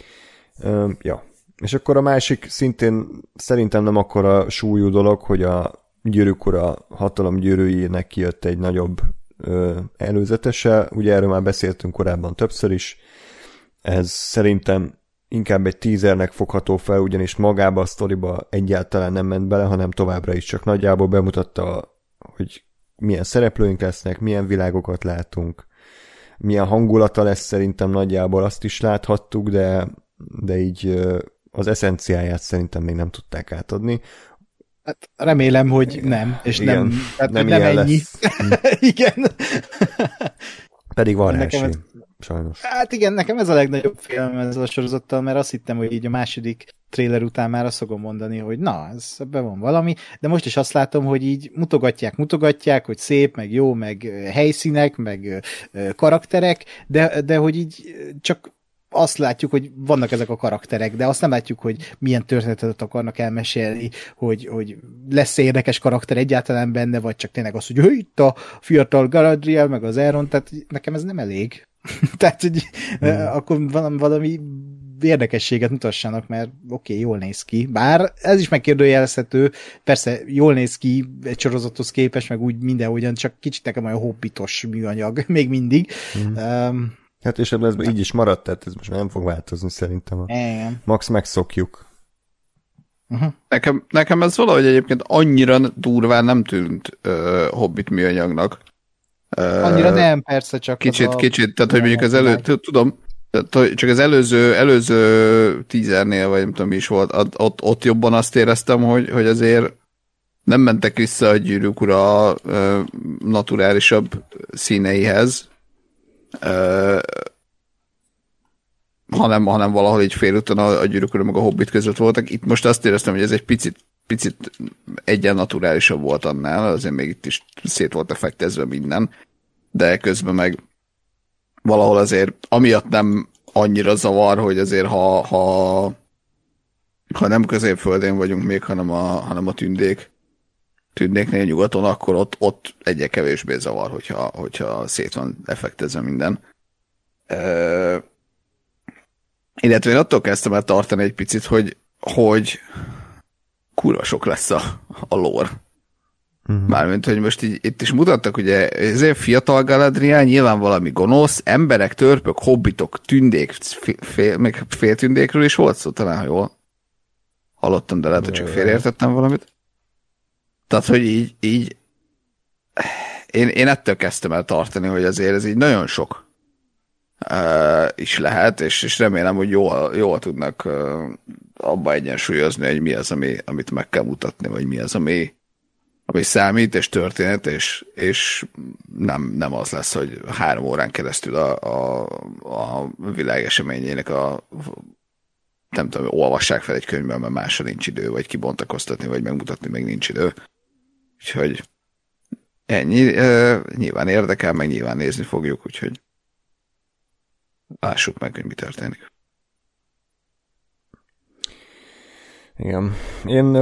Ja. És akkor a másik szintén szerintem nem akkora súlyú dolog, hogy a Gyűrűk Ura hatalom gyűrűjének kijött egy nagyobb előzetese. Ugye erről már beszéltünk korábban többször is. Ez szerintem inkább egy teasernek fogható fel, ugyanis magába a sztoriba egyáltalán nem ment bele, hanem továbbra is csak nagyjából bemutatta, hogy milyen szereplőink lesznek, milyen világokat látunk, milyen hangulata lesz, szerintem nagyjából azt is láthattuk, de így az eszenciáját szerintem még nem tudták átadni. Hát remélem, hogy nem, és igen, nem ennyi. Igen. Pedig van esély, sajnos. Hát igen, nekem ez a legnagyobb félelem ezzel a sorozattal, mert azt hittem, hogy így a második trailer után már azt fogom mondani, hogy na, ebben van valami, de most is azt látom, hogy így mutogatják, hogy szép, meg jó, meg helyszínek, meg karakterek, de hogy így csak azt látjuk, hogy vannak ezek a karakterek, de azt nem látjuk, hogy milyen történetet akarnak elmesélni, hogy lesz érdekes karakter egyáltalán benne, vagy csak tényleg az, hogy itt a fiatal Galadriel, meg az Elrond, tehát nekem ez nem elég. Tehát, hogy akkor valami érdekességet mutassanak, mert oké, jól néz ki. Bár ez is megkérdőjelezhető, persze jól néz ki egy sorozathoz képest, meg úgy mindenhogyan, csak kicsit nekem olyan hobbitos műanyag, még mindig. Hát és ebben így is maradt, tehát ez most nem fog változni szerintem. Max megszokjuk. Nekem ez valahogy egyébként annyira durván nem tűnt Hobbit műanyagnak. Annyira nem, persze, csak kicsit, tehát hogy mondjuk tudom, csak az előző teasernél, vagy nem tudom mi is volt, ott jobban azt éreztem, hogy azért nem mentek vissza a Gyűrűk Ura naturálisabb színeihez, hanem valahol így félúton a Gyűrűk Ura meg a Hobbit között voltak. Itt most azt éreztem, hogy ez egy picit egyen naturálisabb volt annál, azért még itt is szét volt effektezve minden, de közben meg valahol azért amiatt nem annyira zavar, hogy azért ha nem Középföldén vagyunk még, hanem a tündéknél nyugaton, akkor ott egyre kevésbé zavar, hogyha szét van effektezve minden. Illetve én attól kezdtem el tartani egy picit, hogy kurva sok lesz a lore. Mármint, hogy most így, itt is mutattak, ugye ezért fiatal Galadriel, nyilván valami gonosz, emberek, törpök, hobbitok, tündék, még féltündékről is volt szó, talán, ha jól hallottam, de lehet, hogy csak félreértettem valamit. Tehát, hogy így én ettől kezdtem el tartani, hogy azért ez így nagyon sok is lehet, és remélem, hogy jól tudnak abba egyensúlyozni, hogy mi az, amit meg kell mutatni, vagy mi az, ami számít, és történet, és nem az lesz, hogy 3 órán keresztül a világ eseményének nem tudom, olvassák fel egy könyvben, mert másra nincs idő, vagy kibontakoztatni, vagy megmutatni, meg nincs idő. Úgyhogy ennyi. Nyilván érdekel, meg nyilván nézni fogjuk, úgyhogy lássuk meg, hogy mi történik. Igen. Én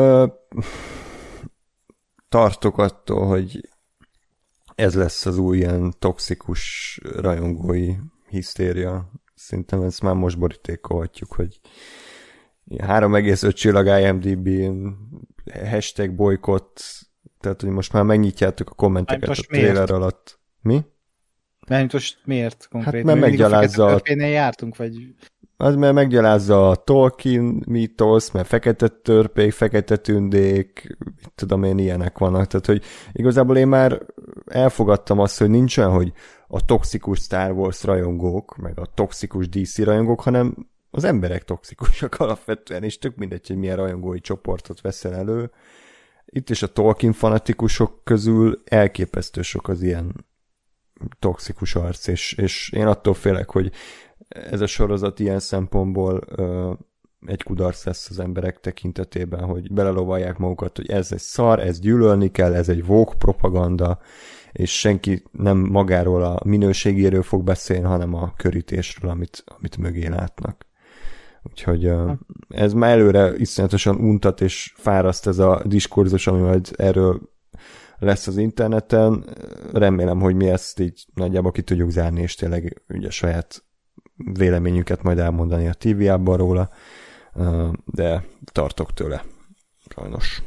tartok attól, hogy ez lesz az új ilyen toxikus rajongói hisztéria. Szerintem ezt már most borítékolhatjuk, hogy 3,5 csillag IMDb-n, hashtag bolykott, tehát hogy most már megnyitjátok a kommenteket a trailer alatt. Mi? Mert most miért konkrétan? Hát mert meggyalázza jártunk, vagy... Az mert meggyalázza a Tolkien mítosz, mert fekete törpék, fekete tündék, mit tudom én, ilyenek vannak. Tehát, hogy igazából én már elfogadtam azt, hogy nincs olyan, hogy a toxikus Star Wars rajongók, meg a toxikus DC rajongók, hanem az emberek toxikusak alapvetően, és tök mindegy, hogy milyen rajongói csoportot veszel elő. Itt is a Tolkien fanatikusok közül elképesztő sok az ilyen toxikus arc, és én attól félek, hogy ez a sorozat ilyen szempontból egy kudarc lesz az emberek tekintetében, hogy belelovalják magukat, hogy ez egy szar, ez gyűlölni kell, ez egy woke propaganda, és senki nem magáról a minőségéről fog beszélni, hanem a körítésről, amit mögé látnak. Úgyhogy ez már előre iszonyatosan untat és fáraszt ez a diskurzus, ami majd erről lesz az interneten. Remélem, hogy mi ezt így nagyjából ki tudjuk zárni, és tényleg ugye saját véleményünket majd elmondani a TV-ában róla, de tartok tőle. Sajnos.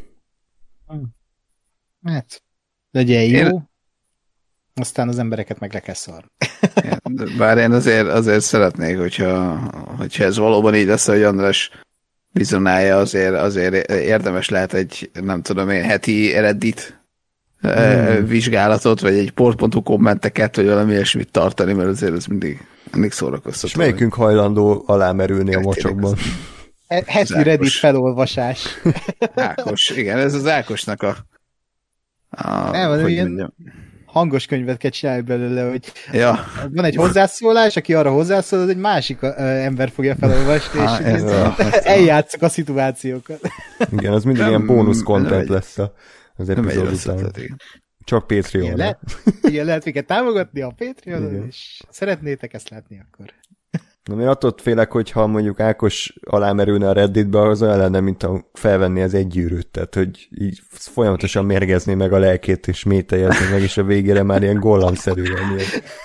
Hát, legyen jó. Aztán az embereket meg le kell szar. Bár én azért szeretnék, hogyha ez valóban így lesz, hogy András vizionálja, azért érdemes lehet egy, nem tudom én, heti Reddit vizsgálatot, vagy egy port.hu kommenteket, vagy valami ilyesmit tartani, mert azért ez mindig szórakoztató. És melyikünk hajlandó alámerülni a mocsokban? Heti Reddit felolvasás. Ákos, igen, ez az Ákosnak hogy ilyen hangos könyvet kell csinálni belőle, hogy van egy hozzászólás, aki arra hozzászól, az egy másik ember fogja felolvasni, és eljátszuk a szituációkat. Igen, az mindig ilyen bónusz content lesz az epizód után. Csak Patreon. Igen, lehet minket támogatni a Patreonon, és szeretnétek ezt látni akkor. Na, én attól félek, hogyha mondjuk Ákos alámerülne a Redditbe, az olyan lenne, mint a felvenni az egy gyűrűt, tehát hogy így folyamatosan mérgezni meg a lelkét, és mételjezni meg, és a végére már ilyen gollamszerű lenni.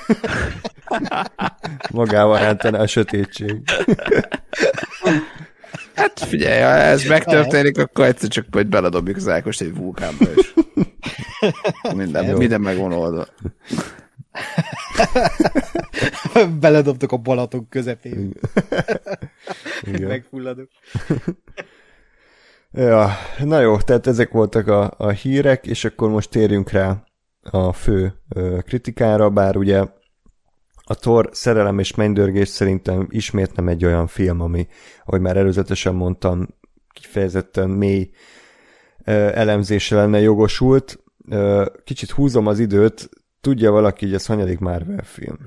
Magával rántaná a sötétség. Hát figyelj, ha ez megtörténik, akkor egyszer csak majd beledobjuk az Ákost egy vulkánba, és minden megvan oldva. Beledobtok a Balaton közepén. Megfulladok. Ja, na jó, tehát ezek voltak a hírek, és akkor most térjünk rá a fő kritikára, bár ugye a Thor szerelem és mennydörgés szerintem ismét nem egy olyan film, ami, ahogy már előzetesen mondtam, kifejezetten mély elemzésre lenne jogosult. Kicsit húzom az időt, tudja valaki, hogy ez hanyadik Marvel film?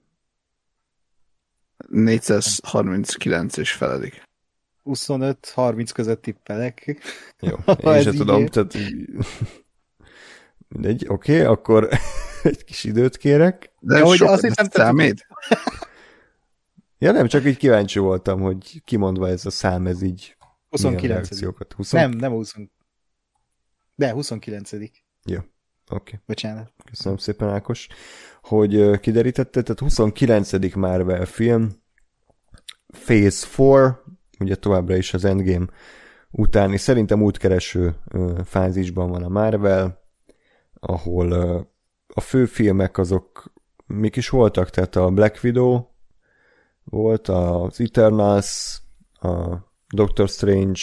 439 és feledik. 25-30 között tippelek. Jó, én sem tudom, tehát mindegy, oké, akkor egy kis időt kérek. De ja, hogy azt hiszem, számít? Ja nem, csak így kíváncsi voltam, hogy kimondva ez a szám, ez így 29. Nem 20. De 29. Jó, oké. Bocsánat. Köszönöm szépen, Ákos, hogy kiderítette, tehát 29. Marvel film, Phase 4, ugye továbbra is az Endgame utáni, szerintem útkereső fázisban van a Marvel, ahol a főfilmek azok mik is voltak, tehát a Black Widow volt, az Eternals, a Doctor Strange,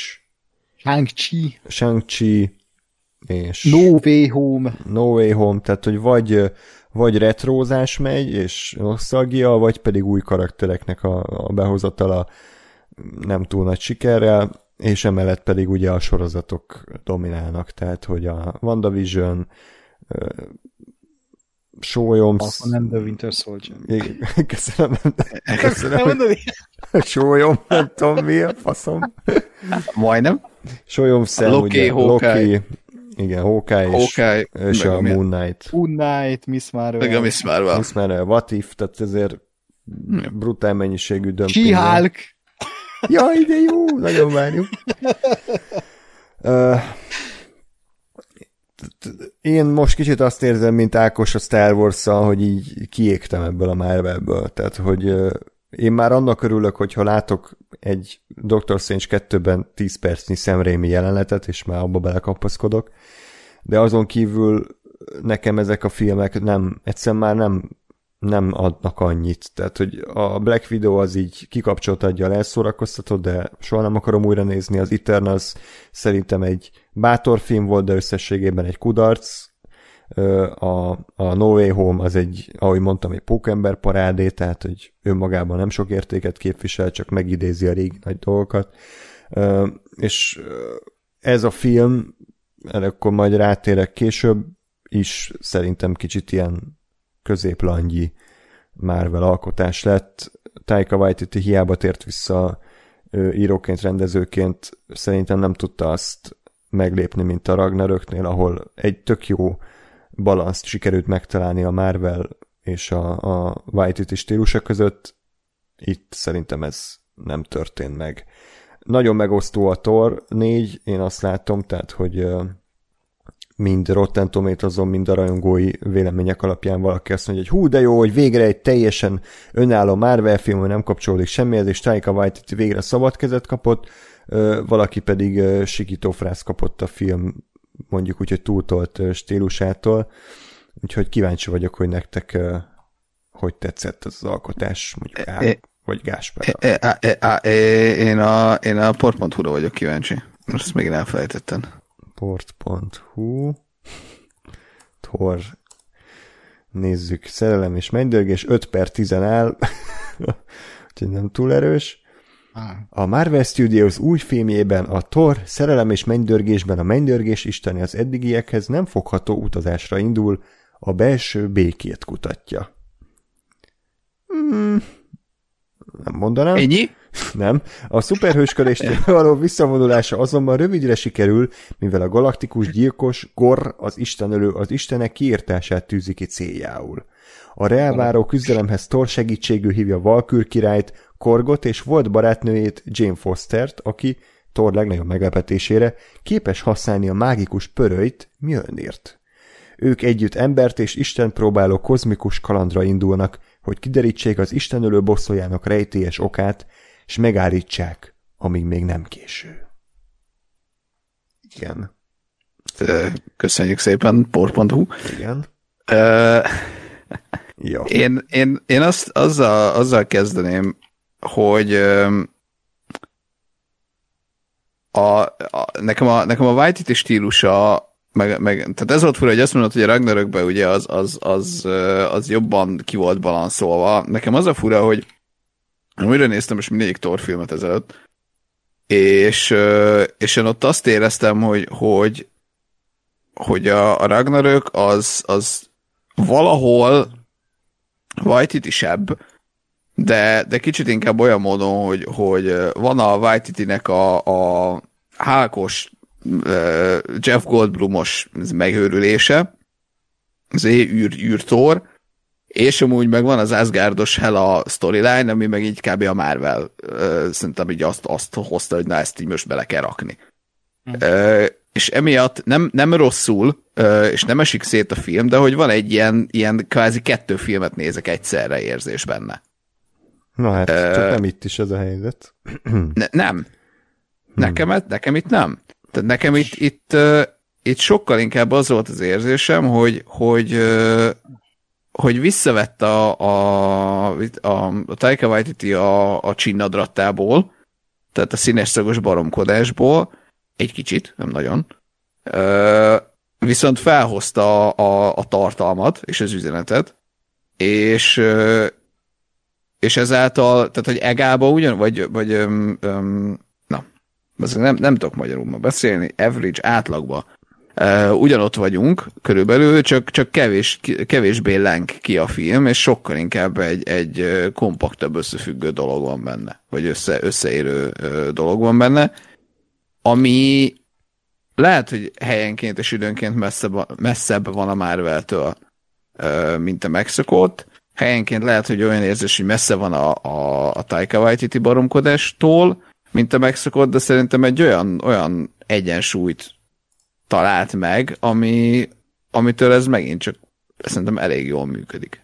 Shang-Chi és No Way Home, tehát hogy vagy retrózás megy, és nosztalgia, vagy pedig új karaktereknek a behozatala nem túl nagy sikerrel, és emellett pedig ugye a sorozatok dominálnak, tehát hogy a WandaVision, Sólyom... Nem The Winter Soldier. Köszönöm. Sólyom, nem tudom mi a faszom. Majdnem. Sólyom szem, Loki, igen, Hawkeye és a Moon Knight. Miss Marvel. Meg a Miss Marvel, What If, tehát ezért brutál mennyiségű dömping. She-Hulk. Jaj, de jó, nagyon várjuk. Én most kicsit azt érzem, mint Ákos a Star Wars-szal, hogy így kiégtem ebből a Marvelből. Tehát, hogy én már annak örülök, hogyha látok egy Doctor Strange 2-ben 10 percnyi Sam Raimi jelenetet, és már abba belekapaszkodok. De azon kívül nekem ezek a filmek egyszerűen már nem adnak annyit. Tehát, hogy a Black Widow az így kikapcsolt adja, elszórakoztatott, de soha nem akarom újra nézni. Az Eternals szerintem egy bátor film volt, de összességében egy kudarc. A No Way Home az egy, ahogy mondtam, egy pókember parádé, tehát, hogy önmagában nem sok értéket képvisel, csak megidézi a régi nagy dolgokat. És ez a film, akkor majd rátérek később, is szerintem kicsit ilyen középlangyi Marvel alkotás lett. Taika Waititi hiába tért vissza íróként, rendezőként, szerintem nem tudta azt meglépni, mint a Ragnaröknél, ahol egy tök jó balanszt sikerült megtalálni a Marvel és a Waititi stílusa között. Itt szerintem ez nem történt meg. Nagyon megosztó a Thor 4, én azt látom, tehát, hogy mind Rotten Tomatoes-on, mind a rajongói vélemények alapján valaki azt mondja, hogy hú, de jó, hogy végre egy teljesen önálló Marvel film, hogy nem kapcsolódik semmihez, és Taika Waititi végre szabad kezet kapott, valaki pedig sikítófrász kapott a film, mondjuk úgy, hogy túltolt stílusától, úgyhogy kíváncsi vagyok, hogy nektek hogy tetszett ez az alkotás, mondjuk vagy Gáspár. Én a port.hu-ra vagyok kíváncsi. Most ezt megint elfelejtettem. Port.hu Thor, nézzük, szerelem és mennydörgés, 5/10 áll, úgyhogy nem túl erős. A Marvel Studios új filmjében a Thor szerelem és mennydörgésben a mennydörgés isteni az eddigiekhez nem fogható utazásra indul, a belső békét kutatja. Nem mondanám. Ennyi? Nem. A szuperhősködéstől való visszavonulása azonban rövidre sikerül, mivel a galaktikus gyilkos Gorr, az istenölő, az istenek kiirtását tűzi ki céljául. A reálváró küzdelemhez Thor segítségül hívja Valkür királyt, Korgot és volt barátnőjét, Jane Fostert, aki Thor legnagyobb meglepetésére képes használni a mágikus pörölyt, Mjölnirt. Ők együtt embert és Isten próbáló kozmikus kalandra indulnak, hogy kiderítsék az istenölő bosszójának rejtélyes okát, és megállítsák, amíg még nem késő. Igen. Köszönjük szépen, por.hu. Igen. Jó. Én azzal kezdeném, hogy nekem a Waititi stílusa tehát ez volt fura, hogy azt mondod, hogy a Ragnarökben ugye az jobban ki volt balanszolva. Nekem az a fura, hogy újra néztem most mindegyik Thor filmet ezelőtt, és én ott azt éreztem, hogy a Ragnarök az valahol Waititi-sebb, de kicsit inkább olyan módon, hogy van a Waititi-nek a hákos Jeff Goldblumos megőrülése, az űrtor, és amúgy meg van az Asgardos Hela storyline, ami meg így kb. A Marvel szerintem így azt hozta, hogy na ezt így most bele kell rakni. És emiatt nem rosszul, és nem esik szét a film, de hogy van egy ilyen kvázi 2 filmet nézek egyszerre érzés benne. Na hát, csak nem itt is ez a helyzet. Nem. Nekem itt nem. Tehát nekem itt sokkal inkább az volt az érzésem, hogy visszavett a Taika Waititi a csinnadrattából, tehát a színes szagos baromkodásból, egy kicsit, nem nagyon, viszont felhozta a tartalmat és az üzenetet, és ezáltal, tehát hogy egába ugyan, vagy nem tudok magyarul ma beszélni, average, átlagban ugyanott vagyunk körülbelül, csak kevésbé lenk ki a film, és sokkal inkább egy kompaktabb összefüggő dolog van benne, vagy összeérő dolog van benne, ami lehet, hogy helyenként és időnként messzebb van a Marvel-től, mint a megszokott. Helyenként lehet, hogy olyan érzés, hogy messze van a Taika Waititi baromkodástól, mint a megszokott, de szerintem egy olyan egyensúlyt talált meg, amitől ez megint csak szerintem elég jól működik.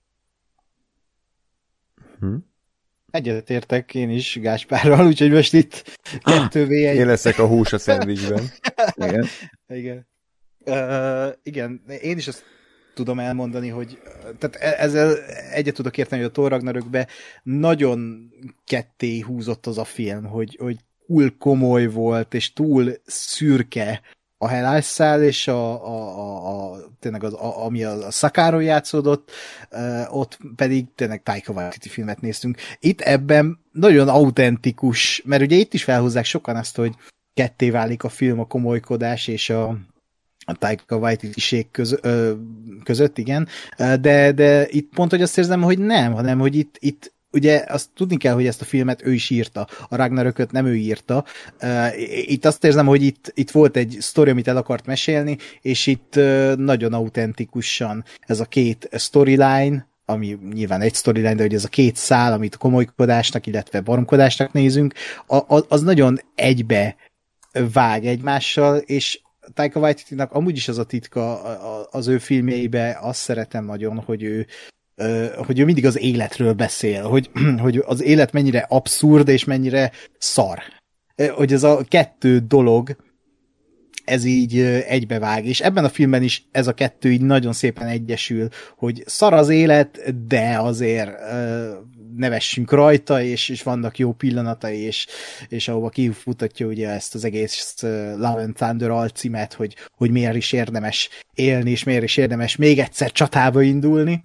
Egyetértek én is Gáspárral, úgyhogy most itt 2v1. Én leszek a hús a szendvicsben. Igen. Igen, én is azt tudom elmondani, hogy tehát ezzel egyet tudok érteni, hogy a Thor Ragnarökbe nagyon ketté húzott az a film, hogy túl komoly volt, és túl szürke a Helásszál, és tényleg ami a Szakáron játszódott, ott pedig tényleg Taika Waititi filmet néztünk. Itt ebben nagyon autentikus, mert ugye itt is felhozzák sokan azt, hogy ketté válik a film, a komolykodás és a Taika Waititi-ség között, igen, de itt pont, hogy azt érzem, hogy nem, hanem, hogy itt ugye azt tudni kell, hogy ezt a filmet ő is írta, a Ragnarököt nem ő írta. Itt azt érzem, hogy itt volt egy sztori, amit el akart mesélni, és itt nagyon autentikusan ez a két storyline, ami nyilván egy storyline, de hogy ez a két szál, amit komolykodásnak, illetve baromkodásnak nézünk, az nagyon egybe vág egymással, és Taika Waititinak amúgy is az a titka az ő filmjeibe, azt szeretem nagyon, hogy ő mindig az életről beszél, hogy az élet mennyire abszurd és mennyire szar. Hogy ez a kettő dolog, ez így egybevág, és ebben a filmben is ez a kettő így nagyon szépen egyesül, hogy szar az élet, de azért nevessünk rajta, és vannak jó pillanatai, és ahova kifutatja ugye ezt az egész Love and Thunder alcímet, hogy miért is érdemes élni, és miért is érdemes még egyszer csatába indulni.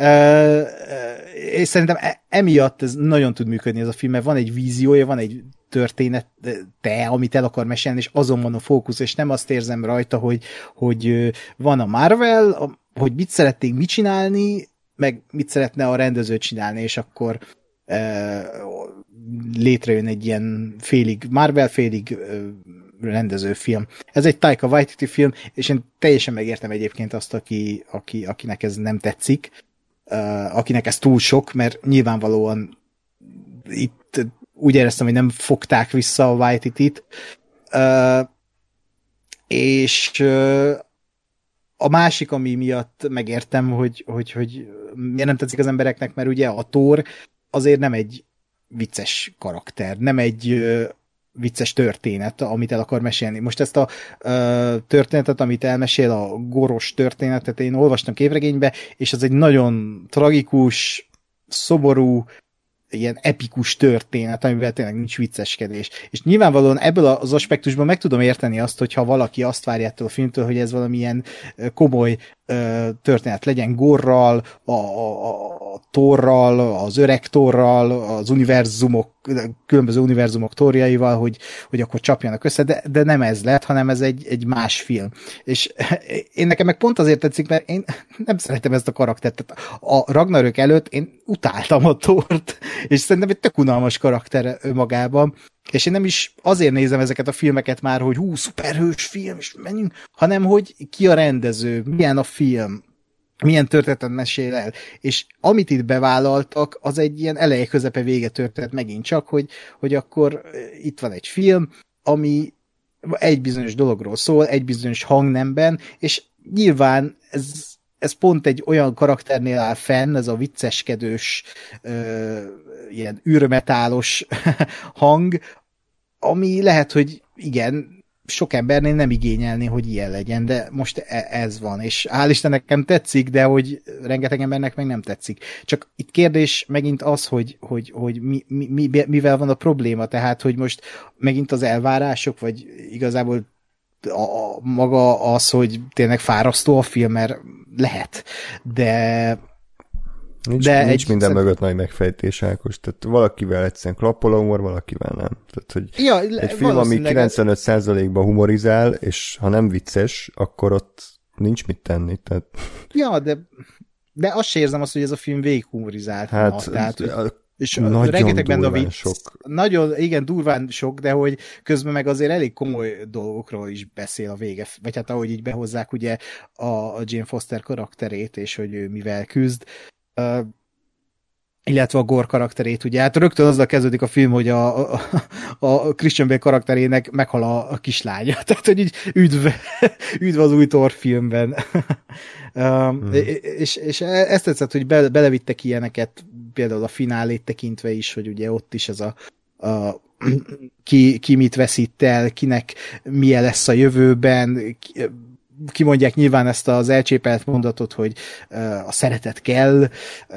És szerintem emiatt ez nagyon tud működni ez a film, mert van egy víziója, van egy története, amit el akar mesélni, és azon van a fókusz, és nem azt érzem rajta, hogy van a Marvel, hogy mit szeretnék mit csinálni, meg mit szeretne a rendező csinálni, és akkor létrejön egy ilyen félig Marvel, félig rendezőfilm. Ez egy Taika Waititi film, és én teljesen megértem egyébként azt, akinek ez nem tetszik, akinek ez túl sok, mert nyilvánvalóan itt úgy éreztem, hogy nem fogták vissza a Waititit, és a másik, ami miatt megértem, hogy miért nem tetszik az embereknek, mert ugye a Thor azért nem egy vicces karakter, nem egy vicces történet, amit el akar mesélni. Most ezt a történetet, amit elmesél, a goros történetet, én olvastam képregénybe, és ez egy nagyon tragikus, szomorú, ilyen epikus történet, amiben tényleg nincs vicceskedés. És nyilvánvalóan ebből az aspektusban meg tudom érteni azt, hogyha valaki azt várja ettől a filmtől, hogy ez valamilyen komoly történet legyen Gorral, a Thorral, az öreg Thorral, az univerzumok, különböző univerzumok Thorjaival, hogy akkor csapjanak össze, de nem ez lett, hanem ez egy más film. És én nekem meg pont azért tetszik, mert én nem szeretem ezt a karaktert. A Ragnarök előtt én utáltam a Thort, és szerintem egy tök unalmas karakter magában, és én nem is azért nézem ezeket a filmeket már, hogy szuperhős film, és menjünk, hanem hogy ki a rendező, milyen a film, milyen történetet mesél el. És amit itt bevállaltak, az egy ilyen eleje, közepe, vége történet megint csak, hogy akkor itt van egy film, ami egy bizonyos dologról szól, egy bizonyos hangnemben, és nyilván ez pont egy olyan karakternél áll fenn, ez a vicceskedős, ilyen űrmetálos hang, ami lehet, hogy igen, sok embernél nem igényelné, hogy ilyen legyen, de most ez van, és hál' Istennek nekem tetszik, de hogy rengeteg embernek meg nem tetszik. Csak itt kérdés megint az, hogy mivel van a probléma, tehát, hogy most megint az elvárások, vagy igazából maga az, hogy tényleg fárasztó a film, mert lehet, de nincs minden mögött nagy megfejtés, Ákos. Tehát valakivel egyszerűen klappol a humor, valakivel nem. Tehát, hogy egy film, ami 95%-ban humorizál, és ha nem vicces, akkor ott nincs mit tenni. Tehát... Ja, de azt se érzem azt, hogy ez a film végig humorizált. Hát, tehát, és rengeteg benne a vicc. Sok. Nagyon, igen, durván sok, de hogy közben meg azért elég komoly dolgokról is beszél a vége, vagy hát ahogy így behozzák ugye a Jane Foster karakterét, és hogy ő mivel küzd. Illetve a Gore karakterét, ugye, hát rögtön azzal kezdődik a film, hogy a Christian Bale karakterének meghal a kislánya, tehát, hogy így üdv az új Thor filmben. És ezt tetszett, hogy belevittek ilyeneket, például a finálét tekintve is, hogy ugye ott is ez ki mit veszít el, kinek milyen lesz a jövőben, kimondják nyilván ezt az elcsépelt mondatot, hogy a szeretet kell.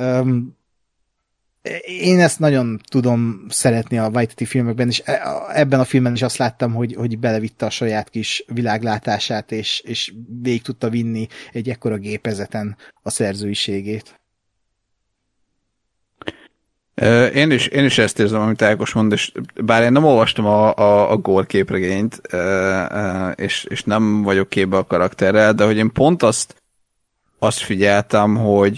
Én ezt nagyon tudom szeretni a Waititi filmekben, és ebben a filmben is azt láttam, hogy belevitte a saját kis világlátását, és végig tudta vinni egy ekkora gépezeten a szerzőiségét. Én is ezt érzem, amit Ákos mond, és bár én nem olvastam a Gore képregényt, és nem vagyok képbe a karakterrel, de hogy én pont azt figyeltem,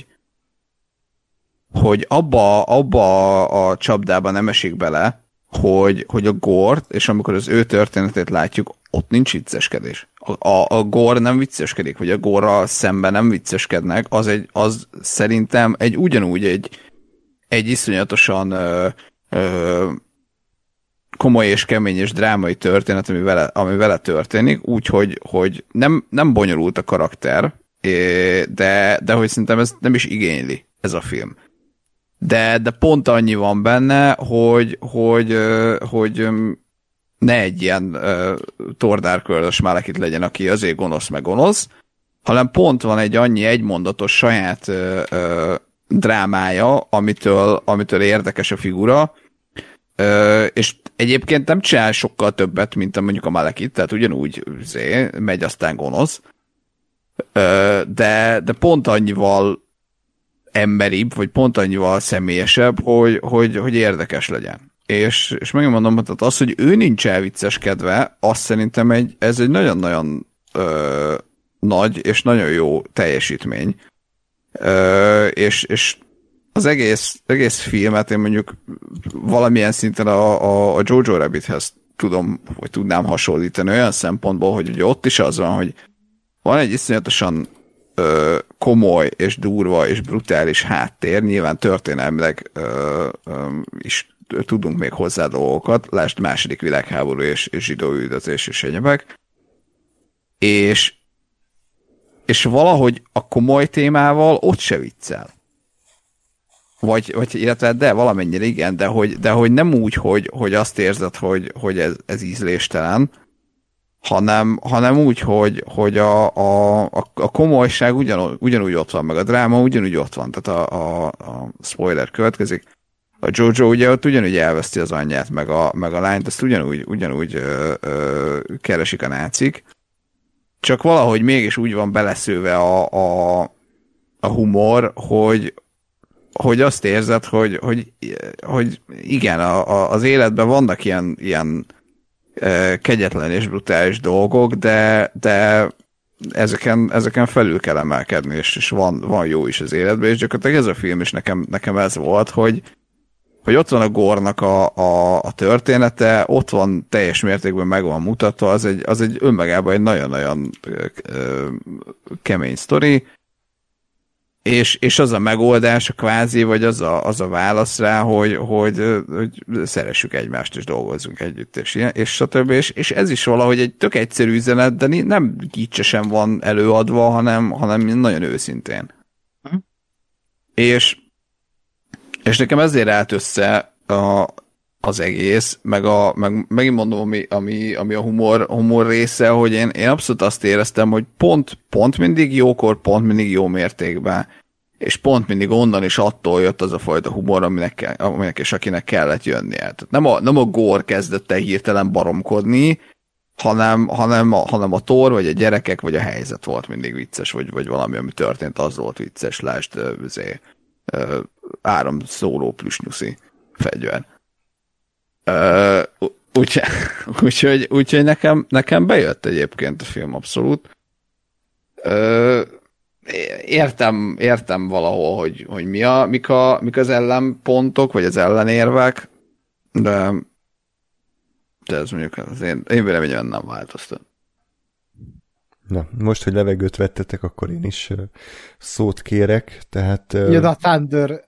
hogy abba a csapdába nem esik bele, hogy a Gore, és amikor az ő történetét látjuk, ott nincs vicceskedés. A Gore nem vicceskedik, vagy a Gore-ral szemben nem vicceskednek, az szerintem ugyanúgy egy iszonyatosan komoly és kemény és drámai történet, ami vele történik, úgyhogy hogy nem bonyolult a karakter, de hogy szerintem ez nem is igényli ez a film. De pont annyi van benne, hogy ne egy ilyen tordárkörös Malekith legyen, aki azért gonosz meg gonosz, hanem pont van egy annyi egymondatos saját drámája, amitől érdekes a figura, és egyébként nem csinál sokkal többet, mint mondjuk a Malekith, tehát ugyanúgy megy, aztán gonosz, de pont annyival emberibb, vagy pont annyival személyesebb, hogy érdekes legyen. És megmondom, hogy az, hogy ő nincs elvicceskedve, azt szerintem ez egy nagyon-nagyon nagy és nagyon jó teljesítmény. És az egész filmet én mondjuk valamilyen szinten a Jojo Rabbithez tudnám hasonlítani olyan szempontból, hogy ugye ott is az van, hogy van egy iszonyatosan komoly és durva és brutális háttér, nyilván történelmileg is tudunk még hozzá dolgokat, lásd második világháború és zsidóüldözés és egyebek, és valahogy a komoly témával ott se viccel. Vagy illetve de valamennyire igen, de hogy nem úgy, hogy azt érzed, hogy ez ízléstelen, hanem úgy, hogy a komolyság ugyanúgy ott van, meg a dráma ugyanúgy ott van. Tehát a spoiler következik. A Jojo ugye ott ugyanúgy elveszti az anyját, meg a lányt, ezt ugyanúgy keresik a nácik. Csak valahogy mégis úgy van beleszőve a humor, hogy azt érzed, hogy igen, az életben vannak ilyen kegyetlen és brutális dolgok, de ezeken felül kell emelkedni, és van jó is az életben, és gyakorlatilag ez a film is nekem ez volt, hogy ott van a Gore-nak a története, ott van teljes mértékben meg van mutatva, az egy önmagában egy nagyon-nagyon kemény sztori, és az a megoldás, a kvázi, vagy az a válasz rá, hogy szeressük egymást, és dolgozzunk együtt, és stb. És ez is valahogy egy tök egyszerű üzenet, de nem gicsesen van előadva, hanem nagyon őszintén. És nekem ezért állt össze az egész, meg megint mondom, ami a humor része, hogy én abszolút azt éreztem, hogy pont mindig jókor, pont mindig jó mértékben, és pont mindig onnan és attól jött az a fajta humor, aminek és akinek kellett jönnie. Tehát nem a Gore kezdett el hirtelen baromkodni, hanem a Thor, vagy a gyerekek, vagy a helyzet volt mindig vicces, vagy valami, ami történt, az volt vicces, lásd, áramszóló plüsnyuszi fegyver. Úgyhogy nekem bejött egyébként a film abszolút. Értem valahol, hogy mik az ellenpontok, vagy az ellenérvek, de ez mondjuk az én véleményem nem változtat. Na, most, hogy levegőt vettetek, akkor én is szót kérek, tehát... Jön a Thunder!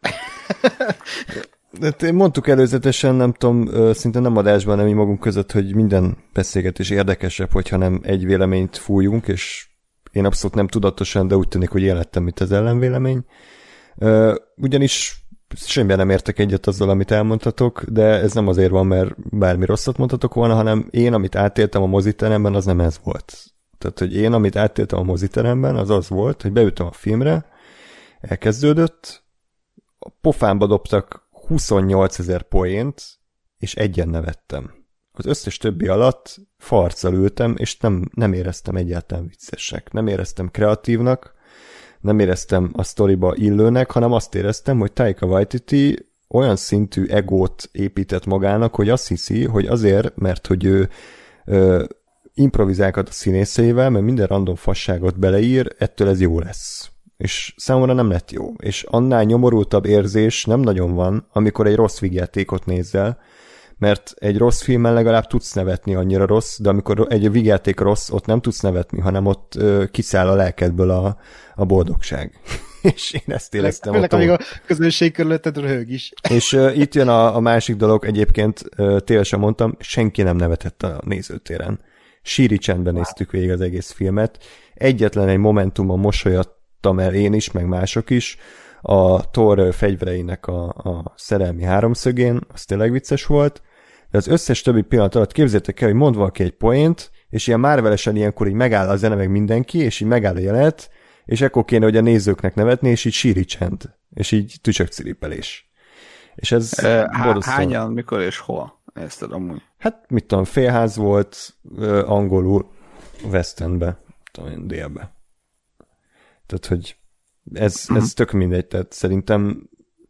De mondtuk előzetesen, nem tudom, szinte nem adásban, nem így magunk között, hogy minden beszélgetés érdekesebb, hogyha nem egy véleményt fújunk, és én abszolút nem tudatosan, de úgy tűnik, hogy én lettem itt az ellenvélemény. Ugyanis semmiben nem értek egyet azzal, amit elmondhatok, de ez nem azért van, mert bármi rosszat mondhatok volna, hanem én, amit átéltem a moziteremben, az nem ez volt. Tehát, hogy én, amit átéltem a moziteremben, az volt, hogy beültem a filmre, elkezdődött, a pofámba dobtak 28 000 poént, és egyen nevettem. Az összes többi alatt farccal ültem, és nem éreztem egyáltalán viccesnek. Nem éreztem kreatívnak, nem éreztem a sztoriba illőnek, hanem azt éreztem, hogy Taika Waititi olyan szintű egót épített magának, hogy azt hiszi, hogy azért, mert hogy ő improvizálkat a színészeivel, mert minden random fasságot beleír, ettől ez jó lesz. És számomra nem lett jó. És annál nyomorultabb érzés nem nagyon van, amikor egy rossz vígjátékot nézzel, mert egy rossz filmen legalább tudsz nevetni, annyira rossz, de amikor egy vígjáték rossz, ott nem tudsz nevetni, hanem ott kiszáll a lelkedből a boldogság. És én ezt éreztem. Főleg, amíg a közönség körülötted röhög is. És itt jön a másik dolog, egyébként tévesen mondtam, senki nem nevetett a nézőtéren. Síri csendben néztük végig az egész filmet. Egyetlen egy momentumon mosolyodtam el én is, meg mások is, a Thor fegyvereinek a szerelmi háromszögén, az tényleg vicces volt, de az összes többi pillanat alatt képzeljétek el, hogy mond valaki egy poént, és ilyen Marvelesen ilyenkor így megáll a zene meg mindenki, és így megáll a jelenet, és ekkor kéne, hogy a nézőknek nevetni, és így síri csend, és így tücsökciripelés. És ez hányan, mikor és hol? Ezt amúgy. Hát, mit tudom, félház volt, angolul, West Endbe, tudom, délbe. Tehát, hogy ez tök mindegy, tehát szerintem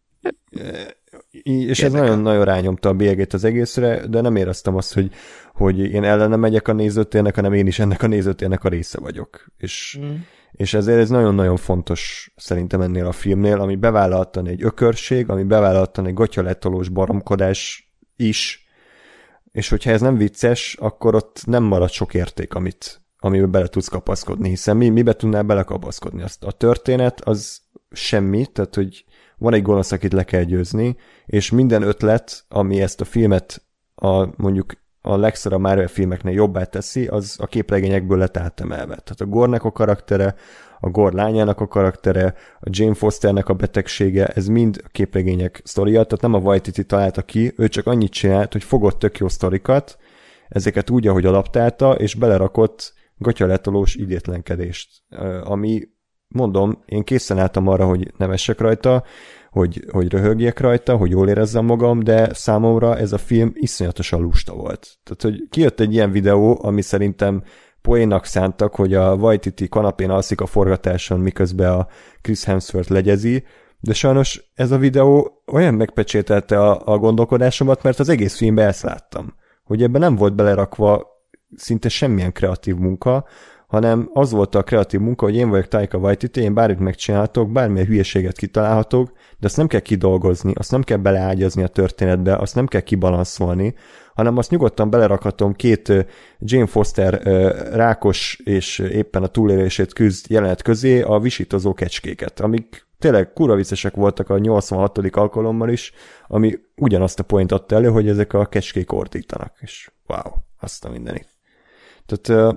és ez nagyon-nagyon rányomta a bélyegét az egészre, de nem éreztem azt, hogy én ellene megyek a nézőtérnek, hanem én is ennek a nézőtérnek a része vagyok. És ezért ez nagyon-nagyon fontos szerintem ennél a filmnél, ami bevállaltan egy ökörség, ami bevállaltan egy gotyaletolós baromkodás is, és hogyha ez nem vicces, akkor ott nem marad sok érték, amiben bele tudsz kapaszkodni, hiszen mibe tudnál belekapaszkodni? A történet az semmi, tehát hogy van egy gonosz, akit le kell győzni, és minden ötlet, ami ezt a filmet mondjuk a legszarabb Marvel filmeknél jobbá teszi, az a képregényekből lett átemelve. Tehát a Gornek a karaktere, a Gor lányának a karaktere, a Jane Fosternek a betegsége, ez mind a képregények sztoria, tehát nem a Waititi találta ki, ő csak annyit csinált, hogy fogott tök jó sztorikat, ezeket úgy, ahogy adaptálta, és belerakott gatyaletolós idétlenkedést, ami, mondom, én készen álltam arra, hogy nevessek rajta, hogy röhögjek rajta, hogy jól érezzem magam, de számomra ez a film iszonyatosan lusta volt. Tehát, hogy kijött egy ilyen videó, ami szerintem poénnak szántak, hogy a Waititi kanapén alszik a forgatáson, miközben a Chris Hemsworth legyezi, de sajnos ez a videó olyan megpecsételte a gondolkodásomat, mert az egész filmben ezt láttam, hogy ebben nem volt belerakva szinte semmilyen kreatív munka, hanem az volt a kreatív munka, hogy én vagyok Taika Waititi, én bármit megcsinálhatok, bármilyen hülyeséget kitalálhatok, de azt nem kell kidolgozni, azt nem kell beleágyazni a történetbe, azt nem kell kibalanszolni, hanem azt nyugodtan belerakhatom két Jane Foster rákos és éppen a túlélését küzd jelenet közé a visítozó kecskéket, amik tényleg kurva viccesek voltak a 86. alkalommal is, ami ugyanazt a point adta elő, hogy ezek a kecskék ordítanak, és wow, azt a mindenit. Tehát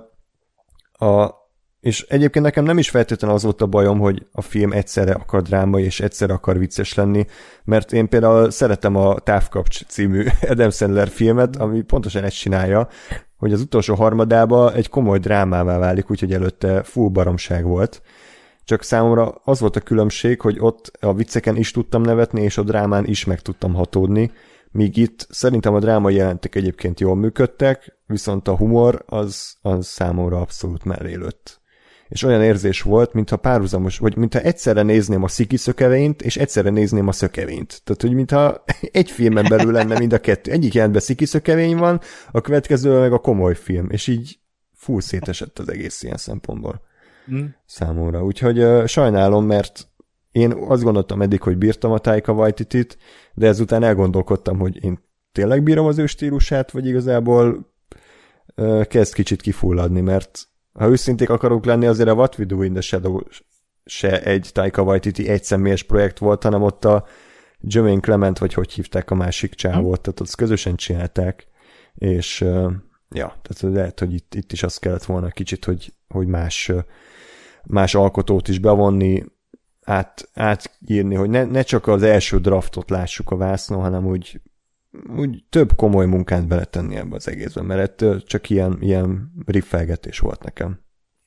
és egyébként nekem nem is feltétlenül az volt a bajom, hogy a film egyszerre akar drámai, és egyszerre akar vicces lenni, mert én például szeretem a Távkapcs című Adam Sandler filmet, ami pontosan ezt csinálja, hogy az utolsó harmadában egy komoly drámává válik, úgyhogy előtte full baromság volt. Csak számomra az volt a különbség, hogy ott a vicceken is tudtam nevetni, és a drámán is meg tudtam hatódni, míg itt szerintem a drámai jelentek egyébként jól működtek, viszont a humor az számomra abszolút mellélőtt. És olyan érzés volt, mintha párhuzamos, vagy mintha egyszerre nézném a Sziki szökevényt, és egyszerre nézném a szökevényt. Tehát, hogy mintha egy filmen belül lenne mind a kettő. Egyik jelentben Sziki szökevény van, a következő meg a komoly film, és így full szétesett az egész ilyen szempontból számomra. Úgyhogy sajnálom, mert én azt gondoltam eddig, hogy bírtam a Taika Waititit, de ezután elgondolkodtam, hogy én tényleg bírom az ő stílusát, vagy igazából kezd kicsit kifulladni, mert ha őszinték akarok lenni, azért a What We Do in the Shadow se egy Taika Waititi egyszemélyes projekt volt, hanem ott a Jermaine Clement, vagy hogy hívták a másik csávót, tehát azt közösen csinálták, és tehát lehet, hogy itt is azt kellett volna kicsit, hogy más alkotót is bevonni, átírni, hogy ne csak az első draftot lássuk a vásznon, hanem úgy több komoly munkát beletenni ebbe az egészben, mert csak ilyen riffelgetés volt nekem.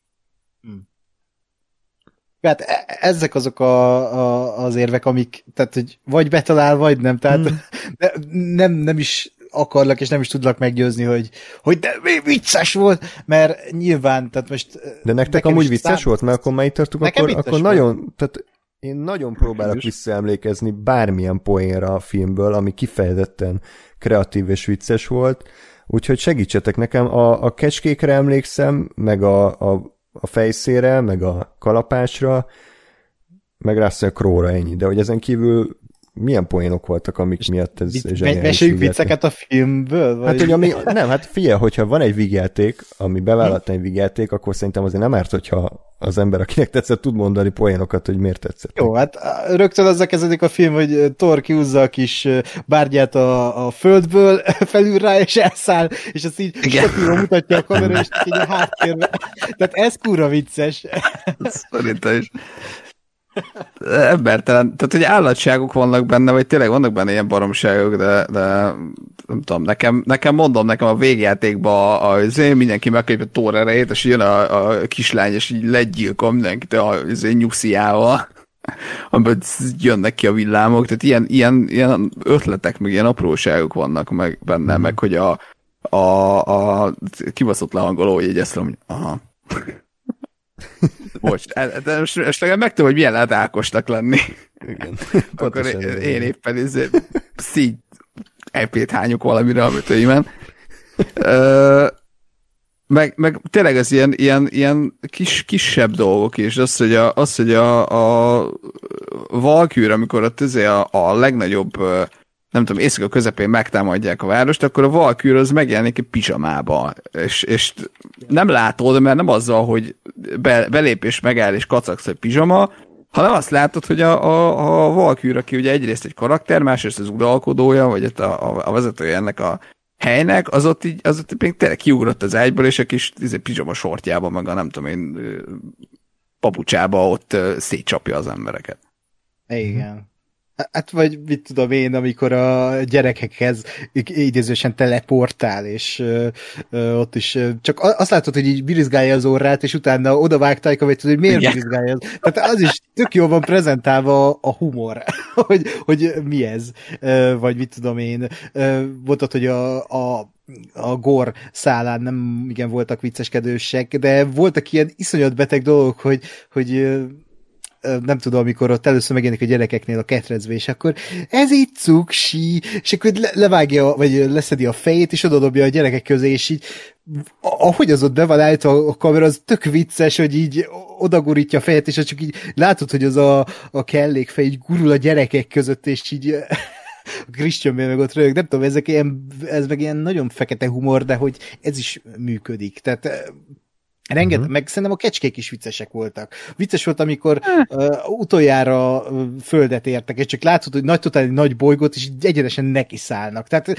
Hát ezek azok az érvek, amik, tehát, hogy vagy betalál, vagy nem, tehát nem is akarlak, és nem is tudlak meggyőzni, hogy de vicces volt, mert nyilván, tehát most... De nektek amúgy vicces volt, mert akkor már itt tartunk, akkor nagyon, tehát Én nagyon próbálok visszaemlékezni bármilyen poénra a filmből, ami kifejezetten kreatív és vicces volt, úgyhogy segítsetek nekem. A kecskékre emlékszem, meg a fejszére, meg a kalapásra, meg Russell Crowe-ra, ennyi. De hogy ezen kívül milyen poénok voltak, amik miatt ez zseniális. Meséljük vicceket a filmből? Vagy? Hát figyelj, hogyha van egy vígjáték, ami bevállalta egy vígjáték, akkor szerintem azért nem árt, hogyha az ember, akinek tetszett, tud mondani poénokat, hogy miért tetszett. Jó, hát rögtön azzal kezdődik a film, hogy Thor kihúzza a kis bárgyát a földből, felül rá, és elszáll, és azt így statíva mutatja a kamera, és így a háttérbe. Tehát ez kurva vicces. Szerintem is. Embertelen, tehát hogy állatságok vannak benne, vagy tényleg vannak benne ilyen baromságok, de nem tudom, nekem a végjátékban mindenki megkapja Thor erejét, és jön a kislány, és így legyilkol mindenkit a nyugsziával, amiben jönnek ki a villámok, tehát ilyen ötletek, meg ilyen apróságok vannak meg benne, meg hogy a kibaszott lehangoló jegyeztem, hogy aha. Bocs, de most legalább megtudom, hogy milyen lehet Ákosnak lenni. Igen. Akkor én éppen szígy EP-t hányok valamire a mötőimen. Meg tényleg ez ilyen kisebb dolgok is. Az, hogy a Valkyrie, amikor ott a legnagyobb, nem tudom, éjszaka közepén megtámadják a várost, akkor a Valkyrie az megjelenik egy pizsamába. És nem látod, mert nem azzal, hogy belép és megáll és kacagsz egy pizsama, hanem azt látod, hogy a Valkyrie, aki ugye egyrészt egy karakter, másrészt az uralkodója, vagy a vezetője ennek a helynek, az ott még tényleg kiugrott az ágyból, és a kis pizsama sortjában, meg a nem tudom én papucsába ott szétcsapja az embereket. Igen. Hát vagy mit tudom én, amikor a gyerekekhez idézősen teleportál, és ott is csak azt látod, hogy így birizgálja az orrát, és utána odavágták, hogy tudod, hogy miért birizgálja. Tehát az is tök jól van prezentálva a humor, hogy mi ez, vagy mit tudom én. Mondtad, hogy a Gore szálán nem igen voltak vicceskedősek, de voltak ilyen iszonyat beteg dolgok, hogy nem tudom, amikor ott először megjelenik a gyerekeknél a ketrecbe, és akkor ez így cuksi, és akkor levágja, vagy leszedi a fejét, és odadobja a gyerekek közé, és így ahogy az ott be van állítva a kamera, az tök vicces, hogy így odagurítja a fejet, és csak így látod, hogy az a kellékfej így gurul a gyerekek között, és így a Christian Bale meg ott röhög, nem tudom, ez meg ilyen nagyon fekete humor, de hogy ez is működik, tehát rengeteg, meg szerintem a kecskék is viccesek voltak. Vicces volt, amikor utoljára földet értek, és csak látod, hogy nagy bolygót, és egyenesen nekiszállnak. Tehát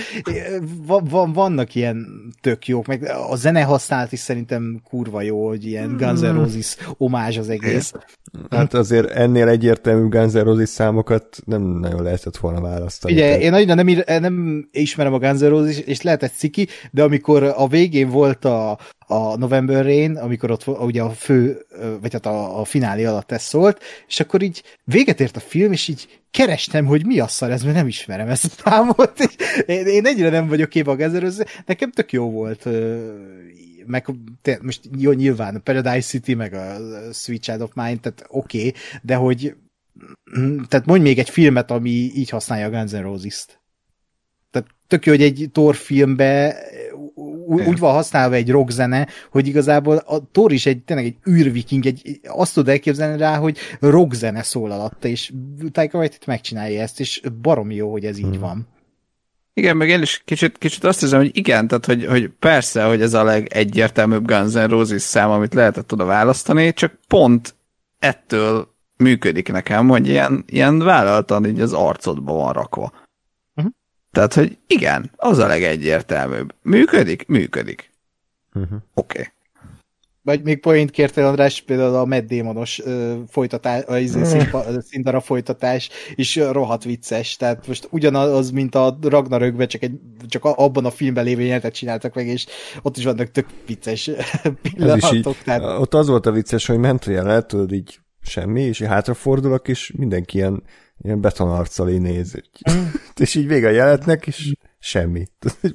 vannak ilyen tök jók, meg a zene használat is szerintem kurva jó, hogy ilyen Guns N' Roses omázs az egész. Hát azért ennél egyértelmű Guns N' Roses számokat nem nagyon lehetett volna választani. Ugye, én nagyon nem ismerem a Guns N' Roses, és lehetett ciki, de amikor a végén volt a November Rain, amikor ott ugye a fő, vagy hát a finálé alatt ez szólt, és akkor így véget ért a film, és így kerestem, hogy mi a szar ez, mert nem ismerem ezt a számot. Én ennyire nem vagyok képbe a Guns N' Roses, nekem tök jó volt, meg most jó, nyilván a Paradise City, meg a Sweet Child of Mine, tehát oké, de hogy tehát mondj még egy filmet, ami így használja a Guns N' Roses-t. Tehát tök jó, hogy egy Thor filmbe úgy van használva egy rockzene, hogy igazából a Thor is tényleg egy űrviking, azt tud elképzelni rá, hogy rockzene szól alatta, és Taika Waititi megcsinálja ezt, és baromi jó, hogy ez így van. Igen, meg én is kicsit azt hiszem, hogy igen, tehát hogy persze, hogy ez a legegyértelműbb Guns N' Roses szám, amit lehetett oda választani, csak pont ettől működik nekem, hogy ilyen vállaltan így az arcodba van rakva. Tehát, hogy igen, az a legegyértelműbb. Működik? Működik. Oké. Vagy még point kértél, András, például a Matt Damonos folytatás, a színdarab folytatás is rohadt vicces. Tehát most ugyanaz, mint a Ragnarökben, csak abban a filmben lévő jelenetet csináltak meg, és ott is vannak tök vicces pillanatok. Tehát... Ott az volt a vicces, hogy ment a jelenet, tudod így semmi, és így hátrafordulok, és mindenki ilyen betonarccal így néz. És így vége a jelenetnek, és semmi.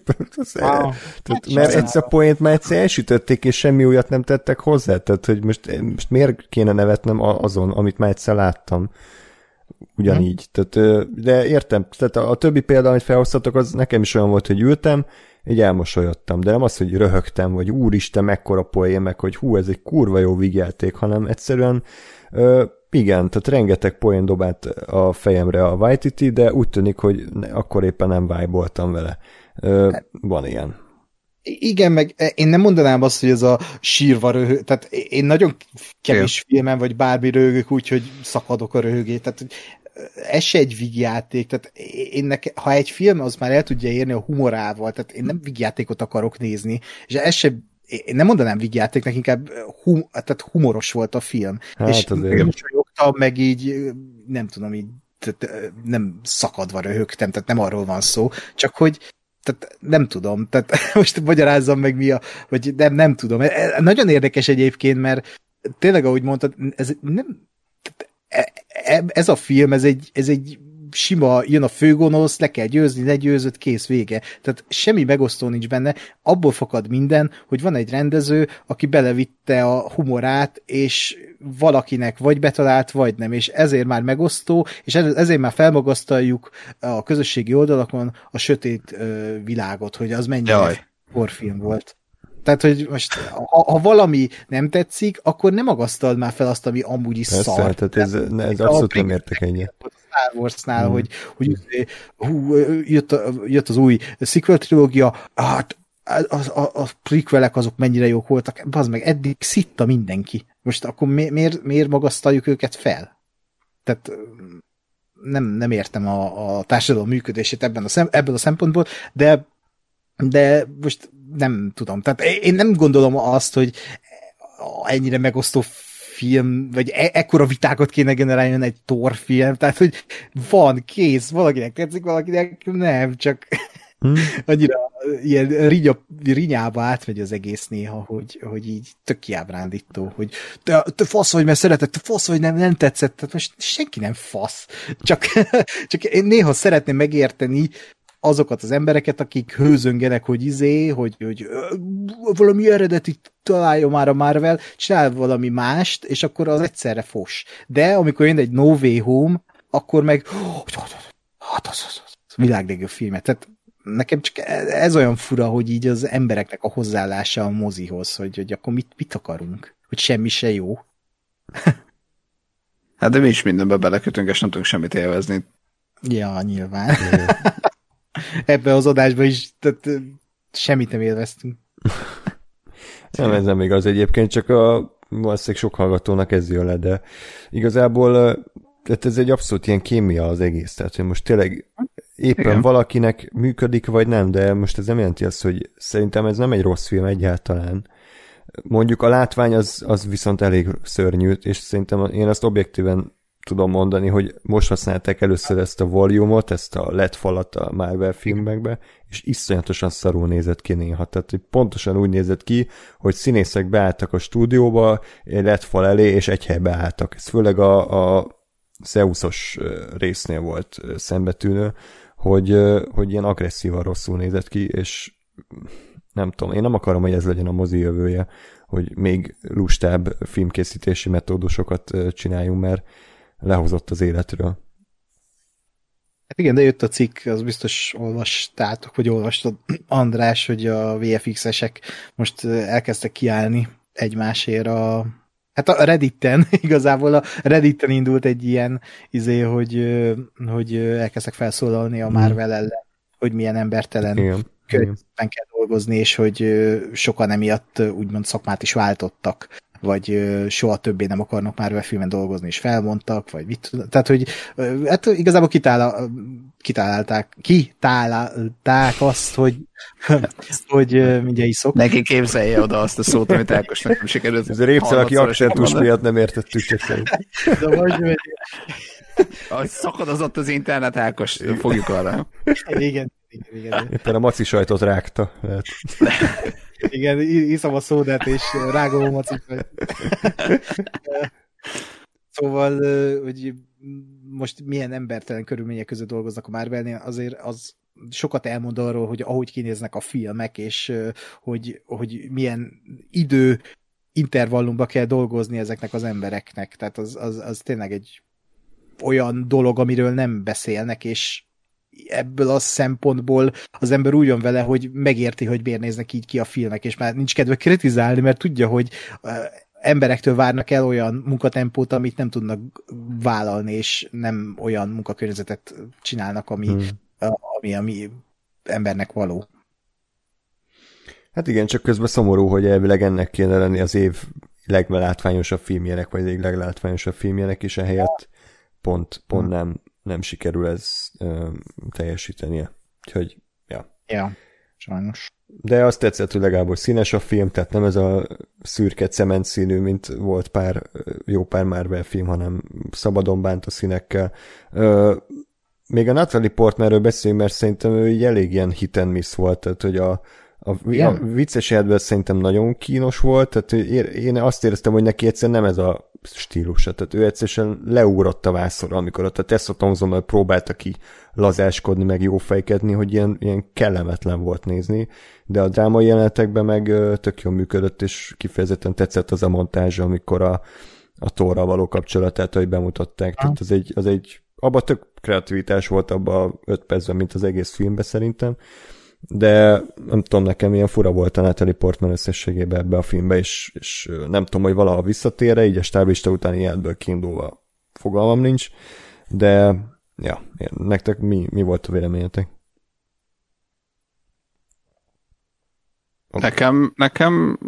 Mert ezt a poént már egyszer elsütötték, és semmi újat nem tettek hozzá. Tehát, hogy most miért kéne nevetnem azon, amit már egyszer láttam. Ugyanígy. Tehát, de értem, tehát a többi példa, amit felhoztatok, az nekem is olyan volt, hogy ültem, így elmosolyodtam, de nem az, hogy röhögtem, vagy úristen, mekkora poén, meg hogy hú, ez egy kurva jó vígjáték, hanem egyszerűen igen, tehát rengeteg poén dobált a fejemre a Waititi, de úgy tűnik, hogy akkor éppen nem vibe-oltam vele. Van ilyen. Igen, meg én nem mondanám azt, hogy ez a sírva röhög, tehát én nagyon kevés filmen, vagy bármi röhögök úgy, hogy szakadok a röhögét, tehát ez se egy vígjáték, tehát ha egy film, az már el tudja érni a humorával, tehát én nem vígjátékot akarok nézni, és ez se, én nem mondanám vígjátéknak, inkább tehát humoros volt a film. Hát és nem mosolyogtam, meg így, nem tudom, így tehát nem szakadva röhögtem, tehát nem arról van szó, csak hogy tehát nem tudom, tehát most magyarázzam meg mi vagy nem tudom. Nagyon érdekes egyébként, mert tényleg, ahogy mondtad, ez a film, ez egy sima, jön a főgonosz, le kell győzni, legyőzött, kész, vége. Tehát semmi megosztó nincs benne, abból fakad minden, hogy van egy rendező, aki belevitte a humorát, és valakinek vagy betalált, vagy nem, és ezért már megosztó, és ezért már felmagasztaljuk a közösségi oldalakon a sötét világot, hogy az mennyire korfilm volt. Tehát, hogy most, ha valami nem tetszik, akkor nem magasztald már fel azt, ami amúgy is persze, szar. Tehát ez abszolút nem értek ennyi. A Star Warsnál, hogy jött az új sequel trilógia, hát a prequelek azok mennyire jók voltak, bazd meg, eddig szitta mindenki. Most akkor miért magasztaljuk őket fel? Tehát nem értem a társadalom működését ebből a szempontból, de most nem tudom. Tehát én nem gondolom azt, hogy ennyire megosztó film, vagy ekkora vitákat kéne generálni egy Thor film, tehát hogy van, kész, valakinek tetszik, valakinek nem, csak annyira ilyen rinyába átmegy az egész néha, hogy így tök kiábrándító, hogy te fasz vagy, mert szereted, te fasz vagy, nem tetszett, tehát most senki nem fasz, csak én néha szeretném megérteni azokat az embereket, akik hőzöngenek, hogy valami eredetit találja már a Marvel, csinál valami mást, és akkor az egyszerre fos. De amikor jön egy No Way Home, akkor meg az világlegjobb filmet. Tehát nekem csak ez olyan fura, hogy így az embereknek a hozzáállása a mozihoz, hogy akkor mit akarunk? Hogy semmi se jó. Hát de mi is mindenbe belekötünk, és nem tudunk semmit élvezni. Ja, nyilván. Ebben az adásban is tehát semmit nem élveztünk. Nem, ez nem igaz egyébként, csak valószínűleg sok hallgatónak ez jön le, de igazából tehát ez egy abszolút ilyen kémia az egész, tehát hogy most tényleg éppen igen, valakinek működik, vagy nem, de most ez nem jelenti azt, hogy szerintem ez nem egy rossz film egyáltalán. Mondjuk a látvány az viszont elég szörnyű, és szerintem én azt objektíven tudom mondani, hogy most használták először ezt a volume-ot, ezt a LED falat a Marvel filmekbe, és iszonyatosan szarul nézett ki néha. Tehát pontosan úgy nézett ki, hogy színészek beálltak a stúdióba, egy LED fal elé, és egy helybe álltak. Ez főleg a Zeus-os résznél volt szembetűnő, hogy ilyen agresszívan rosszul nézett ki, és nem tudom, én nem akarom, hogy ez legyen a mozi jövője, hogy még lustább filmkészítési metódusokat csináljunk, mert lehozott az életről. Hát igen, de jött a cikk, az biztos olvastátok, vagy olvastad, András, hogy a VFX-esek most elkezdtek kiállni egymásért hát a Redditen, igazából a Redditen indult egy ilyen hogy elkezdtek felszólalni a Marvel ellen, hogy milyen embertelen környezetben kell dolgozni, és hogy sokan emiatt úgymond szakmát is váltottak, vagy soha többé nem akarnak Marvel filmen dolgozni, és felmondtak, vagy mit tudom. Tehát, hogy hát igazából kitálálták azt, hogy mindjárt iszok. Neki képzelje oda azt a szót, amit Ákosnak nem sikerült. Ez a répszalaki akcentus miatt nem értettük csak szerint. De most ahogy szakadozott az internet, Ákos, fogjuk arra. Igen. Éppen a maci sajtot rágta. Igen, iszom a szódát, és rágom a macit. Szóval, hogy most milyen embertelen körülmények között dolgoznak a Marvelnél, azért sokat elmond arról, hogy ahogy kinéznek a filmek, és hogy milyen intervallumba kell dolgozni ezeknek az embereknek. Tehát az tényleg egy olyan dolog, amiről nem beszélnek, és ebből a szempontból az ember úgy van vele, hogy megérti, hogy miért néznek így ki a filmek, és már nincs kedve kritizálni, mert tudja, hogy emberektől várnak el olyan munkatempót, amit nem tudnak vállalni, és nem olyan munkakörnyezetet csinálnak, ami embernek való. Hát igen, csak közben szomorú, hogy elvileg ennek kéne lenni az év leglátványosabb filmjének, vagy az év leglátványosabb filmjének, és ehelyett pont nem sikerül ez teljesítenie. Úgyhogy, Ja, sajnos. De azt tetszett, hogy legalább színes a film, tehát nem ez a szürke cement színű, mint volt jó pár Marvel film, hanem szabadon bánt a színekkel. Még a Natalie Portmanről beszéljünk, mert szerintem ő így elég ilyen hit and miss volt, tehát hogy a vicces életben szerintem nagyon kínos volt, tehát én azt éreztem, hogy neki egyszerűen nem ez a stílusa, tehát ő egyszerűen leugrott a vászorra, amikor ott a Tessa Thompson próbálta ki lazáskodni, meg jófejkedni, hogy ilyen kellemetlen volt nézni, de a drámai jelenetekben meg tök jól működött, és kifejezetten tetszett az a montázsa, amikor a Thorral való kapcsolatát, hogy bemutatták, tehát az egy abban tök kreativitás volt abban 5 percben, mint az egész filmben szerintem, de nem tudom, nekem ilyen fura volt a Natalie Portman összességében ebbe a filmbe, és nem tudom, hogy valaha visszatér-e, így a stáblista utáni életből kiindulva fogalmam nincs, de ja, nektek mi volt a véleményetek? Nekem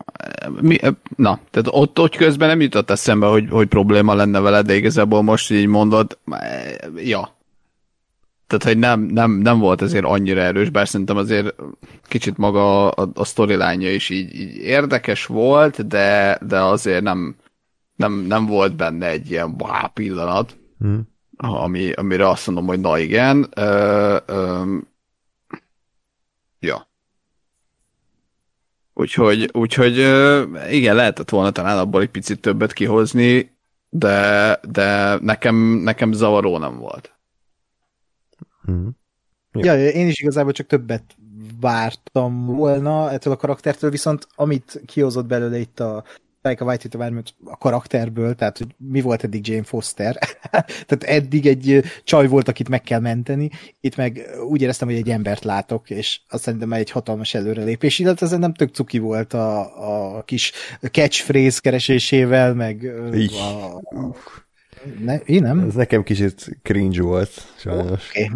tehát ott közben nem jutott eszembe, hogy probléma lenne vele, de igazából most így mondod, ja. Tehát, hogy nem volt ezért annyira erős, bár szerintem azért kicsit maga a storyline-ja is így érdekes volt, de azért nem volt benne egy ilyen pillanat, amire azt mondom, hogy na igen. Ja. Úgyhogy igen, lehetett volna talán abból egy picit többet kihozni, de nekem zavaró nem volt. Ja, én is igazából csak többet vártam volna ettől a karaktertől, viszont amit kihozott belőle itt a Taika Waititi a karakterből, tehát hogy mi volt eddig Jane Foster, tehát eddig egy csaj volt, akit meg kell menteni, itt meg úgy éreztem, hogy egy embert látok, és azt szerintem egy hatalmas előrelépés, illetve ezen nem tök cuki volt a kis catchphrase keresésével, meg én nem? Ez nekem kicsit cringe volt, sajnos. Okay.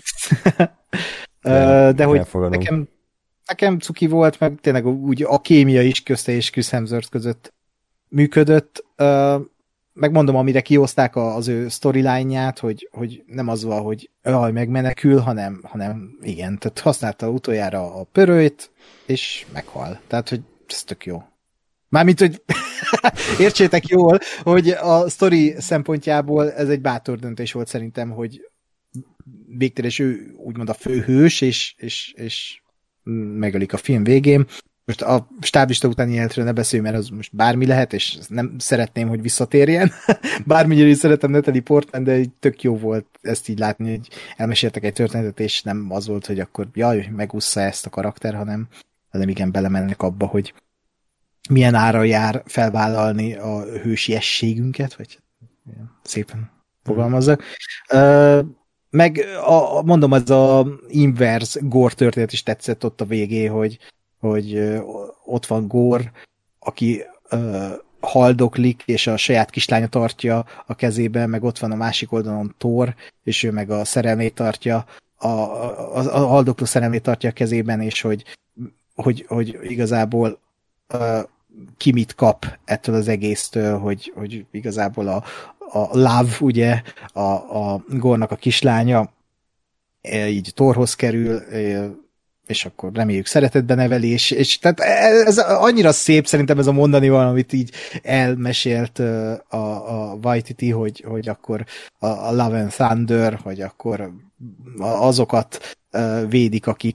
De hogy nekem cuki volt, meg tényleg úgy a kémia is közte és Chris Hemsworth között működött. Megmondom, amire kihozták az ő storyline-ját, hogy nem az van, hogy megmenekül, hanem igen, tehát használta utoljára a pörőt, és meghal. Tehát, hogy ez tök jó. Mármint, hogy értsétek jól, hogy a sztori szempontjából ez egy bátor döntés volt szerintem, hogy végtére és ő úgymond a főhős, és megölik a film végén. Most a stáblista utáni jelenetről ne beszéljünk, mert az most bármi lehet, és nem szeretném, hogy visszatérjen. Bármilyen is szeretem Natalie Portman, de tök jó volt ezt így látni, hogy elmeséltek egy történetet, és nem az volt, hogy akkor megúszza ezt a karakter, hanem igen belemennek abba, hogy milyen ára jár felvállalni a hősiességünket, vagy szépen fogalmazzak. Meg mondom, ez a inverse Gore történet is tetszett ott a végé, hogy ott van Gore, aki haldoklik, és a saját kislánya tartja a kezében, meg ott van a másik oldalon Thor, és ő meg a szerelmét tartja, a haldokló szerelmét tartja a kezében, és hogy igazából ki mit kap ettől az egésztől, hogy igazából a Love, ugye, a Gornak a kislánya így Thorhoz kerül, és akkor reméljük szeretetben neveli, és tehát ez annyira szép szerintem ez a mondani valamit így elmesélt a Waititi, hogy akkor a Love and Thunder, hogy akkor azokat védik,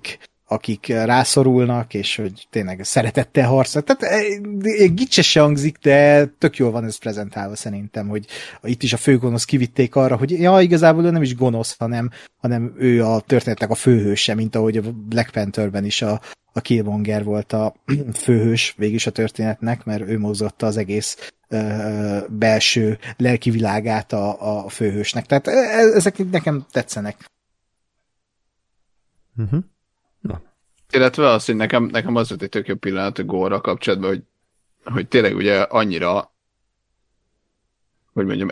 akik rászorulnak, és hogy tényleg szeretettel harcol. Tehát gicses se hangzik, de tök jól van ez prezentálva szerintem, hogy itt is a főgonosz kivitték arra, hogy igazából ő nem is gonosz, hanem ő a történetnek a főhőse, mint ahogy a Black Pantherben is a Killmonger volt a főhős végig a történetnek, mert ő mozgatta az egész belső lelki világát a főhősnek. Tehát ezek nekem tetszenek. Uh-huh. Na. Illetve az, hogy nekem az volt egy tök jó pillanat a Gore-ra kapcsolatban, hogy tényleg ugye annyira, hogy mondjam,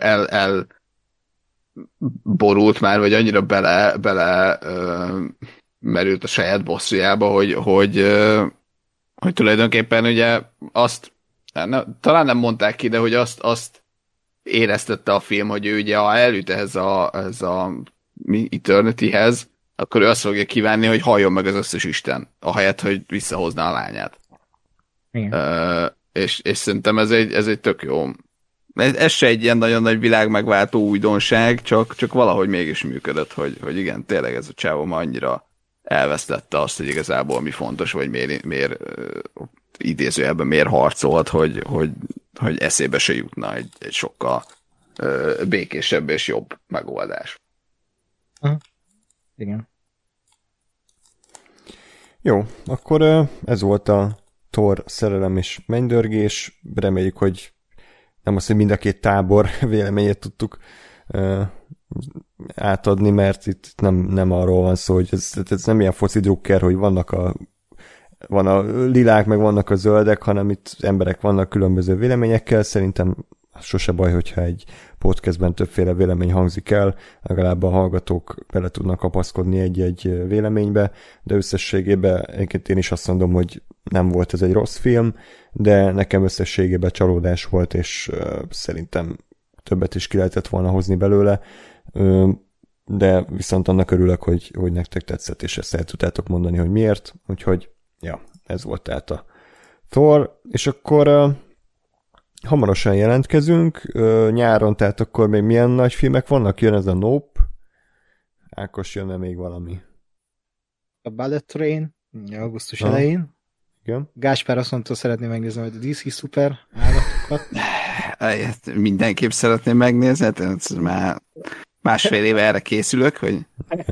borult már, vagy annyira bele merült a saját bosszújába, hogy tulajdonképpen ugye azt, talán nem mondták ki, de hogy azt éreztette a film, hogy ő ugye ha eljut ehhez a Eternity-hez, akkor ő azt fogja kívánni, hogy halljon meg az összes Isten, ahelyett, hogy visszahozná a lányát. És szerintem ez egy tök jó. Ez se egy ilyen nagyon nagy világ megváltó újdonság, csak valahogy mégis működött, hogy igen, tényleg ez a csávó ma annyira elvesztette azt, hogy igazából mi fontos, vagy miért idézőjelben miért harcolt, hogy eszébe se jutna egy sokkal békésebb és jobb megoldás. Igen. Jó, akkor ez volt a Thor szerelem és mennydörgés. Reméljük, hogy nem az, hogy mind a két tábor véleményét tudtuk átadni, mert itt nem arról van szó, hogy ez nem ilyen foci drukker, hogy van a lilák, meg vannak a zöldek, hanem itt emberek vannak különböző véleményekkel. Szerintem sose baj, hogyha egy podcastben többféle vélemény hangzik el, legalább a hallgatók bele tudnak kapaszkodni egy véleménybe, de összességében én is azt mondom, hogy nem volt ez egy rossz film, de nekem összességében csalódás volt, és szerintem többet is ki lehetett volna hozni belőle, de viszont annak örülök, hogy nektek tetszett, és ezt el tudtátok mondani, hogy miért, úgyhogy ja, ez volt tehát a Thor, és akkor hamarosan jelentkezünk, nyáron, tehát akkor még milyen nagy filmek vannak? Jön ez a Nope, Ákos, jönne még valami? A Bullet Train, augusztus elején. Igen. Gáspár azt mondta, szeretném megnézni, hogy a DC szuper állatokat. Mindenképp szeretném megnézni, hát már másfél éve erre készülök, hogy...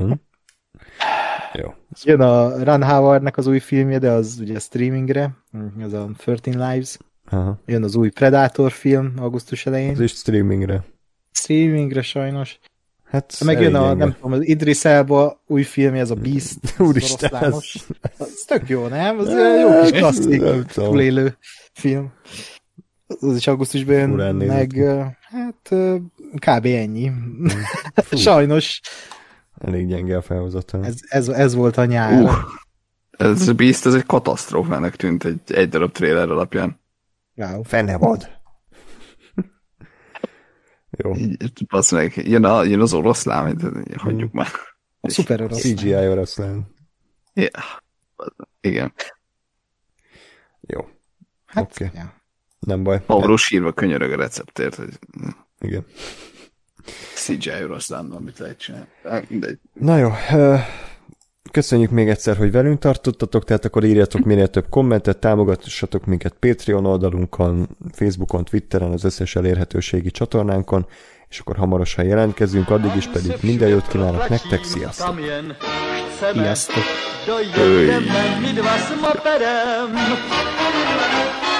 Jó. Jön a Ron Howardnak az új filmje, de az ugye streamingre, az a 13 Lives. Aha. Jön az új Predator film augusztus elején. Az is streamingre. Streamingre sajnos. Hát meg jön nem tudom, az Idris Elba új filmje, ez a Beast. Úristen, ez tök jó, nem? Az jó kis klasszik, túlélő film. Az is augusztusban jön, meg hát kb. Ennyi. Sajnos. Elég gyenge a felhozata. Ez volt a nyár. Ez a Beast, ez egy katasztrófának tűnt egy darab trailer alapján. Wow. Fenevad. Jó. Basz meg, jön az oroszlán, hagyjuk már. A szuper oroszlán. CGI oroszlán. Yeah. Igen. Jó. Hát, oké. Ja. Nem baj. Pavló sírva könyörög a receptért, hogy igen. CGI oroszlánnal mit lehet csinálni. Na jó, köszönjük még egyszer, hogy velünk tartottatok, tehát akkor írjatok minél több kommentet, támogassatok minket Patreon oldalunkon, Facebookon, Twitteren, az összes elérhetőségi csatornánkon, és akkor hamarosan jelentkezünk, addig is pedig minden jót kívánok nektek, sziasztok! Sziasztok! Dojedeme my dva s moperem.